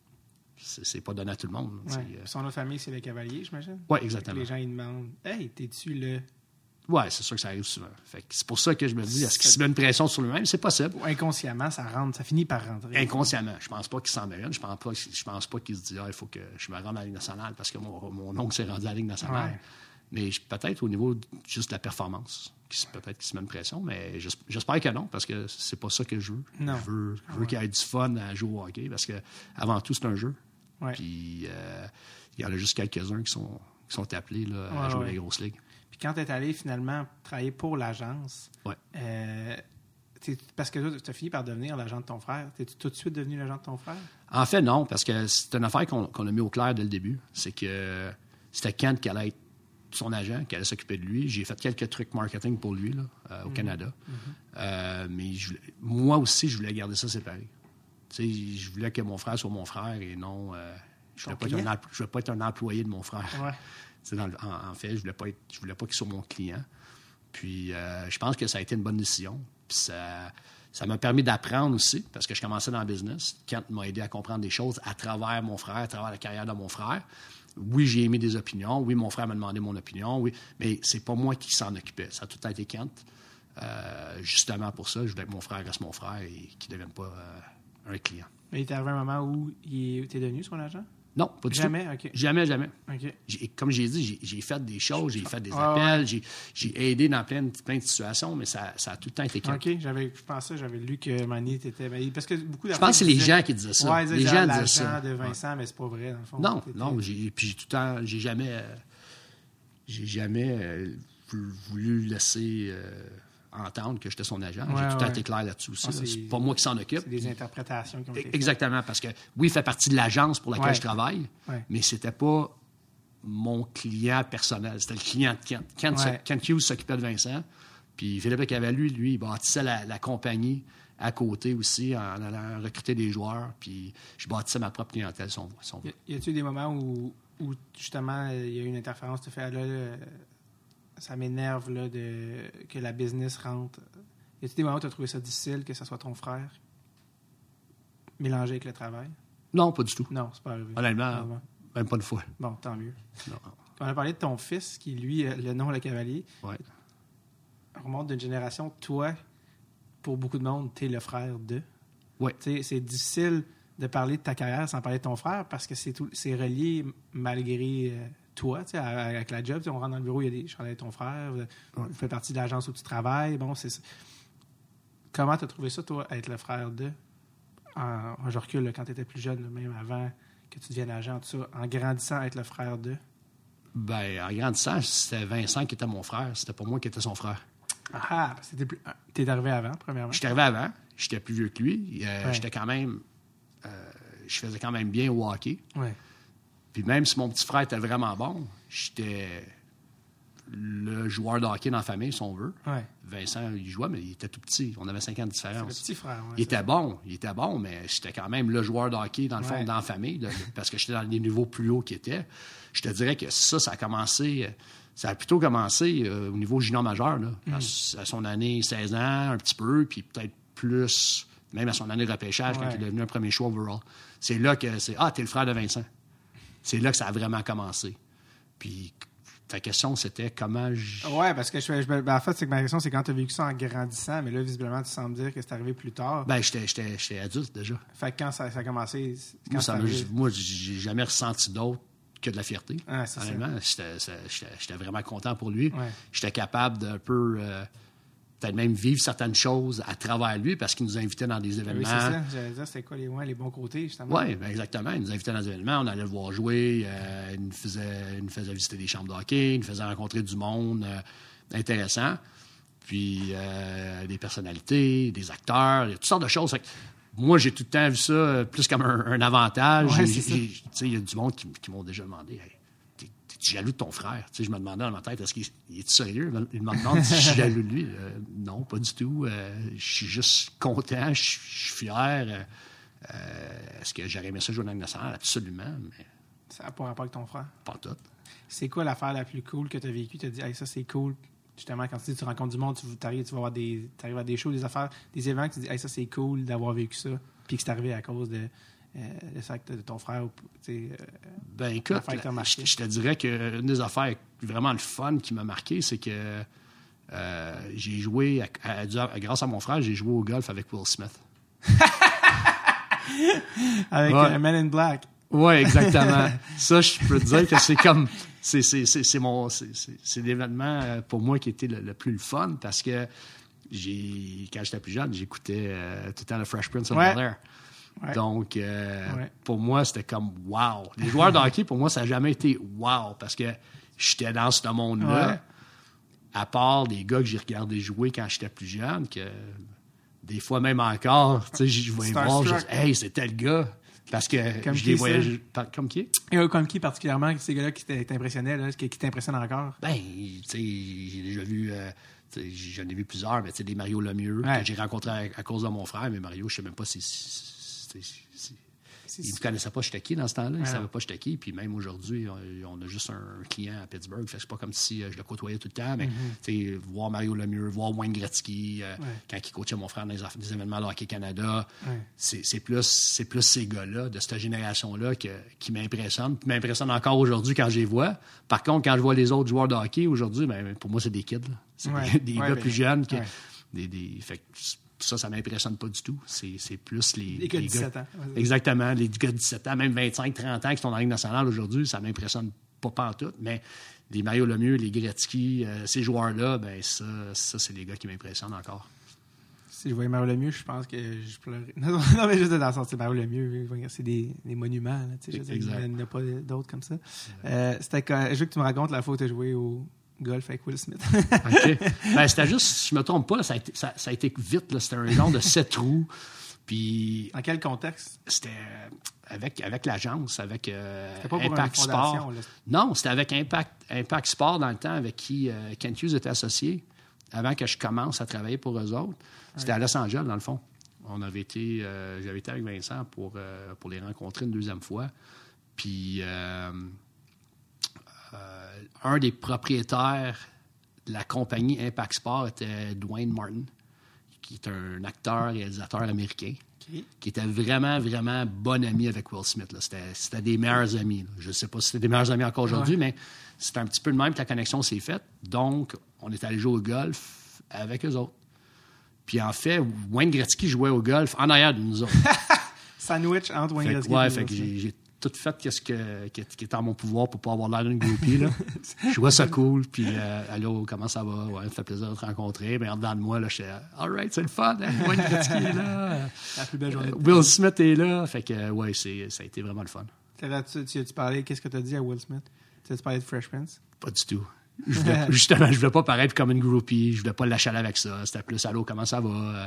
[SPEAKER 3] c'est pas donné à tout le monde.
[SPEAKER 4] Son autre famille, c'est les Cavaliers, j'imagine?
[SPEAKER 3] Oui, exactement.
[SPEAKER 4] Les gens, ils demandent « Hey, t'es-tu le... »
[SPEAKER 3] Oui, c'est sûr que ça arrive souvent. Fait que c'est pour ça que je me dis, est-ce qu'il se met une pression sur lui-même? C'est possible.
[SPEAKER 4] Ou inconsciemment, ça finit par rentrer.
[SPEAKER 3] Inconsciemment. Je pense pas qu'il s'en met une. Je pense pas qu'il se dit, il faut que je me rende à la Ligue nationale parce que mon oncle s'est rendu à la Ligue nationale. Ouais. Mais peut-être au niveau juste de la performance, peut-être qu'il se met une pression, mais j'espère que non, parce que c'est pas ça que je veux.
[SPEAKER 4] Non.
[SPEAKER 3] Je veux qu'il y ait du fun à jouer au hockey, parce que avant tout, c'est un jeu.
[SPEAKER 4] Ouais.
[SPEAKER 3] Puis il y en a juste quelques-uns qui sont appelés là, à jouer à la grosse ligue.
[SPEAKER 4] Puis quand tu es allé finalement travailler pour l'agence, parce que tu as fini par devenir l'agent de ton frère, t'es-tu tout de suite devenu l'agent de ton frère? En
[SPEAKER 3] fait, non, parce que c'est une affaire qu'on a mis au clair dès le début. C'est que c'était Kent qui allait être son agent, qui allait s'occuper de lui. J'ai fait quelques trucs marketing pour lui là, au Canada. Mais moi aussi, je voulais garder ça séparé. Je voulais que mon frère soit mon frère et non... je ne voulais pas être un employé de mon frère. Ouais. En fait, je voulais pas qu'il soit mon client. Puis, je pense que ça a été une bonne décision. Puis ça m'a permis d'apprendre aussi, parce que je commençais dans le business. Kent m'a aidé à comprendre des choses à travers mon frère, à travers la carrière de mon frère. Oui, j'ai émis des opinions. Oui, mon frère m'a demandé mon opinion. Oui, mais c'est pas moi qui s'en occupait. Ça a tout été Kent. Justement pour ça, je voulais que mon frère reste mon frère et qu'il ne devienne pas un client.
[SPEAKER 4] Mais il est arrivé un moment où il était devenu son agent?
[SPEAKER 3] Non, pas du tout.
[SPEAKER 4] Jamais? OK.
[SPEAKER 3] Jamais.
[SPEAKER 4] Okay.
[SPEAKER 3] Comme j'ai dit, j'ai fait des choses, j'ai fait des appels, j'ai aidé dans plein de situations, mais ça a tout le temps été Kent.
[SPEAKER 4] OK. Je pensais, j'avais lu que Manny était... Parce que beaucoup
[SPEAKER 3] je pense que c'est les gens qui disaient ça.
[SPEAKER 4] Ouais,
[SPEAKER 3] les gens disaient ça.
[SPEAKER 4] De Vincent, mais c'est pas vrai, dans le fond.
[SPEAKER 3] Non, puis j'ai tout le temps... J'ai jamais voulu laisser... entendre que j'étais son agent. J'ai tout le temps été clair là-dessus aussi. C'est pas moi qui s'en occupe.
[SPEAKER 4] C'est des interprétations qui ont été faites.
[SPEAKER 3] Exactement, parce que oui, il fait partie de l'agence pour laquelle je travaille, mais c'était pas mon client personnel. C'était le client de Kent. Kent Hughes s'occupait de Vincent, puis Philippe Cavalier, lui, il bâtissait la compagnie à côté aussi, en allant recruter des joueurs, puis je bâtissais ma propre clientèle.
[SPEAKER 4] Y a-t-il des moments où justement, il y a eu une interférence, tu fais là... Ça m'énerve là, que la business rentre. Y a-t-il des moments où tu as trouvé ça difficile que ce soit ton frère mélangé avec le travail? Non, pas du tout. Non, c'est pas arrivé. Honnêtement, même pas une fois. Bon, tant mieux. Non. On a parlé de ton fils, qui, lui, le nom Le Cavalier. Oui. On remonte d'une génération. Toi, pour beaucoup de monde, tu es le frère de. Oui. C'est difficile de parler de ta carrière sans parler de ton frère parce que c'est relié malgré... toi, avec la job, on rentre dans le bureau, il y a des chandails de ton frère, vous faites partie de l'agence où tu travailles. Bon, c'est ça. Comment tu as trouvé ça, toi, être le frère de? Je recule là, quand tu étais plus jeune, même avant que tu deviennes agent, tout ça, en grandissant, être le frère de? Ben, en grandissant, c'était Vincent qui était mon frère, c'était pas moi qui étais son frère. Ah, parce que t'es arrivé avant, premièrement? J'étais arrivé avant, j'étais plus vieux que lui, j'étais quand même... je faisais quand même bien au hockey. Ouais. Puis même si mon petit frère était vraiment bon, j'étais
[SPEAKER 3] le joueur de hockey dans la famille, si on veut.
[SPEAKER 4] Ouais.
[SPEAKER 3] Vincent, il jouait, mais il était tout petit. On avait 5 ans de différence.
[SPEAKER 4] C'est le petit frère. Ouais,
[SPEAKER 3] il était bon, mais j'étais quand même le joueur de hockey, dans le fond, dans la famille, parce que j'étais dans les niveaux plus hauts qu'il était. Je te dirais que ça a commencé... Ça a plutôt commencé au niveau junior majeur, là, à son année 16 ans, un petit peu, puis peut-être plus, même à son année de repêchage, quand il est devenu un premier choix overall. C'est là que c'est « Ah, t'es le frère de Vincent ». C'est là que ça a vraiment commencé. Puis ta question, c'était comment...
[SPEAKER 4] Ouais, parce que en fait, c'est que ma question, c'est quand tu as vécu ça en grandissant, mais là, visiblement, tu sembles dire que c'est arrivé plus tard.
[SPEAKER 3] Ben, j'étais adulte déjà.
[SPEAKER 4] Fait que quand ça a commencé...
[SPEAKER 3] Moi, j'ai jamais ressenti d'autre que de la fierté.
[SPEAKER 4] Ah, c'est
[SPEAKER 3] honnêtement, j'étais vraiment content pour lui.
[SPEAKER 4] Ouais.
[SPEAKER 3] J'étais capable d'un peu... peut-être même vivre certaines choses à travers lui parce qu'il nous invitait dans des événements.
[SPEAKER 4] Oui, c'est ça. J'allais dire, c'était quoi les bons côtés, justement?
[SPEAKER 3] Oui, ben exactement. Il nous invitait dans des événements, on allait le voir jouer, il nous faisait visiter des chambres de hockey, il nous faisait rencontrer du monde intéressant, puis des personnalités, des acteurs, il y a toutes sortes de choses. Moi, j'ai tout le temps vu ça plus comme un avantage.
[SPEAKER 4] Ouais,
[SPEAKER 3] il y a du monde qui m'ont déjà demandé hey, t'es-tu jaloux de ton frère? Je me demandais dans ma tête, est-ce qu'il est sérieux? Il me demande si je suis jaloux de lui. Non, pas du tout. Je suis juste content, je suis fier. Est-ce que j'aurais aimé ça jouer dans la Ligue nationale? Absolument. Mais
[SPEAKER 4] ça n'a pas rapport avec ton frère?
[SPEAKER 3] Pas tout.
[SPEAKER 4] C'est quoi l'affaire la plus cool que tu as vécue? Tu as dit, hey, ça c'est cool. Justement, quand tu rencontres du monde, tu arrives à des shows, des affaires, des événements, que tu dis, hey, ça c'est cool d'avoir vécu ça, puis que c'est arrivé à cause de ça de ton frère.
[SPEAKER 3] Ben écoute, je te dirais qu'une des affaires vraiment le fun qui m'a marqué, c'est que j'ai joué, grâce à mon frère, j'ai joué au golf avec Will Smith.
[SPEAKER 4] Avec Men in Black.
[SPEAKER 3] Oui, exactement. Ça, je peux te dire que c'est comme... C'est l'événement pour moi qui était le plus fun parce que quand j'étais plus jeune, j'écoutais tout le temps le Fresh Prince of Bel-Air. Ouais. Donc, pour moi, c'était comme wow. Les joueurs de hockey, pour moi, ça n'a jamais été wow parce que j'étais dans ce monde-là. Ouais. À part des gars que j'ai regardé jouer quand j'étais plus jeune, que des fois même encore, tu sais, je vais voir, je dis, hey, c'est tel gars. Parce que
[SPEAKER 4] comme
[SPEAKER 3] je les voyais... Comme qui?
[SPEAKER 4] Comme qui particulièrement, ces gars-là qui t'impressionnaient, là, qui t'impressionnent encore?
[SPEAKER 3] Ben, tu sais, j'ai déjà vu... j'en ai vu plusieurs, mais tu sais, des Mario Lemieux que j'ai rencontrés à cause de mon frère, mais Mario, je sais même pas si... Il ne me connaissait pas j'étais qui dans ce temps-là. Il ne savait pas j'étais qui. Puis même aujourd'hui, on a juste un client à Pittsburgh. Fait que c'est pas comme si je le côtoyais tout le temps. Mais voir Mario Lemieux, voir Wayne Gretzky, quand il coachait mon frère dans des événements de Hockey Canada, c'est plus ces gars-là, de cette génération-là, qui m'impressionnent. Puis m'impressionnent encore aujourd'hui quand je les vois. Par contre, quand je vois les autres joueurs de hockey aujourd'hui, ben, pour moi, c'est des kids. Là. C'est des gars plus jeunes. Fait que ça m'impressionne pas du tout. C'est plus les
[SPEAKER 4] gars de 17 ans.
[SPEAKER 3] Exactement. Les gars de 17 ans, même 25, 30 ans qui sont dans la Ligue nationale aujourd'hui, ça m'impressionne pas pantoute. Mais les Mario Lemieux, les Gretzky, ces joueurs-là, ben ça, c'est les gars qui m'impressionnent encore.
[SPEAKER 4] Si je voyais Mario Lemieux, je pense que je pleurais. Non, mais juste dans le sens, c'est Mario Lemieux. C'est des monuments. Là, il n'y en a pas d'autres comme ça. Je veux que tu me racontes la fois où tu as joué au golf avec Will Smith.
[SPEAKER 3] OK. Ben, c'était juste, si je me trompe pas, ça a été vite. Là. C'était un genre de 7 trous. Puis,
[SPEAKER 4] en quel contexte?
[SPEAKER 3] C'était avec l'agence, avec
[SPEAKER 4] c'était pas pour
[SPEAKER 3] Impact
[SPEAKER 4] une fondation,
[SPEAKER 3] Sport.
[SPEAKER 4] Là.
[SPEAKER 3] Non, c'était avec Impact Sport dans le temps, avec qui Kent Hughes était associé, avant que je commence à travailler pour eux autres. C'était à Los Angeles, dans le fond. J'avais été avec Vincent pour les rencontrer une deuxième fois. Puis... un des propriétaires de la compagnie Impact Sport était Dwayne Martin, qui est un acteur et réalisateur américain, qui était vraiment, vraiment bon ami avec Will Smith. Là. C'était des meilleurs amis. Là. Je ne sais pas si c'était des meilleurs amis encore aujourd'hui, mais c'était un petit peu le même que la connexion s'est faite. Donc, on est allé jouer au golf avec eux autres. Puis en fait, Wayne Gretzky jouait au golf en arrière de nous autres.
[SPEAKER 4] Sandwich entre Wayne Gretzky.
[SPEAKER 3] Ouais, fait que j'ai tout fait ce qui est en mon pouvoir pour pas avoir l'air d'une groupie. Là. Je vois ça cool, puis allô, comment ça va? Ouais, ça fait plaisir de te rencontrer. Mais en dedans de moi, là, j'étais all right, c'est le fun. Hein? Wayne Gretzky est là.
[SPEAKER 4] La plus belle journée.
[SPEAKER 3] Will Smith est là. Fait que, ouais, ça a été vraiment le fun.
[SPEAKER 4] Tu as-tu parlé, qu'est-ce que tu as dit à Will Smith? Tu as parlé de Fresh Prince?
[SPEAKER 3] Pas du tout. Justement, je voulais pas paraître comme une groupie. Je voulais pas l'achaler avec ça. C'était plus allô, comment ça va?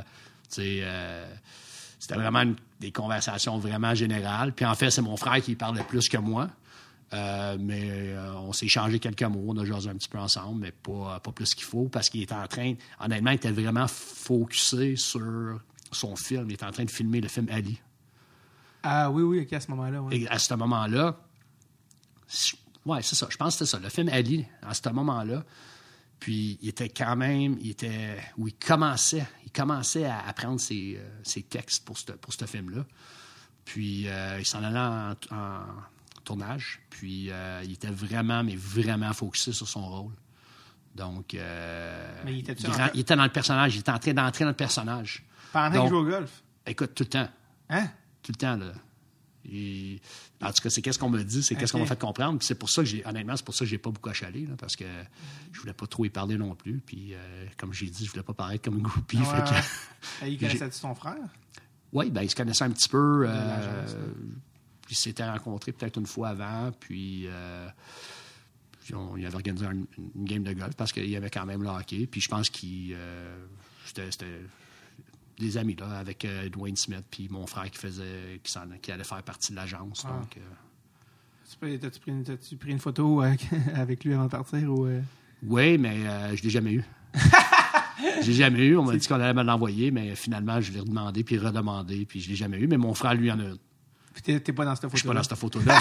[SPEAKER 3] C'était vraiment des conversations vraiment générales. Puis en fait, c'est mon frère qui parlait plus que moi. Mais on s'est échangé quelques mots, on a jasé un petit peu ensemble, mais pas plus qu'il faut, parce qu'il était en train, honnêtement, il était vraiment focusé sur son film. Il était en train de filmer le film Ali.
[SPEAKER 4] Ah oui, OK, à ce moment-là. Ouais.
[SPEAKER 3] Et à ce moment-là, ouais, c'est ça, je pense que c'était ça, le film Ali, à ce moment-là. Puis il était quand même, il commençait à apprendre ses textes pour ce film-là. Puis il s'en allait en tournage. Puis il était vraiment, mais vraiment focusé sur son rôle. Donc,
[SPEAKER 4] mais il
[SPEAKER 3] était dans le personnage, il était en train d'entrer dans le personnage.
[SPEAKER 4] Pendant qu'il joue au golf?
[SPEAKER 3] Écoute, tout le temps.
[SPEAKER 4] Hein?
[SPEAKER 3] Tout le temps, là. En tout cas, c'est qu'est-ce qu'on me dit, c'est qu'est-ce qu'on m'a fait comprendre. Puis c'est pour ça que honnêtement, c'est pour ça que j'ai pas beaucoup achalé, là, parce que je voulais pas trop y parler non plus. Puis comme j'ai dit, je voulais pas paraître comme une groupie.
[SPEAKER 4] Il connaissait-tu ton frère?
[SPEAKER 3] Oui, ben il se connaissait un petit peu. Ils s'étaient rencontrés peut-être une fois avant, puis il avait organisé une game de golf parce qu'il y avait quand même le hockey. Puis je pense qu'il c'était des amis là avec Dwayne Smith puis mon frère qui allait faire partie de l'agence. Donc
[SPEAKER 4] t'as-tu pris une photo avec lui avant de partir ou
[SPEAKER 3] Oui, mais je l'ai jamais eu. Je l'ai jamais eu. On m'a dit qu'on allait me l'envoyer, mais finalement je l'ai redemandé puis redemandé puis je l'ai jamais eu. Mais mon frère lui en a une.
[SPEAKER 4] Puis t'es pas dans cette photo-là.
[SPEAKER 3] Je suis pas dans cette photo-là.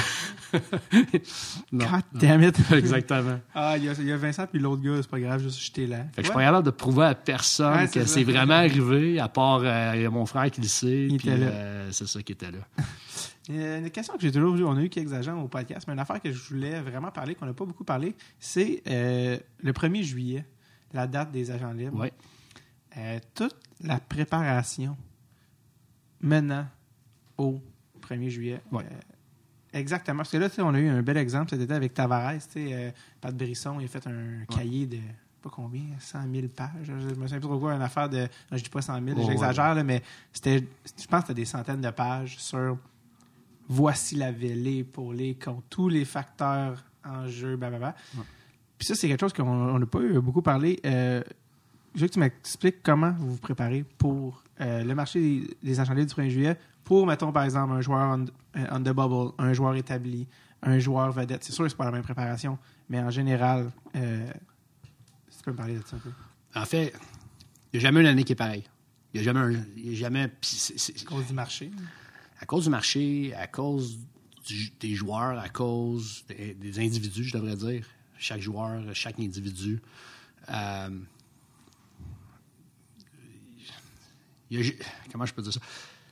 [SPEAKER 4] God damn it.
[SPEAKER 3] Exactement.
[SPEAKER 4] Ah, il y a Vincent puis l'autre gars, c'est pas grave, juste j'étais là.
[SPEAKER 3] Fait que je suis pas capable de prouver à personne que c'est vraiment arrivé, à part il y a mon frère qui le sait. Puis c'est ça qui était là.
[SPEAKER 4] Une question que j'ai toujours vue, on a eu quelques agents au podcast, mais une affaire que je voulais vraiment parler, qu'on n'a pas beaucoup parlé, c'est le 1er juillet, la date des agents libres.
[SPEAKER 3] Oui.
[SPEAKER 4] Toute la préparation menant au 1er juillet.
[SPEAKER 3] Ouais.
[SPEAKER 4] Exactement. Parce que là, on a eu un bel exemple cet été avec Tavares. Pat Brisson, il a fait un cahier de, pas combien, 100 000 pages. Je me souviens plus trop quoi, une affaire de... Non, je dis pas 100 000, j'exagère, là, mais je pense que c'était des centaines de pages sur voici la vélée pour les contre tous les facteurs en jeu, blablabla. Ouais. Puis ça, c'est quelque chose qu'on n'a pas eu beaucoup parlé. Je veux que tu m'expliques comment vous vous préparez pour le marché des agents libres du 1er juillet. Pour, mettons, par exemple, un joueur on the bubble, un joueur établi, un joueur vedette. C'est sûr que c'est pas la même préparation, mais en général, tu peux me parler de ça un peu.
[SPEAKER 3] En fait, il n'y a jamais une année qui est pareille. Il n'y a jamais...
[SPEAKER 4] À cause du marché?
[SPEAKER 3] À cause du marché, à cause des joueurs, à cause des individus, je devrais dire. Chaque joueur, chaque individu. Comment je peux dire ça?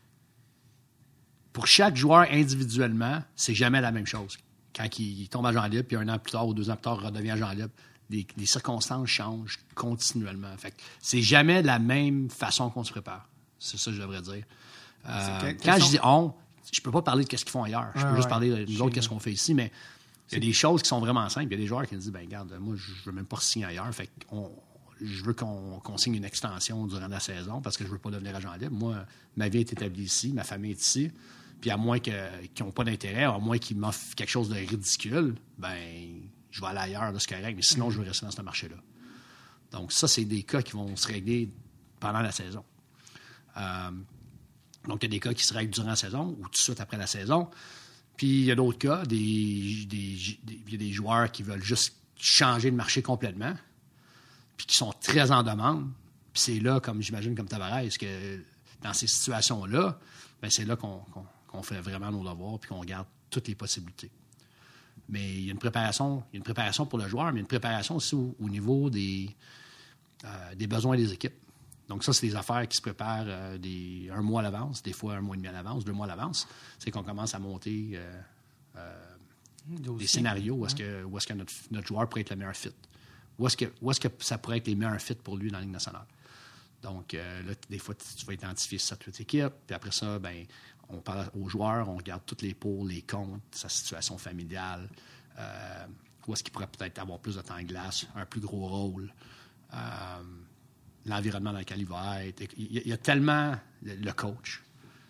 [SPEAKER 3] Pour chaque joueur individuellement, c'est jamais la même chose. Quand il tombe agent libre, puis un an plus tard ou 2 ans plus tard, il redevient agent libre, les circonstances changent continuellement. Fait que c'est jamais de la même façon qu'on se prépare. C'est ça que je devrais dire. Quand je dis on, je peux pas parler de ce qu'ils font ailleurs. Je peux juste parler de nous autres, qu'est-ce qu'on fait ici, mais il y a des choses qui sont vraiment simples. Il y a des joueurs qui me disent, ben regarde, moi, je veux même pas signer ailleurs. Fait que je veux qu'on signe une extension durant la saison parce que je veux pas devenir agent libre. Moi, ma vie est établie ici, ma famille est ici. Puis à moins qu'ils n'ont pas d'intérêt, à moins qu'ils m'offrent quelque chose de ridicule, ben je vais aller ailleurs, là, c'est correct, mais sinon, je veux rester dans ce marché-là. Donc ça, c'est des cas qui vont se régler pendant la saison. Donc il y a des cas qui se règlent durant la saison ou tout de suite après la saison. Puis il y a d'autres cas, il y a des joueurs qui veulent juste changer le marché complètement, puis qui sont très en demande. Puis c'est là, comme j'imagine, comme Tavares, que dans ces situations-là, ben c'est là qu'on fait vraiment nos devoirs puis qu'on regarde toutes les possibilités. Mais il y a une préparation pour le joueur, mais une préparation aussi au niveau des besoins des équipes. Donc ça, c'est des affaires qui se préparent un mois à l'avance, des fois 1 mois et demi à l'avance, 2 mois à l'avance. C'est qu'on commence à monter des scénarios où est-ce que notre joueur pourrait être le meilleur fit. Où est-ce que ça pourrait être les meilleurs fits pour lui dans la Ligue nationale. Donc là, des fois, tu vas identifier 7-8 équipes, puis après ça, ben on parle aux joueurs, on regarde tous les pour, les contre, sa situation familiale, où est-ce qu'il pourrait peut-être avoir plus de temps de glace, un plus gros rôle, l'environnement dans lequel il va être. Il y a tellement le coach.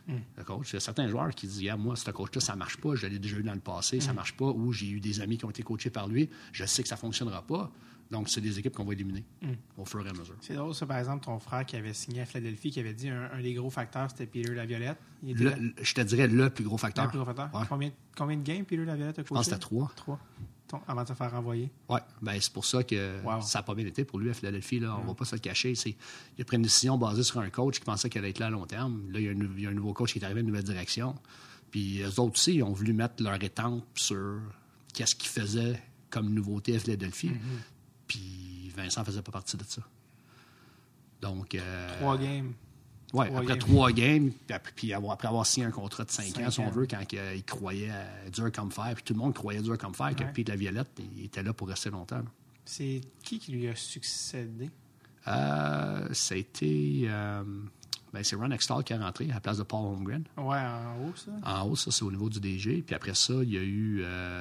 [SPEAKER 3] le coach. Il y a certains joueurs qui disent, moi, ce coach-là, ça marche pas, je l'ai déjà eu dans le passé, ça marche pas, ou j'ai eu des amis qui ont été coachés par lui, je sais que ça fonctionnera pas. Donc, c'est des équipes qu'on va éliminer au fur et à mesure.
[SPEAKER 4] C'est drôle, ça, par exemple, ton frère qui avait signé à Philadelphie, qui avait dit un des gros facteurs, c'était Peter Laviolette.
[SPEAKER 3] Je te dirais le plus gros facteur.
[SPEAKER 4] Le plus gros facteur. Ouais. Combien de games Peter Laviolette a coaché?
[SPEAKER 3] Je pense que c'était 3.
[SPEAKER 4] 3. Avant de se faire renvoyer.
[SPEAKER 3] Oui, c'est pour ça que ça n'a pas bien été pour lui à Philadelphie. Là. On ne va pas se le cacher. Il a pris une décision basée sur un coach qui pensait qu'elle allait être là à long terme. Là, il y a un nouveau coach qui est arrivé, une nouvelle direction. Puis eux autres aussi, ils ont voulu mettre leur étampe sur qu'est-ce qu'ils faisaient comme nouveauté à Philadelphie. Puis Vincent ne faisait pas partie de ça. Donc...
[SPEAKER 4] 3 games.
[SPEAKER 3] Oui, après 3 games, puis après avoir signé un contrat de 5 ans, si on veut, quand il croyait dur comme fer, puis tout le monde croyait dur comme fer, que Pete Laviolette, il était là pour rester longtemps. Là.
[SPEAKER 4] C'est qui lui a succédé?
[SPEAKER 3] Ça a été... c'est Ron Extall qui est rentré à la place de Paul Holmgren.
[SPEAKER 4] Oui, en haut, ça?
[SPEAKER 3] En haut, ça, c'est au niveau du DG. Puis après ça, il y a eu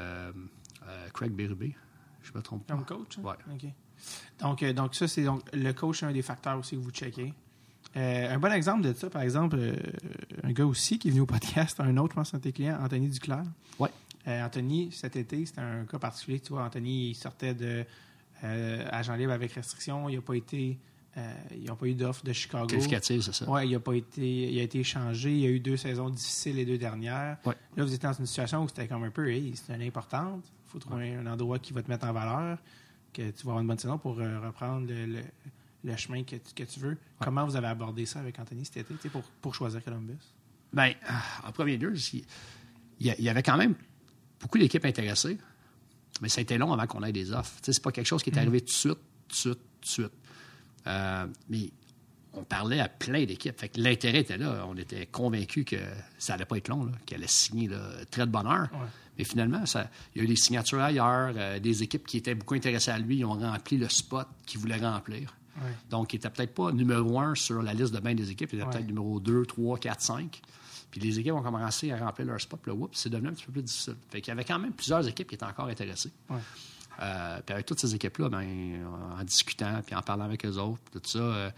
[SPEAKER 3] Craig Berube. Je me trompe pas.
[SPEAKER 4] Comme coach? Hein?
[SPEAKER 3] Oui.
[SPEAKER 4] OK. Donc ça, c'est le coach, un des facteurs aussi que vous checkez. Un bon exemple de ça, par exemple, un gars aussi qui est venu au podcast, un autre, je pense, un de tes clients, Anthony Duclair.
[SPEAKER 3] Oui.
[SPEAKER 4] Anthony, cet été, c'était un cas particulier. Tu vois, Anthony, il sortait de agent libre avec restriction. Il n'a pas été... ils n'ont pas eu d'offre de Chicago.
[SPEAKER 3] Qualificative, c'est ça.
[SPEAKER 4] Oui, il a été échangé. Il y a eu 2 saisons difficiles, les 2 dernières.
[SPEAKER 3] Ouais.
[SPEAKER 4] Là, vous étiez dans une situation où c'était comme un peu, c'est une importante. Il faut trouver un endroit qui va te mettre en valeur, que tu vas avoir une bonne saison pour reprendre le chemin que tu veux. Ouais. Comment vous avez abordé ça avec Anthony cet été pour choisir Columbus?
[SPEAKER 3] Bien, en premier lieu, il y avait quand même beaucoup d'équipes intéressées, mais ça a été long avant qu'on ait des offres. C'est pas quelque chose qui est arrivé tout de suite. Mais on parlait à plein d'équipes. Fait que l'intérêt était là. On était convaincus que ça allait pas être long, là, qu'elle allait signer là, très de bonne heure. Ouais. Mais finalement, il y a eu des signatures ailleurs, des équipes qui étaient beaucoup intéressées à lui. Ils ont rempli le spot qu'ils voulaient remplir. Ouais. Donc, il n'était peut-être pas numéro 1 sur la liste de bien des équipes. Il était peut-être numéro 2, 3, 4, 5. Puis les équipes ont commencé à remplir leur spot. Puis là, c'est devenu un petit peu plus difficile. Fait qu'il y avait quand même plusieurs équipes qui étaient encore intéressées. Ouais. Puis avec toutes ces équipes-là, en discutant puis en parlant avec eux autres, tout ça,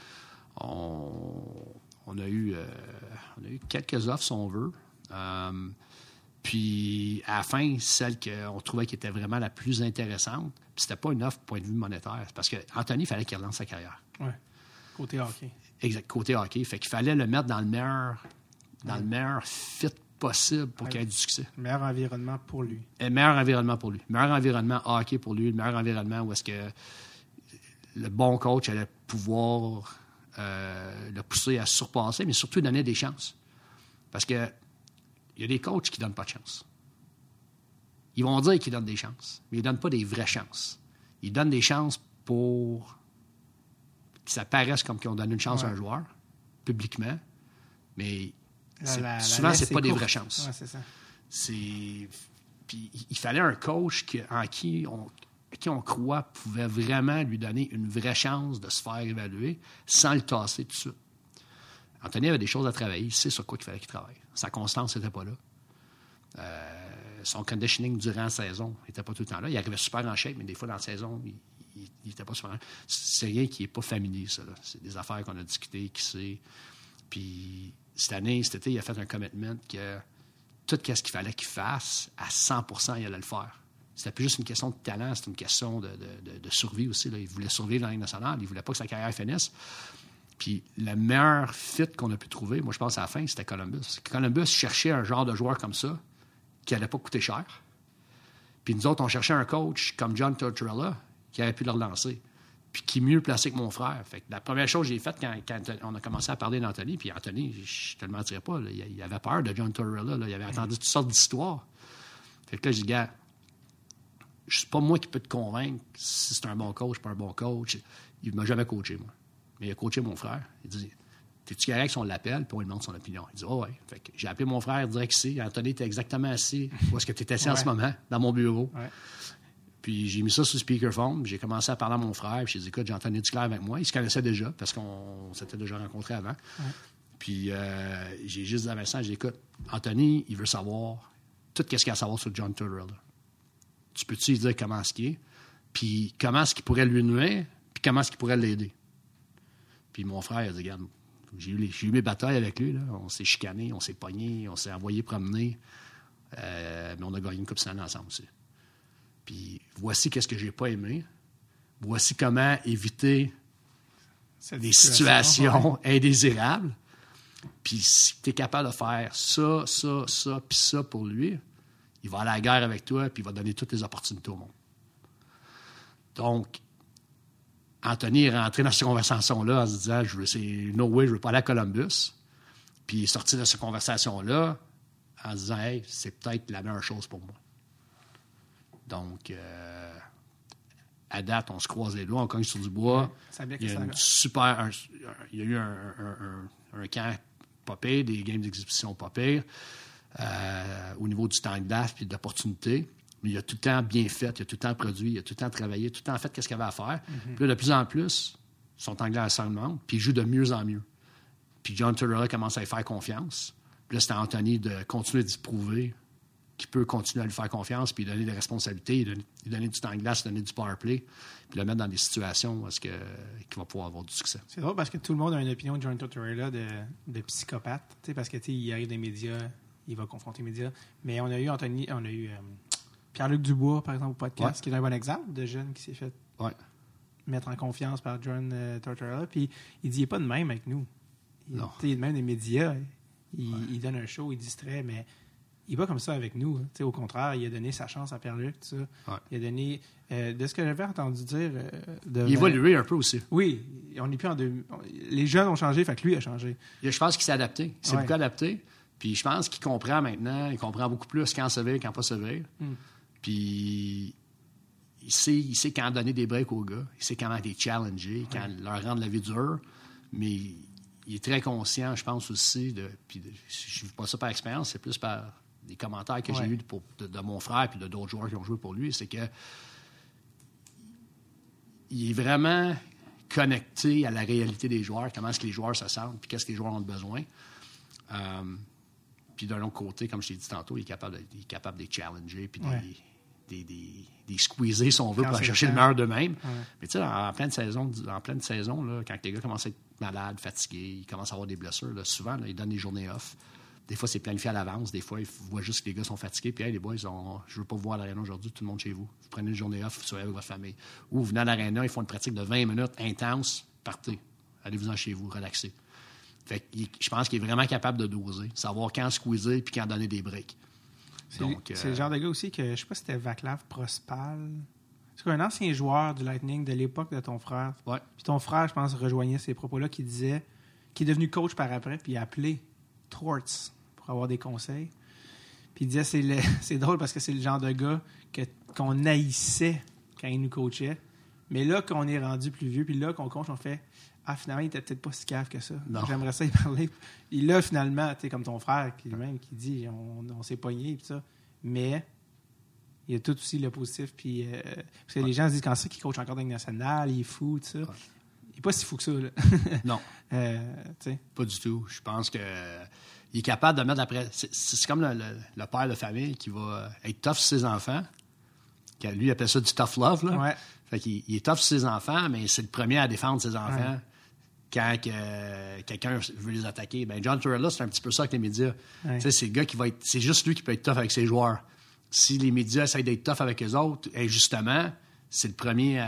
[SPEAKER 3] on a eu quelques offres, si on veut. Puis à la fin, celle qu'on trouvait qui était vraiment la plus intéressante, puis c'était pas une offre point de vue monétaire, parce qu'Anthony, il fallait qu'il relance sa carrière.
[SPEAKER 4] Oui, côté hockey.
[SPEAKER 3] Exact, côté hockey. Fait qu'il fallait le mettre dans le meilleur fit possible pour qu'il ait du succès.
[SPEAKER 4] Le meilleur environnement pour lui.
[SPEAKER 3] Le meilleur environnement pour lui. Le meilleur environnement hockey pour lui. Le meilleur environnement où est-ce que le bon coach allait pouvoir le pousser à se surpasser, mais surtout donner des chances. Parce que il y a des coachs qui ne donnent pas de chance. Ils vont dire qu'ils donnent des chances, mais ils ne donnent pas des vraies chances. Ils donnent des chances pour que ça paraisse comme qu'ils ont donné une chance à un joueur, publiquement, mais souvent, ce n'est pas des vraies chances.
[SPEAKER 4] Ouais, c'est ça.
[SPEAKER 3] Puis il fallait un coach en qui on croit pouvait vraiment lui donner une vraie chance de se faire évaluer sans le tasser tout de suite. Anthony avait des choses à travailler. Il sait sur quoi il fallait qu'il travaille. Sa constance n'était pas là. Son conditioning durant la saison n'était pas tout le temps là. Il arrivait super en shape, mais des fois, dans la saison, il n'était pas super en shape. C'est rien qui n'est pas familier, ça. Là. C'est des affaires qu'on a discutées, qui sait. Puis cet été, il a fait un commitment que tout ce qu'il fallait qu'il fasse, à 100%, il allait le faire. C'était plus juste une question de talent, c'était une question de survie aussi. Là. Il voulait survivre dans la Ligue nationale. Il ne voulait pas que sa carrière finisse. Puis le meilleur fit qu'on a pu trouver, moi, je pense à la fin, c'était Columbus. Columbus cherchait un genre de joueur comme ça qui n'allait pas coûter cher. Puis nous autres, on cherchait un coach comme John Tortorella qui aurait pu le relancer. Puis qui est mieux placé que mon frère. Fait que la première chose que j'ai faite quand on a commencé à parler d'Anthony, puis Anthony, je ne te le mentirais pas, là, il avait peur de John Tortorella. Là, il avait entendu toutes sortes d'histoires. Fait que là, je dis, gars, c'est pas moi qui peux te convaincre si c'est un bon coach, pas un bon coach. Il m'a jamais coaché, moi. Mais il a coaché mon frère. Il dit, t'es-tu correct si on l'appelle? Puis on lui demande son opinion. Il dit, oh ouais. Fait que j'ai appelé mon frère direct ici. Anthony était exactement assis. Où est-ce que tu étais assis en ce moment? Dans mon bureau. Ouais. Puis j'ai mis ça sur speakerphone. J'ai commencé à parler à mon frère. Puis j'ai dit, écoute, j'ai Anthony Duclair avec moi. Il se connaissait déjà parce qu'on s'était déjà rencontrés avant. Ouais. Puis j'ai juste dit à Vincent, j'ai dit, écoute, Anthony, il veut savoir tout ce qu'il a à savoir sur John Tortorella. Tu peux-tu lui dire comment est-ce qu'il est? Puis comment est-ce qu'il pourrait lui nuire? Puis comment est-ce qu'il pourrait l'aider? Puis mon frère, il a dit, regarde, j'ai eu mes batailles avec lui. Là. On s'est chicané, on s'est pogné, on s'est envoyé promener. Mais on a gagné une Coupe Stanley ensemble aussi. Puis voici qu'est-ce que j'ai pas aimé. Voici comment éviter des situations indésirables. Puis si tu es capable de faire ça, puis ça pour lui, il va aller à la guerre avec toi, puis il va donner toutes les opportunités au monde. Donc, Anthony est rentré dans cette conversation-là en se disant no way, je ne veux pas aller à Columbus. Puis il est sorti de cette conversation-là en se disant hey, c'est peut-être la meilleure chose pour moi. Donc, à date, on se croise les doigts, on cogne sur du bois. Il y a eu un camp pas pire, des games d'exhibition pas pire, au niveau du temps de DAF et de l'opportunité. Mais il a tout le temps bien fait, il a tout le temps produit, il a tout le temps travaillé, tout le temps fait ce qu'il avait à faire. Puis là, de plus en plus, son anglais augmente, puis il joue de mieux en mieux. Puis John Tortorella commence à lui faire confiance. Puis là, c'est à Anthony de continuer d'y prouver qu'il peut continuer à lui faire confiance, puis lui donner des responsabilités, lui donner du temps de glace, lui donner du power play, puis le mettre dans des situations où qu'il va pouvoir avoir du succès.
[SPEAKER 4] C'est drôle parce que tout le monde a une opinion de John Tortorella de psychopathe, parce que il arrive des médias, il va confronter les médias. Mais on a eu Pierre-Luc Dubois, par exemple, au podcast, qui est un bon exemple de jeune qui s'est fait mettre en confiance par John Tortorella. Puis il dit, il n'est pas de même avec nous. Il est de même des médias. Il donne un show, il distrait, mais il n'est pas comme ça avec nous. Au contraire, il a donné sa chance à Pierre-Luc. Il a donné, de ce que j'avais entendu dire...
[SPEAKER 3] il évolué un peu aussi.
[SPEAKER 4] Oui, on n'est plus les jeunes ont changé, fait que lui a changé.
[SPEAKER 3] Je pense qu'il s'est adapté. Il s'est beaucoup adapté. Puis je pense qu'il comprend maintenant, il comprend beaucoup plus quand sévère, quand pas sévère. Puis il sait quand donner des breaks aux gars, il sait comment les challenger, quand leur rendre la vie dure, mais il est très conscient, je pense aussi, puis je ne vis pas ça par expérience, c'est plus par des commentaires que j'ai eus de mon frère et de d'autres joueurs qui ont joué pour lui, c'est que il est vraiment connecté à la réalité des joueurs, comment est-ce que les joueurs se sentent, puis qu'est-ce que les joueurs ont besoin. Puis d'un autre côté, comme je t'ai dit tantôt, il est capable de les challenger, puis des squeezer, si on veut, pour aller chercher le meilleur d'eux-mêmes. Mais tu sais, en pleine saison, là, quand les gars commencent à être malades, fatigués, ils commencent à avoir des blessures, là, souvent, là, ils donnent des journées off. Des fois, c'est planifié à l'avance. Des fois, ils voient juste que les gars sont fatigués. Puis, hey, les boys, je veux pas vous voir à l'aréna aujourd'hui, tout le monde chez vous. Vous prenez une journée off, vous soyez avec votre famille. Ou vous venez à l'aréna, ils font une pratique de 20 minutes intense, partez. Allez-vous-en chez vous, relaxez. Fait que je pense qu'il est vraiment capable de doser, savoir quand squeezer puis quand donner des breaks.
[SPEAKER 4] C'est le genre de gars aussi que, je sais pas si c'était Vaclav Prospal. C'est un ancien joueur du Lightning de l'époque de ton frère.
[SPEAKER 3] Ouais.
[SPEAKER 4] Puis ton frère, je pense, rejoignait ces propos-là qui disait qu'il est devenu coach par après, puis il a appelé Torts pour avoir des conseils. Puis il disait, c'est drôle parce que c'est le genre de gars qu'on haïssait quand il nous coachait. Mais là, qu'on est rendu plus vieux, puis là, qu'on coach, on fait... Ah, finalement, il était peut-être pas si cave que ça.
[SPEAKER 3] Non.
[SPEAKER 4] J'aimerais ça y parler. Et là, finalement, tu sais, comme ton frère qui lui-même qui dit on s'est pogné et tout ça. Mais il y a tout aussi le positif. Puis, parce que les gens se disent quand ça qu'il coach encore dans le national, il est fou, tout ça. Il n'est pas si fou que ça. Là.
[SPEAKER 3] Non. Pas du tout. Je pense que il est capable de mettre après. C'est comme le père de famille qui va être tough sur ses enfants. Lui, il appelle ça du tough love. Là.
[SPEAKER 4] Ouais.
[SPEAKER 3] Fait qu'il est tough sur ses enfants, mais c'est le premier à défendre ses enfants. Ouais. Quand quelqu'un veut les attaquer. Ben John Tortorella, c'est un petit peu ça avec les médias. Ouais. C'est le gars qui va être... C'est juste lui qui peut être tough avec ses joueurs. Si les médias essayent d'être tough avec eux autres, justement, c'est le premier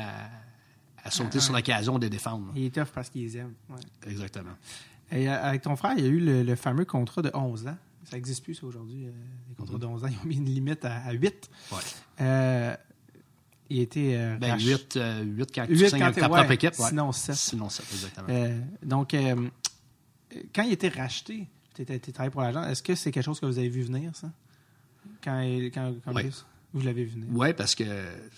[SPEAKER 3] à sauter sur l'occasion de les défendre. Là.
[SPEAKER 4] Il est tough parce qu'ils les aiment. Ouais.
[SPEAKER 3] Exactement.
[SPEAKER 4] Et avec ton frère, il y a eu le fameux contrat de 11 ans. Ça n'existe plus, ça, aujourd'hui. Les contrats de 11 ans, ils ont mis une limite à 8.
[SPEAKER 3] Ouais.
[SPEAKER 4] Il était...
[SPEAKER 3] 8 quand tu signes avec ta propre équipe. Ouais.
[SPEAKER 4] Sinon 7.
[SPEAKER 3] Sinon 7, exactement.
[SPEAKER 4] Donc, quand il était racheté, tu travaillais pour l'agent, est-ce que c'est quelque chose que vous avez vu venir, ça? Quand vous l'avez vu venir? Oui,
[SPEAKER 3] parce que,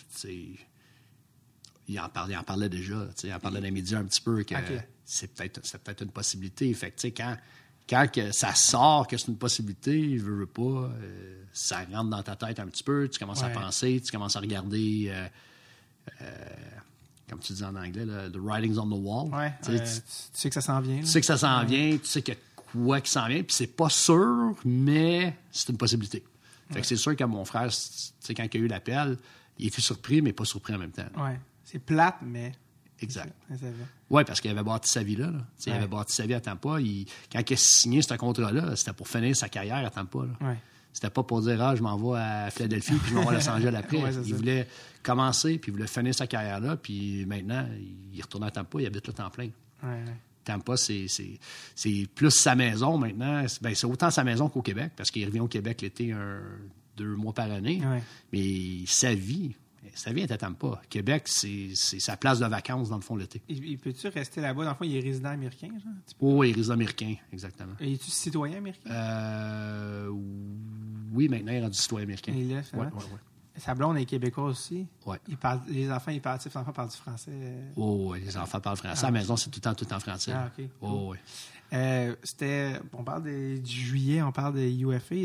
[SPEAKER 3] il en parlait déjà. Il en parlait dans les médias un petit peu que c'est peut-être une possibilité. Fait que, quand ça sort que c'est une possibilité, je veux pas, ça rentre dans ta tête un petit peu, tu commences à penser, tu commences à regarder, comme tu dis en anglais, the writing's on the wall.
[SPEAKER 4] Ouais, tu sais que ça s'en vient.
[SPEAKER 3] Tu sais que ça s'en vient, tu sais qu'il y a quoi qui s'en vient, puis c'est pas sûr, mais c'est une possibilité. Fait que c'est sûr que mon frère, quand il a eu l'appel, il était surpris, mais pas surpris en même temps.
[SPEAKER 4] Oui, c'est plate, mais...
[SPEAKER 3] Exact.
[SPEAKER 4] C'est vrai.
[SPEAKER 3] Oui, parce qu'il avait bâti sa vie là. Il avait bâti sa vie à Tampa. Quand il a signé ce contrat-là, c'était pour finir sa carrière à Tampa. Là.
[SPEAKER 4] Ouais.
[SPEAKER 3] C'était pas pour dire je m'en vais à Philadelphie puis je m'en vais à Los Angeles après. Il voulait commencer puis il voulait finir sa carrière là. Puis maintenant, il retourne à Tampa, il habite là temps plein.
[SPEAKER 4] Ouais.
[SPEAKER 3] Tampa, c'est plus sa maison maintenant. C'est autant sa maison qu'au Québec, parce qu'il revient au Québec l'été 2 mois par année.
[SPEAKER 4] Ouais.
[SPEAKER 3] Mais sa vie est à Tampa. Québec, c'est sa place de vacances, dans le fond, l'été.
[SPEAKER 4] Il peut-tu rester là-bas? Dans le fond, il est résident américain, genre?
[SPEAKER 3] Oui, il est résident américain, exactement.
[SPEAKER 4] Et es-tu citoyen américain?
[SPEAKER 3] Oui, maintenant, il est rendu citoyen américain.
[SPEAKER 4] Il est là,
[SPEAKER 3] Oui.
[SPEAKER 4] Sa blonde est québécoise aussi.
[SPEAKER 3] Ouais.
[SPEAKER 4] Les enfants parlent du français.
[SPEAKER 3] Oui, les enfants parlent français. À la maison, c'est tout le temps français.
[SPEAKER 4] Ah, OK.
[SPEAKER 3] Oh, oui.
[SPEAKER 4] On parle du juillet, on parle de UFA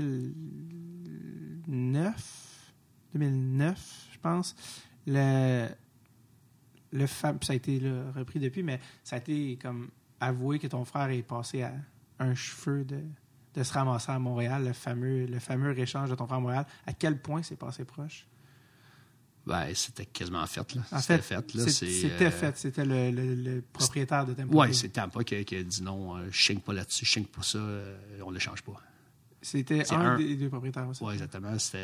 [SPEAKER 4] 2009, je pense. Ça a été là, repris depuis, mais ça a été comme avoué que ton frère est passé à un cheveu de se ramasser à Montréal, le fameux échange de ton frère à Montréal. À quel point c'est passé proche?
[SPEAKER 3] C'était quasiment fait. Là.
[SPEAKER 4] C'était fait. C'était le propriétaire de Tampa.
[SPEAKER 3] Oui, c'est Tampa qui a dit non, je ne signe pas là-dessus, je ne signe pas ça, on ne l'échange pas.
[SPEAKER 4] C'était un des deux propriétaires aussi.
[SPEAKER 3] Oui, exactement. C'était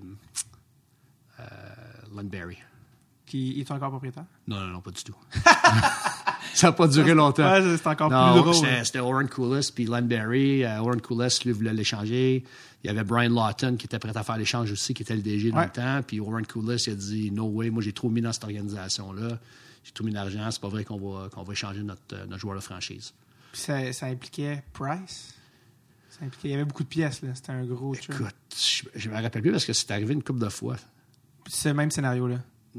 [SPEAKER 3] Landberry.
[SPEAKER 4] Qui est encore propriétaire?
[SPEAKER 3] Non, pas du tout. Ça n'a pas duré longtemps.
[SPEAKER 4] Ouais, c'est encore plus drôle.
[SPEAKER 3] C'était Oren Koulis puis Landberry. Oren Koulis, lui, voulait l'échanger. Il y avait Brian Lawton qui était prêt à faire l'échange aussi, qui était le DG dans le temps. Puis Oren Koulis, il a dit « No way, moi j'ai trop mis dans cette organisation-là. J'ai trop mis d'argent. C'est pas vrai qu'on va échanger notre joueur de franchise. »
[SPEAKER 4] Puis ça impliquait Price? Il y avait beaucoup de pièces, là. C'était un gros truc.
[SPEAKER 3] Écoute, je me rappelle plus parce que c'est arrivé une couple de fois.
[SPEAKER 4] C'est le même scénario-là?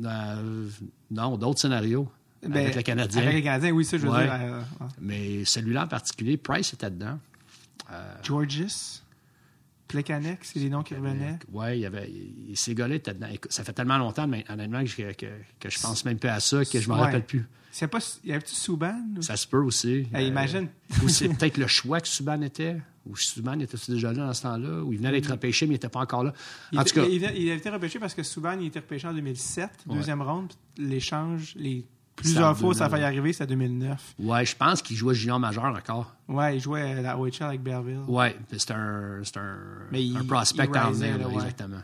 [SPEAKER 3] Non, d'autres scénarios. Avec le Canadien.
[SPEAKER 4] Avec les Canadiens, oui, ça, je veux dire.
[SPEAKER 3] Mais celui-là en particulier, Price était dedans.
[SPEAKER 4] Georgis, Plekanec, c'est les noms qui revenaient.
[SPEAKER 3] Oui, il y avait. Ces gars-là étaient dedans. Écoute, ça fait tellement longtemps, mais honnêtement, que je pense même pas à ça, que je me rappelle plus.
[SPEAKER 4] Y avait-tu Subban?
[SPEAKER 3] Ça se peut aussi.
[SPEAKER 4] Imagine.
[SPEAKER 3] Ou c'est peut-être le choix que Subban était. Ou Subban était déjà là dans ce temps-là. Ou il venait d'être repêché, mais il n'était pas encore là. En tout cas.
[SPEAKER 4] Il a été repêché parce que Subban, il était repêché en 2007, deuxième ronde. L'échange, plusieurs fois, ça a failli arriver, c'est en 2009.
[SPEAKER 3] Oui, je pense qu'il jouait junior majeur encore.
[SPEAKER 4] Oui, il jouait à la OHL avec Bearville.
[SPEAKER 3] Oui, c'était un prospect en venir, exactement.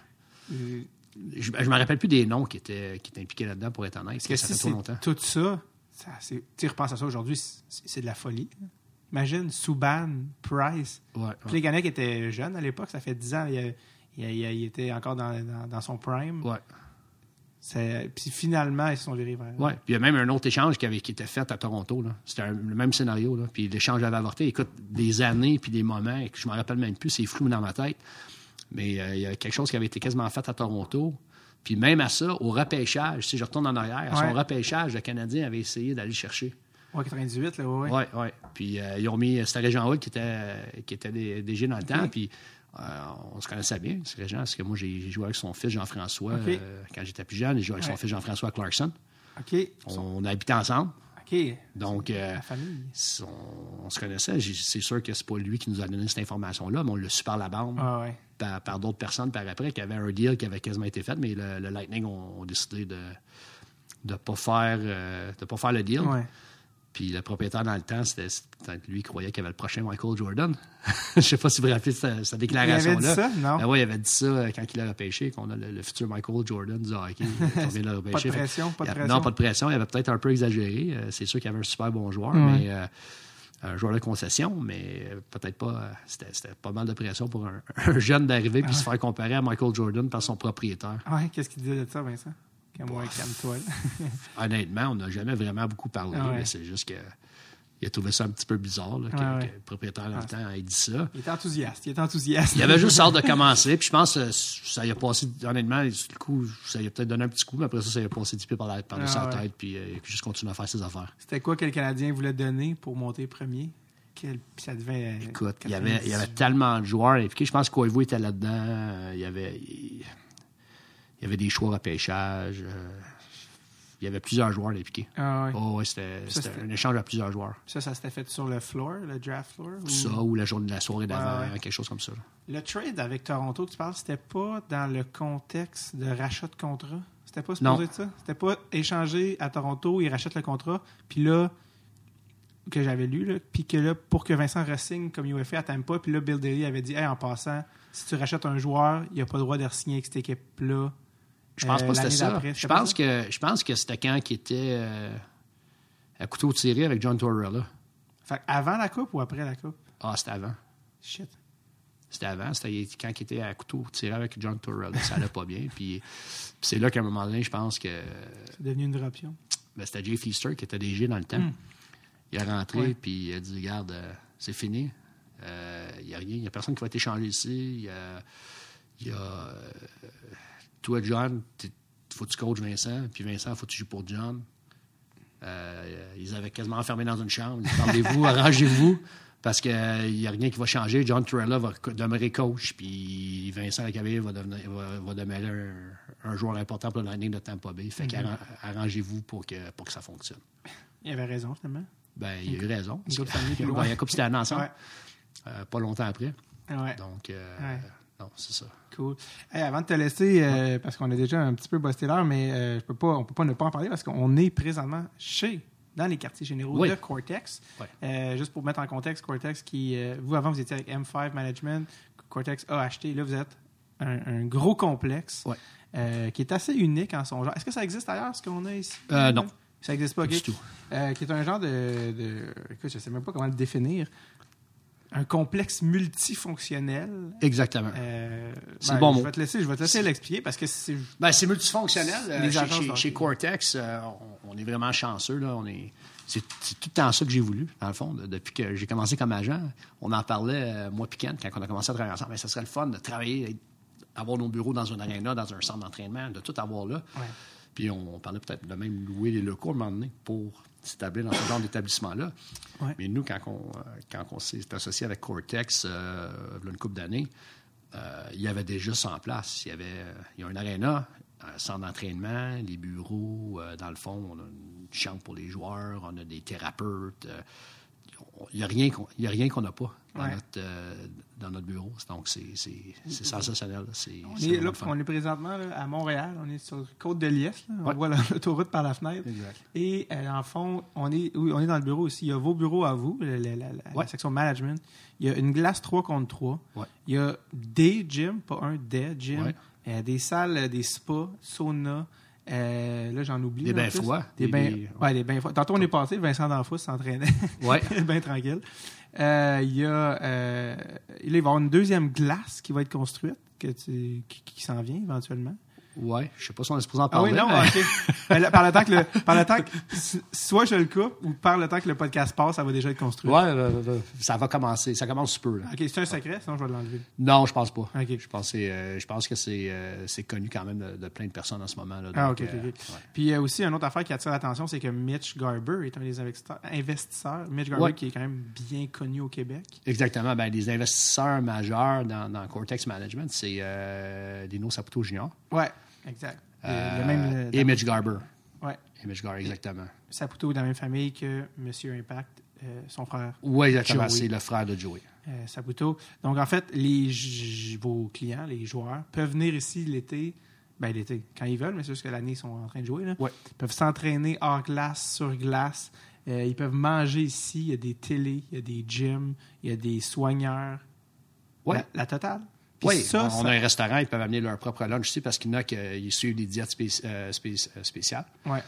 [SPEAKER 3] Je me rappelle plus des noms qui étaient impliqués là-dedans, pour être honnête.
[SPEAKER 4] Parce que ça fait trop longtemps. Tout ça, tu repenses à ça aujourd'hui, c'est de la folie. Imagine Subban, Price. Plekanec était jeune à l'époque, ça fait 10 ans. Il était encore dans son prime.
[SPEAKER 3] Ouais.
[SPEAKER 4] Puis finalement, ils se sont virés vers.
[SPEAKER 3] Oui, puis il y a même un autre échange qui était fait à Toronto. Là. C'était le même scénario. Là. Puis l'échange avait avorté. Écoute, des années puis des moments, que je ne me rappelle même plus, c'est flou dans ma tête. Mais il y a quelque chose qui avait été quasiment fait à Toronto. Puis même à ça, au repêchage, si je retourne en arrière, à son repêchage, le Canadien avait essayé d'aller le chercher.
[SPEAKER 4] Oui, 98, là, oui.
[SPEAKER 3] Oui. Puis ils ont mis, c'était Régent Hood qui était DG dans le temps. Puis on se connaissait bien, ce Régent, parce que moi, j'ai joué avec son fils Jean-François quand j'étais plus jeune. J'ai joué avec son fils Jean-François Clarkson. On a habité ensemble. Donc,
[SPEAKER 4] la famille.
[SPEAKER 3] On se connaissait. C'est sûr que c'est pas lui qui nous a donné cette information-là, mais on l'a su par la bande, par d'autres personnes par après, qu'il y avait un deal qui avait quasiment été fait, mais le Lightning ont décidé de ne pas faire le deal.
[SPEAKER 4] Ouais.
[SPEAKER 3] Puis le propriétaire, dans le temps, c'était lui qui croyait qu'il y avait le prochain Michael Jordan. Je ne sais pas si vous vous rappelez sa déclaration-là.
[SPEAKER 4] Il avait dit ça, non?
[SPEAKER 3] Oui, il avait dit ça quand il l'a repêché, qu'on a le futur Michael Jordan du hockey. On vient de le repêcher.
[SPEAKER 4] Pas de pression.
[SPEAKER 3] Non, pas de pression. Il avait peut-être un peu exagéré. C'est sûr qu'il y avait un super bon joueur, mais un joueur de concession, mais peut-être pas. C'était pas mal de pression pour un jeune d'arriver puis se faire comparer à Michael Jordan par son propriétaire.
[SPEAKER 4] Oui, qu'est-ce qu'il disait de ça, Vincent? Calme-toi.
[SPEAKER 3] Honnêtement, on n'a jamais vraiment beaucoup parlé, mais c'est juste que il a trouvé ça un petit peu bizarre là, que le propriétaire dans le temps ait dit ça.
[SPEAKER 4] Il est enthousiaste. Il
[SPEAKER 3] avait juste hâte de commencer, puis je pense que ça y a passé, honnêtement, du coup, ça y a peut-être donné un petit coup, mais après ça y a passé 10 pieds par-dessus sa tête, puis juste continuer à faire ses affaires.
[SPEAKER 4] C'était quoi que le Canadien voulait donner pour monter premier? Puis ça devait...
[SPEAKER 3] Écoute, il y avait tellement de joueurs impliqués. Je pense qu'Oivo était là-dedans. Il y avait des choix à pêchage. Il y avait plusieurs joueurs impliqués. C'était un échange à plusieurs joueurs.
[SPEAKER 4] Ça s'était fait sur le floor, le draft floor?
[SPEAKER 3] Ça, ou la journée de la soirée d'avant, quelque chose comme ça.
[SPEAKER 4] Le trade avec Toronto, tu parles, c'était pas dans le contexte de rachat de contrat? C'était pas supposé de ça? C'était pas échangé à Toronto, il rachète le contrat, puis là, que j'avais lu, là, puis que là, pour que Vincent re-signe comme UFA à Tampa, puis là, Bill Daly avait dit, hey, en passant, si tu rachètes un joueur, il n'a pas le droit de re-signer avec cette équipe-là.
[SPEAKER 3] Je pense pas que c'était ça. Je pense que c'était quand il était à couteau tiré avec John Tortorella.
[SPEAKER 4] Fait avant la coupe ou après la coupe?
[SPEAKER 3] Ah, c'était avant.
[SPEAKER 4] Shit.
[SPEAKER 3] C'était avant. C'était quand il était à couteau tiré avec John Tortorella. Ça allait pas bien. Puis c'est là qu'à un moment donné, je pense que...
[SPEAKER 4] C'est devenu une vraie option.
[SPEAKER 3] Ben, c'était Jay Feaster qui était DG dans le temps. Il est rentré, puis il a dit, regarde, c'est fini. Il n'y a rien. Il n'y a personne qui va être échangé ici. Il y a toi, John, faut que tu coaches Vincent, puis Vincent, faut que tu joues pour John. Ils avaient quasiment enfermé dans une chambre. Parlez-vous, arrangez-vous, parce qu'il n'y a rien qui va changer. John Tortorella va demeurer coach, puis Vincent Lecavalier va demeurer un joueur important pour le Lightning de Tampa Bay. Fait qu'arrangez-vous pour que ça fonctionne.
[SPEAKER 4] Il avait raison, finalement.
[SPEAKER 3] Ben, il a eu raison.
[SPEAKER 4] Il
[SPEAKER 3] y a un couple Stanley ensemble. Pas longtemps après.
[SPEAKER 4] Ouais.
[SPEAKER 3] Donc, non, c'est ça.
[SPEAKER 4] Cool. Hey, avant de te laisser, parce qu'on a déjà un petit peu busté l'heure, mais on peut pas ne pas en parler parce qu'on est présentement dans les quartiers généraux de Cortex. Juste pour mettre en contexte, Cortex qui... vous, avant, vous étiez avec M5 Management. Cortex a acheté. Là, vous êtes un gros complexe qui est assez unique en son genre. Est-ce que ça existe ailleurs, ce qu'on a ici?
[SPEAKER 3] Non.
[SPEAKER 4] Ça n'existe pas,
[SPEAKER 3] du tout.
[SPEAKER 4] Qui est un genre de... Écoute, je ne sais même pas comment le définir. Un complexe multifonctionnel.
[SPEAKER 3] Exactement. C'est le bon mot.
[SPEAKER 4] Je vais te laisser l'expliquer parce que c'est...
[SPEAKER 3] Ben, c'est multifonctionnel. Chez Cortex, on est vraiment chanceux. Là. C'est tout le temps ça que j'ai voulu, dans le fond. Depuis que j'ai commencé comme agent, on en parlait, moi et Ken, quand on a commencé à travailler ensemble. Ben, ça serait le fun de travailler, avoir nos bureaux dans un aréna, dans un centre d'entraînement, de tout avoir là. Ouais. Puis on parlait peut-être de même louer les locaux à un moment donné pour s'établir dans ce genre d'établissement-là. Ouais. Mais nous, quand on s'est associé avec Cortex il y a une couple d'années, il y avait déjà ça en place. Il y a un aréna, un centre d'entraînement, les bureaux. Dans le fond, on a une chambre pour les joueurs, on a des thérapeutes. Il n'y a rien qu'on n'a pas dans notre bureau. Donc, c'est sensationnel.
[SPEAKER 4] On est présentement là, à Montréal. On est sur la côte de Liesse. On voit l'autoroute par la fenêtre. Exact. Et en fond, on est dans le bureau aussi. Il y a vos bureaux à vous, la section management. Il y a une glace 3 contre 3. Ouais. Il y a des gyms, pas des gyms. Ouais. Des salles, des spas, sauna. Là, j'en oublie.
[SPEAKER 3] Des bains froids.
[SPEAKER 4] Des bains froids. Tantôt, on est passé, Vincent D'Anfous s'entraînait. Ouais. Bien tranquille. Il va y avoir une deuxième glace qui va être construite, qui s'en vient éventuellement.
[SPEAKER 3] Oui, je ne sais pas si on est supposé en parler.
[SPEAKER 4] Ah oui, non, OK. Par le temps que soit je le coupe ou par le temps que le podcast passe, ça va déjà être construit.
[SPEAKER 3] Oui, ça va commencer. Ça commence peu. Là.
[SPEAKER 4] OK, c'est un secret, sinon je vais l'enlever.
[SPEAKER 3] Non, je pense pas.
[SPEAKER 4] Okay.
[SPEAKER 3] Je pense que c'est connu quand même de plein de personnes en ce moment. Là,
[SPEAKER 4] donc, OK. Ouais. Puis il y a aussi une autre affaire qui attire l'attention, c'est que Mitch Garber est un des investisseurs. Mitch Garber qui est quand même bien connu au Québec.
[SPEAKER 3] Exactement. Ben, les investisseurs majeurs dans Cortex Management, c'est Dino Saputo Jr.
[SPEAKER 4] Oui. Exact.
[SPEAKER 3] Et Mitch Garber.
[SPEAKER 4] Oui.
[SPEAKER 3] Et Mitch Garber, exactement.
[SPEAKER 4] Saputo est dans la même famille que Monsieur Impact, son frère.
[SPEAKER 3] Oui, exactement. Joey. C'est le frère de Joey.
[SPEAKER 4] Saputo. Donc, en fait, vos clients, les joueurs, peuvent venir ici l'été, quand ils veulent, mais c'est juste que l'année, ils sont en train de jouer. Là.
[SPEAKER 3] Ouais.
[SPEAKER 4] Ils peuvent s'entraîner hors glace, sur glace. Ils peuvent manger ici. Il y a des télés, il y a des gyms, il y a des soigneurs.
[SPEAKER 3] Ouais.
[SPEAKER 4] La totale.
[SPEAKER 3] Oui, on a un restaurant, ils peuvent amener leur propre lunch ici parce qu'il y en a qui suivent des diètes spéciales.
[SPEAKER 4] Ouais.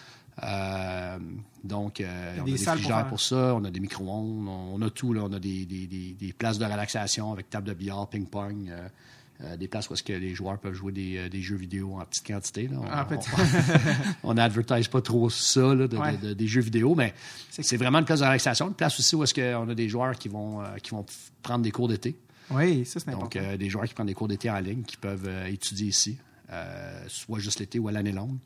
[SPEAKER 3] Donc, on a des frigidaires pour ça, on a des micro-ondes, on a tout. Là. On a des places de relaxation avec table de billard, ping-pong, des places où est-ce que les joueurs peuvent jouer des jeux vidéo en petite quantité. Là. On n'advertise pas trop ça, là, des jeux vidéo, mais c'est vraiment une place de relaxation. Une place aussi où est-ce qu'on a des joueurs qui vont prendre des cours d'été.
[SPEAKER 4] Oui, ça, c'est important.
[SPEAKER 3] Donc, des joueurs qui prennent des cours d'été en ligne, qui peuvent étudier ici, soit juste l'été ou à l'année longue.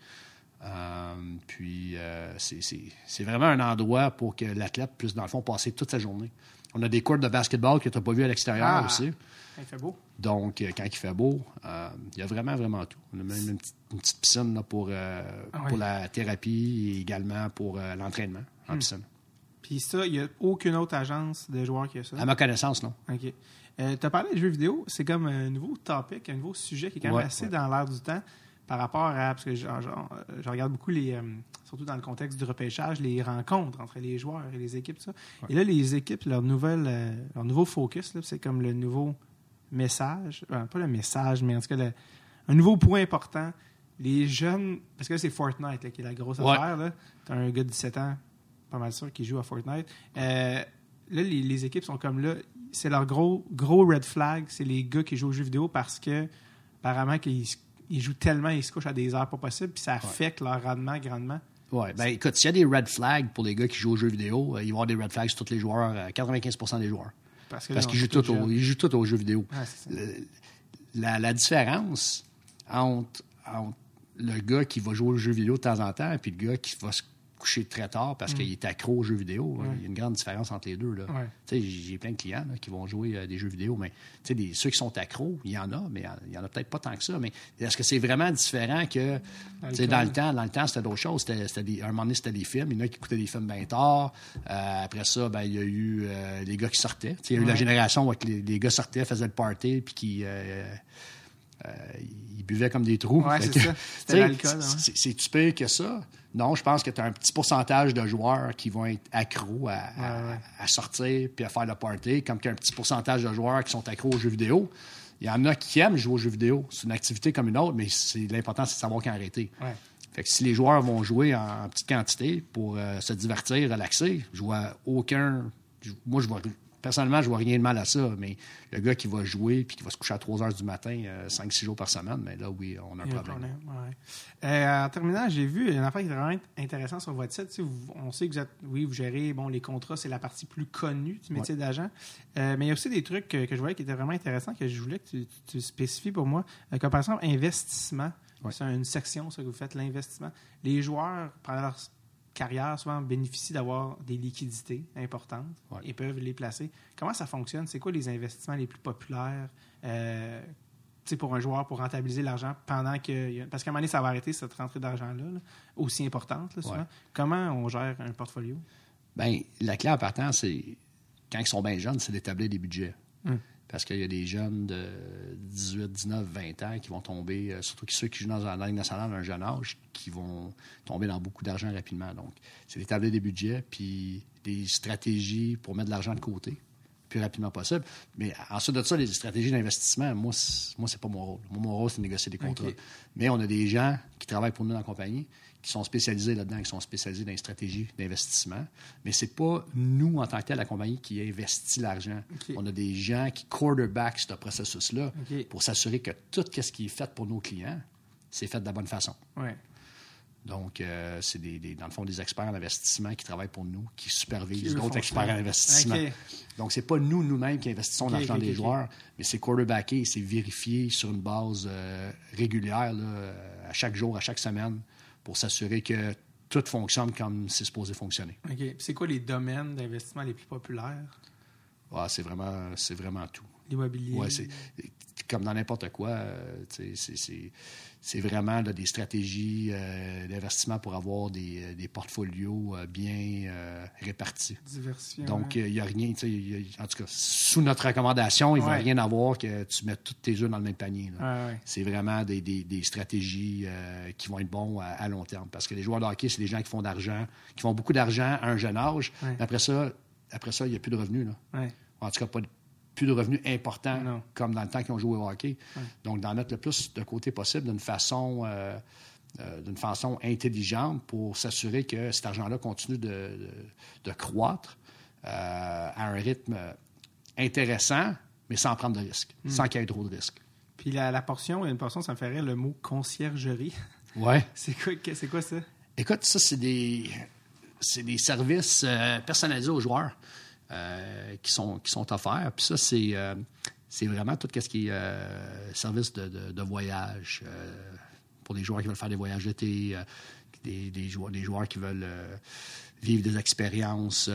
[SPEAKER 3] Puis, c'est vraiment un endroit pour que l'athlète puisse, dans le fond, passer toute sa journée. On a des courts de basketball que tu n'as pas vu à l'extérieur aussi.
[SPEAKER 4] Il fait beau.
[SPEAKER 3] Donc, quand il fait beau, il y a vraiment, vraiment tout. On a même une petite piscine là, pour la thérapie et également pour l'entraînement en piscine.
[SPEAKER 4] Puis ça, il n'y a aucune autre agence de joueurs qui a ça?
[SPEAKER 3] À ma connaissance, non.
[SPEAKER 4] OK. Tu as parlé de jeux vidéo, c'est comme un nouveau topic, un nouveau sujet qui est quand même assez dans l'air du temps. par rapport à... Parce que je regarde beaucoup surtout dans le contexte du repêchage, les rencontres entre les joueurs et les équipes, ça. Ouais. Et là, les équipes, leur nouveau focus, là, c'est comme le nouveau message. Pas le message, mais en tout cas, un nouveau point important. Les jeunes... Parce que là, c'est Fortnite là, qui est la grosse affaire. Là. T'as un gars de 17 ans, pas mal sûr, qui joue à Fortnite. Là, les équipes sont comme là. C'est leur gros red flag. C'est les gars qui jouent aux jeux vidéo parce que, apparemment, qu'ils jouent tellement, ils se couchent à des heures pas possibles, puis ça affecte leur rendement grandement.
[SPEAKER 3] Oui, ben écoute, s'il y a des red flags pour les gars qui jouent aux jeux vidéo, il va y avoir des red flags sur tous les joueurs, 95% des joueurs. Parce qu'ils jouent tous aux jeux vidéo. Ah, la différence entre le gars qui va jouer aux jeux vidéo de temps en temps et le gars qui va se coucher très tard parce qu'il est accro aux jeux vidéo, il y a une grande différence entre les deux. Là. Ouais. J'ai plein de clients là, qui vont jouer à des jeux vidéo, mais ceux qui sont accros, il y en a, mais il n'y en a peut-être pas tant que ça. Mais est-ce que c'est vraiment différent que dans le temps, c'était d'autres choses? À un moment donné, c'était des films. Il y en a qui écoutaient des films bien tard. Après ça, il y a eu les gars qui sortaient. Il y a eu la génération où les gars sortaient, faisaient le party, puis qui... ils buvaient comme des trous.
[SPEAKER 4] Oui, c'est ça. C'était l'alcool.
[SPEAKER 3] C'est-tu pire que ça? Non, je pense que tu as un petit pourcentage de joueurs qui vont être accros à sortir puis à faire le party, comme qu'il y a un petit pourcentage de joueurs qui sont accros aux jeux vidéo. Il y en a qui aiment jouer aux jeux vidéo. C'est une activité comme une autre, mais l'important, c'est de savoir quand arrêter. Ouais. Fait que si les joueurs vont jouer en petite quantité pour se divertir, relaxer, je vois aucun... Personnellement, je vois rien de mal à ça, mais le gars qui va jouer puis qui va se coucher à 3 heures du matin, 5-6 jours par semaine, mais là, oui, on a un problème.
[SPEAKER 4] En terminant, j'ai vu une affaire qui est vraiment intéressante sur votre site. On sait que vous gérez, les contrats, c'est la partie plus connue du métier d'agent. Mais il y a aussi des trucs que je voyais qui étaient vraiment intéressants, que je voulais que tu spécifies pour moi. Comme par exemple, investissement. Ouais. C'est une section, ça, que vous faites, l'investissement. Les joueurs, pendant leur carrière, souvent bénéficient d'avoir des liquidités importantes et peuvent les placer. Comment ça fonctionne? C'est quoi les investissements les plus populaires pour un joueur pour rentabiliser l'argent pendant que... Parce qu'à un moment donné, ça va arrêter cette rentrée d'argent-là, aussi importante, là, souvent. Ouais. Comment on gère un portfolio?
[SPEAKER 3] Bien, la clé en partant, c'est, quand ils sont bien jeunes, c'est d'établir des budgets. Parce qu'il y a des jeunes de 18, 19, 20 ans qui vont tomber, surtout ceux qui jouent dans la Ligue nationale à un jeune âge, qui vont tomber dans beaucoup d'argent rapidement. Donc, c'est d'établir des budgets puis des stratégies pour mettre de l'argent de côté le plus rapidement possible. Mais ensuite de ça, les stratégies d'investissement, moi, c'est pas mon rôle. Mon rôle, c'est de négocier des contrats. Okay. Mais on a des gens qui travaillent pour nous dans la compagnie qui sont spécialisés là-dedans, qui sont spécialisés dans les stratégies d'investissement. Mais c'est pas nous, en tant que tel, la compagnie, qui investit l'argent. Okay. On a des gens qui quarterback ce processus-là pour s'assurer que tout ce qui est fait pour nos clients, c'est fait de la bonne façon.
[SPEAKER 4] Ouais.
[SPEAKER 3] Donc, c'est dans le fond des experts en investissement qui travaillent pour nous, qui supervisent d'autres experts en investissement. Okay. Donc, c'est pas nous-mêmes qui investissons l'argent des joueurs, mais c'est quarterbacké, c'est vérifié sur une base régulière, là, à chaque jour, à chaque semaine, pour s'assurer que tout fonctionne comme c'est supposé fonctionner.
[SPEAKER 4] OK. C'est quoi les domaines d'investissement les plus populaires?
[SPEAKER 3] Ah, c'est vraiment tout.
[SPEAKER 4] L'immobilier?
[SPEAKER 3] Oui, c'est comme dans n'importe quoi. C'est vraiment là, des stratégies d'investissement pour avoir des portfolios bien répartis.
[SPEAKER 4] Diversifiés.
[SPEAKER 3] Donc, il n'y a rien, en tout cas, sous notre recommandation, il ne va rien avoir que tu mettes tous tes œufs dans le même panier. Là. C'est vraiment des stratégies qui vont être bons à long terme. Parce que les joueurs de hockey, c'est des gens qui font beaucoup d'argent à un jeune âge. Après ça, il n'y a plus de revenus. Là. En tout cas, plus de revenus importants comme dans le temps qu'ils ont joué au hockey. Donc, d'en mettre le plus de côté possible d'une façon intelligente pour s'assurer que cet argent-là continue de croître à un rythme intéressant, mais sans prendre de risques, sans qu'il y ait trop de risques.
[SPEAKER 4] Puis la portion, il y a une portion, ça me ferait le mot conciergerie.
[SPEAKER 3] Oui.
[SPEAKER 4] C'est quoi ça?
[SPEAKER 3] Écoute, ça, c'est des services personnalisés aux joueurs. Qui sont offerts. Puis ça, c'est vraiment tout ce qui est service de voyage pour des joueurs qui veulent faire des voyages d'été, des joueurs qui veulent vivre des expériences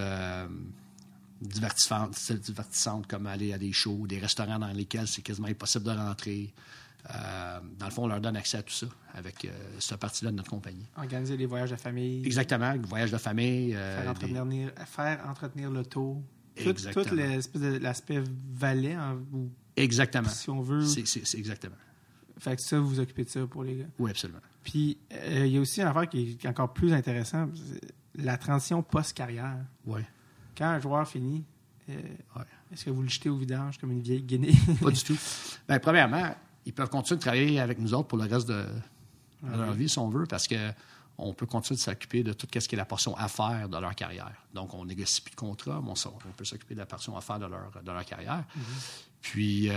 [SPEAKER 3] divertissantes comme aller à des shows, des restaurants dans lesquels c'est quasiment impossible de rentrer. Dans le fond, on leur donne accès à tout ça avec cette partie-là de notre compagnie.
[SPEAKER 4] Organiser des voyages de famille.
[SPEAKER 3] Exactement, voyages de famille.
[SPEAKER 4] Faire entretenir l'auto. Tout l'aspect valet.
[SPEAKER 3] Exactement.
[SPEAKER 4] Si on veut.
[SPEAKER 3] C'est exactement.
[SPEAKER 4] Fait que ça, vous vous occupez de ça pour les gars.
[SPEAKER 3] Oui, absolument.
[SPEAKER 4] Puis, il y a aussi une affaire qui est encore plus intéressante, la transition post-carrière.
[SPEAKER 3] Oui.
[SPEAKER 4] Quand un joueur finit, est-ce que vous le jetez au vidange comme une vieille guinée?
[SPEAKER 3] Pas du tout. Bien, premièrement, ils peuvent continuer de travailler avec nous autres pour le reste de leur vie, si on veut, parce qu'on peut continuer de s'occuper de tout ce qui est la portion affaires de leur carrière. Donc, on négocie plus de contrat, mais on peut s'occuper de la portion affaires de leur carrière. Mm-hmm. Puis,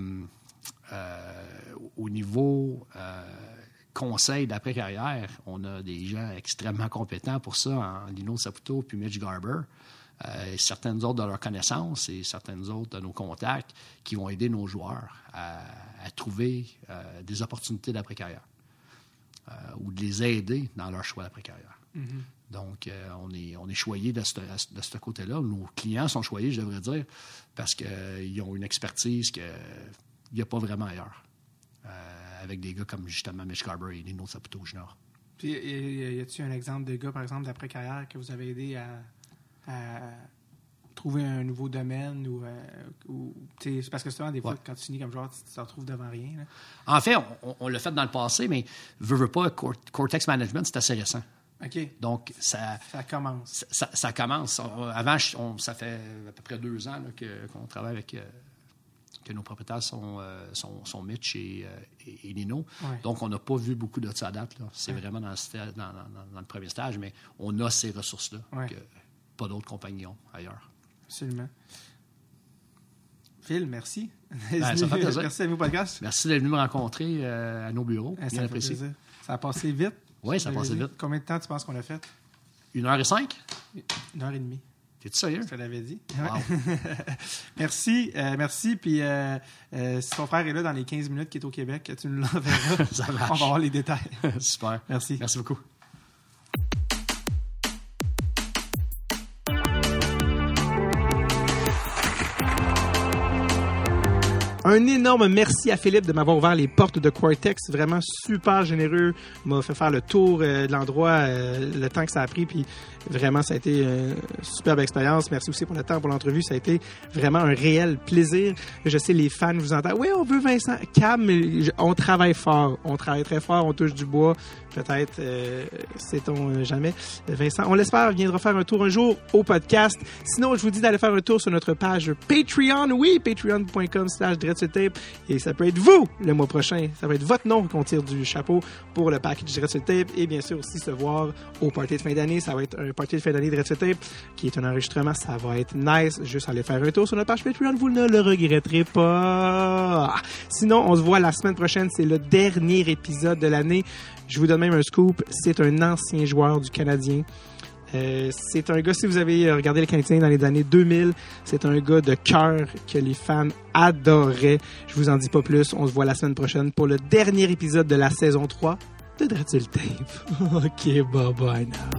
[SPEAKER 3] au niveau conseil d'après-carrière, on a des gens extrêmement compétents pour ça, en Lino Saputo puis Mitch Garber. Certaines autres de leurs connaissances et certaines autres de nos contacts qui vont aider nos joueurs à trouver des opportunités d'après-carrière ou de les aider dans leur choix d'après-carrière. Mm-hmm. Donc, on est choyés de ce côté-là. Nos clients sont choyés, je devrais dire, parce qu'ils ont une expertise qu'il n'y a pas vraiment ailleurs. Avec des gars comme justement Mitch Garber et Lino Saputo Junior.
[SPEAKER 4] Puis, y a-t-il un exemple de gars, par exemple, d'après-carrière que vous avez aidé à trouver un nouveau domaine ou c'est parce que souvent, des fois, quand tu finis comme joueur, tu te retrouves devant rien. Là.
[SPEAKER 3] En fait, on l'a fait dans le passé, mais veux pas, Cortex Management, c'est assez récent.
[SPEAKER 4] OK.
[SPEAKER 3] Donc, ça
[SPEAKER 4] commence.
[SPEAKER 3] Ça commence. Avant, ça fait à peu près 2 ans là, qu'on travaille avec... que nos propriétaires sont Mitch et Lino. Ouais. Donc, on n'a pas vu beaucoup de ça à date. Là. C'est vraiment dans le premier stage, mais on a ces ressources-là que pas d'autres compagnies ont ailleurs.
[SPEAKER 4] Absolument. Phil, merci.
[SPEAKER 3] Ça fait plaisir.
[SPEAKER 4] Merci à vous, podcast.
[SPEAKER 3] Merci d'être venu me rencontrer à nos bureaux. Bien apprécié.
[SPEAKER 4] Ça a passé vite.
[SPEAKER 3] Oui, ça a passé vite.
[SPEAKER 4] Combien de temps tu penses qu'on a fait?
[SPEAKER 3] 1h05?
[SPEAKER 4] 1h30.
[SPEAKER 3] T'es-tu sérieux?
[SPEAKER 4] Je te l'avais dit.
[SPEAKER 3] Wow.
[SPEAKER 4] Merci. Puis, si ton frère est là dans les 15 minutes qu'il est au Québec, tu nous l'enverras.
[SPEAKER 3] Ça marche.
[SPEAKER 4] On va avoir les détails.
[SPEAKER 3] Super.
[SPEAKER 4] Merci.
[SPEAKER 3] Merci beaucoup.
[SPEAKER 1] Un énorme merci à Philippe de m'avoir ouvert les portes de Quartex. Vraiment super généreux. Il m'a fait faire le tour de l'endroit, le temps que ça a pris. Puis vraiment, ça a été une superbe expérience. Merci aussi pour le temps, pour l'entrevue. Ça a été vraiment un réel plaisir. Je sais, les fans vous entendent. Oui, on veut Vincent. Calme, on travaille fort. On travaille très fort. On touche du bois. Peut-être, sait-on jamais. Vincent, on l'espère, viendra faire un tour un jour au podcast. Sinon, je vous dis d'aller faire un tour sur notre page Patreon. Oui, patreon.com/DreadSurTape. Et ça peut être vous le mois prochain. Ça va être votre nom qu'on tire du chapeau pour le package DreadSurTape. Et bien sûr aussi se voir au party de fin d'année. Ça va être un party de fin d'année DreadSurTape qui est un enregistrement. Ça va être nice. Juste aller faire un tour sur notre page Patreon. Vous ne le regretterez pas. Sinon, on se voit la semaine prochaine. C'est le dernier épisode de l'année. Je vous donne même un scoop. C'est un ancien joueur du Canadien. C'est un gars, si vous avez regardé le Canadien dans les années 2000, c'est un gars de cœur que les fans adoraient. Je vous en dis pas plus. On se voit la semaine prochaine pour le dernier épisode de la saison 3 de DreadSurTape. OK, bye-bye now.